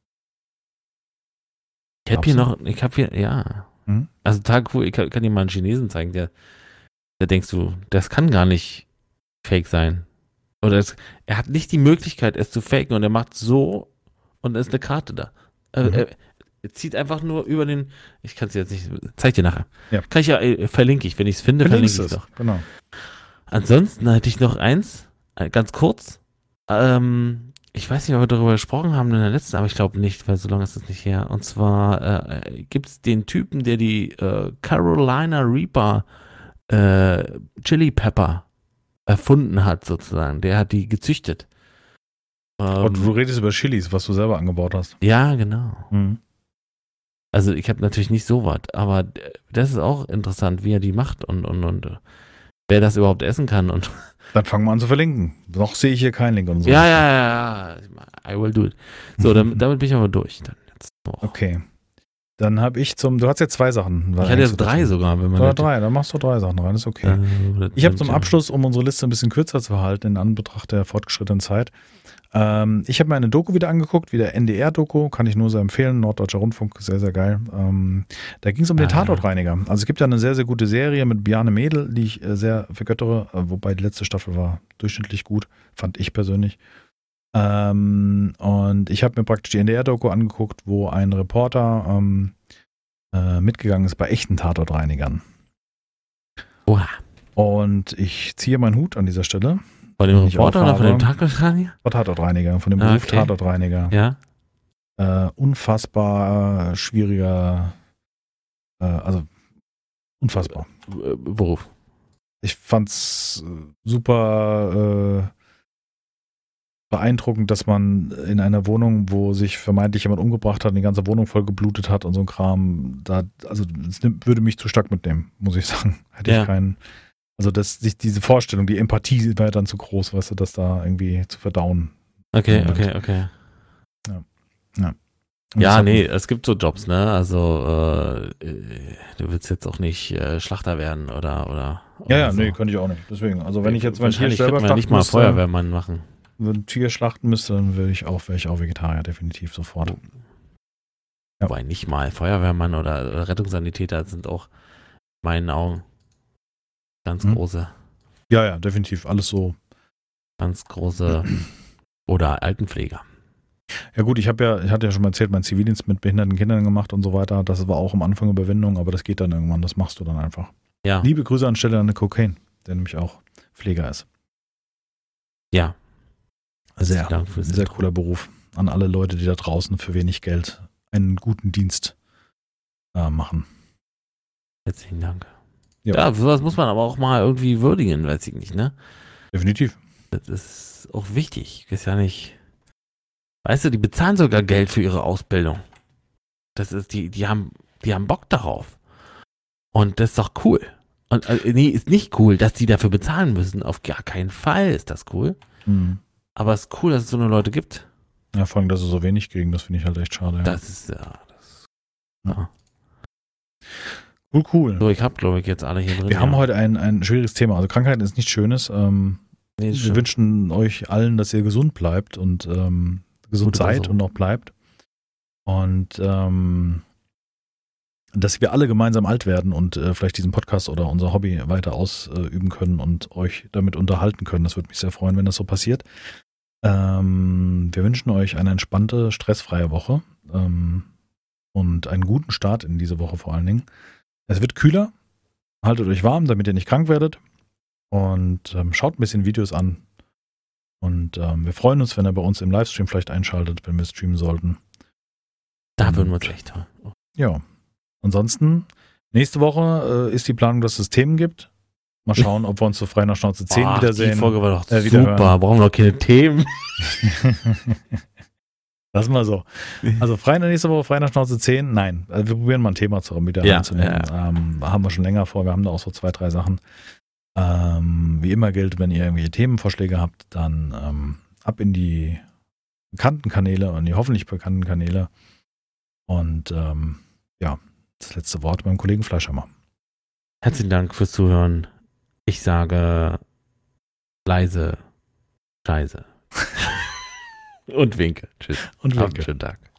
S2: ich habe hier
S1: Glaubst
S2: noch, ich habe hier, ja.
S1: Hm?
S2: Also total cool, ich kann, kann dir mal einen Chinesen zeigen, der, da denkst du, das kann gar nicht fake sein. Oder es, er hat nicht die Möglichkeit, es zu faken und er macht so und da ist eine Karte da. Äh,
S1: Mhm.
S2: er, er zieht einfach nur über den, ich kann es jetzt nicht, zeig dir nachher.
S1: Ja.
S2: Kann ich ja, äh, verlinke ich, wenn ich es finde, verlinke
S1: Verlinkst
S2: ich
S1: es.
S2: doch.
S1: Genau.
S2: Ansonsten hätte ich noch eins, äh, ganz kurz. Ähm, ich weiß nicht, ob wir darüber gesprochen haben in der letzten, aber ich glaube nicht, weil so lange ist es nicht her. Und zwar äh, gibt es den Typen, der die äh, Carolina Reaper äh, Chili Pepper erfunden hat, sozusagen. Der hat die gezüchtet. Ähm,
S1: Und du redest über Chilis, was du selber angebaut hast.
S2: ja, genau.
S1: Mhm.
S2: Also ich habe natürlich nicht so was, aber das ist auch interessant, wie er die macht und, und, und äh, wer das überhaupt essen kann. Und
S1: Dann fangen wir an zu verlinken. Noch sehe ich hier keinen Link und so.
S2: ja, ja, ja, ja, I will do it. So, damit, damit bin ich aber durch. Dann jetzt noch.
S1: Okay. Dann habe ich zum, du hast jetzt zwei Sachen.
S2: Ich hatte jetzt drei sogar, wenn man
S1: Oder
S2: das-
S1: drei, dann machst du drei Sachen rein, ist okay.
S2: Äh,
S1: Ich habe zum
S2: ja.
S1: Abschluss, um unsere Liste ein bisschen kürzer zu halten, in Anbetracht der fortgeschrittenen Zeit, ähm, ich habe mir eine Doku wieder angeguckt, wieder N D R-Doku, kann ich nur so empfehlen, Norddeutscher Rundfunk, sehr, sehr geil. Ähm, da ging es um den
S2: Ah.
S1: Tatortreiniger. Also es gibt ja eine sehr, sehr gute Serie mit Bjarne Mädel, die ich äh, sehr vergöttere, äh, wobei die letzte Staffel war durchschnittlich gut, fand ich persönlich. Ähm, und ich habe mir praktisch die N D R-Doku angeguckt, wo ein Reporter ähm, äh, mitgegangen ist bei echten Tatortreinigern.
S2: Oha.
S1: Und ich ziehe meinen Hut an dieser Stelle.
S2: Von dem
S1: Ich
S2: Reporter oder von dem
S1: aufhabe.
S2: Tatortreiniger?
S1: Von Tatortreiniger, von dem
S2: Ah,
S1: Beruf
S2: okay.
S1: Tatortreiniger.
S2: Ja.
S1: Äh, unfassbar äh, schwieriger, äh, also unfassbar.
S2: Äh, Beruf.
S1: Ich fand's äh, super äh, beeindruckend, dass man in einer Wohnung, wo sich vermeintlich jemand umgebracht hat und die ganze Wohnung voll geblutet hat und so ein Kram, da, also es nimmt, würde mich zu stark mitnehmen, muss ich sagen. Hätte
S2: Ja.
S1: ich keinen, also das, sich diese Vorstellung, die Empathie wäre dann zu groß, weißt du, das da irgendwie zu verdauen.
S2: Okay,
S1: Ja.
S2: okay, okay.
S1: Und
S2: Ja,
S1: das hat
S2: nee,
S1: mich-
S2: es gibt so Jobs, ne? Also äh, äh, du willst jetzt auch nicht äh, Schlachter werden oder oder.
S1: Ja, ja,
S2: oder so.
S1: nee, könnte ich auch nicht. Deswegen, also wenn ich jetzt mein Tier
S2: Wahrscheinlich
S1: selber
S2: könnte man ja nicht
S1: schlachten
S2: mal
S1: müsste,
S2: Feuerwehrmann machen.
S1: wenn ein Tier schlachten müsste, dann wäre ich auch, wäre ich auch Vegetarier, definitiv sofort. Ja.
S2: Wobei nicht mal Feuerwehrmann oder, oder Rettungssanitäter sind auch in meinen Augen ganz
S1: Hm.
S2: große,
S1: Ja, ja, definitiv. Alles so.
S2: ganz große oder Altenpfleger.
S1: Ja gut, ich habe ja, ich hatte ja schon mal erzählt, meinen Zivildienst mit behinderten Kindern gemacht und so weiter. Das war auch am Anfang Überwindung, aber das geht dann irgendwann, das machst du dann einfach.
S2: Ja.
S1: Liebe Grüße anstelle an Cocaine, der nämlich auch Pfleger ist.
S2: Ja.
S1: Sehr,
S2: Dank fürs
S1: sehr
S2: Intro.
S1: cooler Beruf. An alle Leute, die da draußen für wenig Geld einen guten Dienst äh, machen.
S2: Herzlichen Dank.
S1: Ja.
S2: Ja, sowas muss man aber auch mal irgendwie würdigen, weiß ich nicht, ne?
S1: Definitiv.
S2: Das ist auch wichtig. Ist ja nicht. Weißt du, die bezahlen sogar Geld für ihre Ausbildung. Das ist, die, die haben, die haben Bock darauf. Und das ist doch cool. Und äh, nee, ist nicht cool, dass die dafür bezahlen müssen. Auf gar keinen Fall ist das cool.
S1: Mhm.
S2: Aber es ist cool, dass es so eine Leute gibt.
S1: Ja, vor allem, dass sie so wenig kriegen, das finde ich halt echt schade. Ja.
S2: Das ist ja. Das, ja.
S1: Cool, cool.
S2: So, ich habe, glaube ich, jetzt alle hier drin.
S1: Wir
S2: ja.
S1: haben heute ein, ein schwieriges Thema. Also Krankheit ist nichts Schönes. Ähm,
S2: Nee, ist
S1: wir
S2: schön.
S1: wünschen euch allen, dass ihr gesund bleibt und ähm, gesund
S2: Gute
S1: seid
S2: Besserung.
S1: und auch bleibt. Und ähm, dass wir alle gemeinsam alt werden und äh, vielleicht diesen Podcast oder unser Hobby weiter ausüben können und euch damit unterhalten können. Das würde mich sehr freuen, wenn das so passiert. Ähm, wir wünschen euch eine entspannte, stressfreie Woche ähm, und einen guten Start in diese Woche vor allen Dingen. Es wird kühler. Haltet euch warm, damit ihr nicht krank werdet. Und ähm, schaut ein bisschen Videos an. Und ähm, wir freuen uns, wenn ihr bei uns im Livestream vielleicht einschaltet, wenn wir streamen sollten.
S2: Da würden wir uns echt toll.
S1: Ja. Ansonsten, nächste Woche äh, ist die Planung, dass es Themen gibt. Mal schauen, ob wir uns so frei nach Schnauze zehn
S2: Ach,
S1: wiedersehen.
S2: Die Folge war doch
S1: äh,
S2: super. Brauchen wir noch keine Themen.
S1: Lass mal so. Also frei nächste Woche, frei nach Schnauze zehn. Nein, also wir probieren mal ein Thema zu, wieder
S2: Ja,
S1: reinzunehmen.
S2: ja.
S1: Ähm, haben wir schon länger vor. Wir haben da auch so zwei, drei Sachen. Ähm, wie immer gilt, wenn ihr irgendwelche Themenvorschläge habt, dann ähm, ab in die bekannten Kanäle und die hoffentlich bekannten Kanäle. Und ähm, ja, das letzte Wort beim Kollegen Fleischhammer.
S2: Herzlichen Dank fürs Zuhören. Ich sage leise Scheiße. Und winke. Tschüss.
S1: Und
S2: Habt einen
S1: winke.
S2: schönen Tag.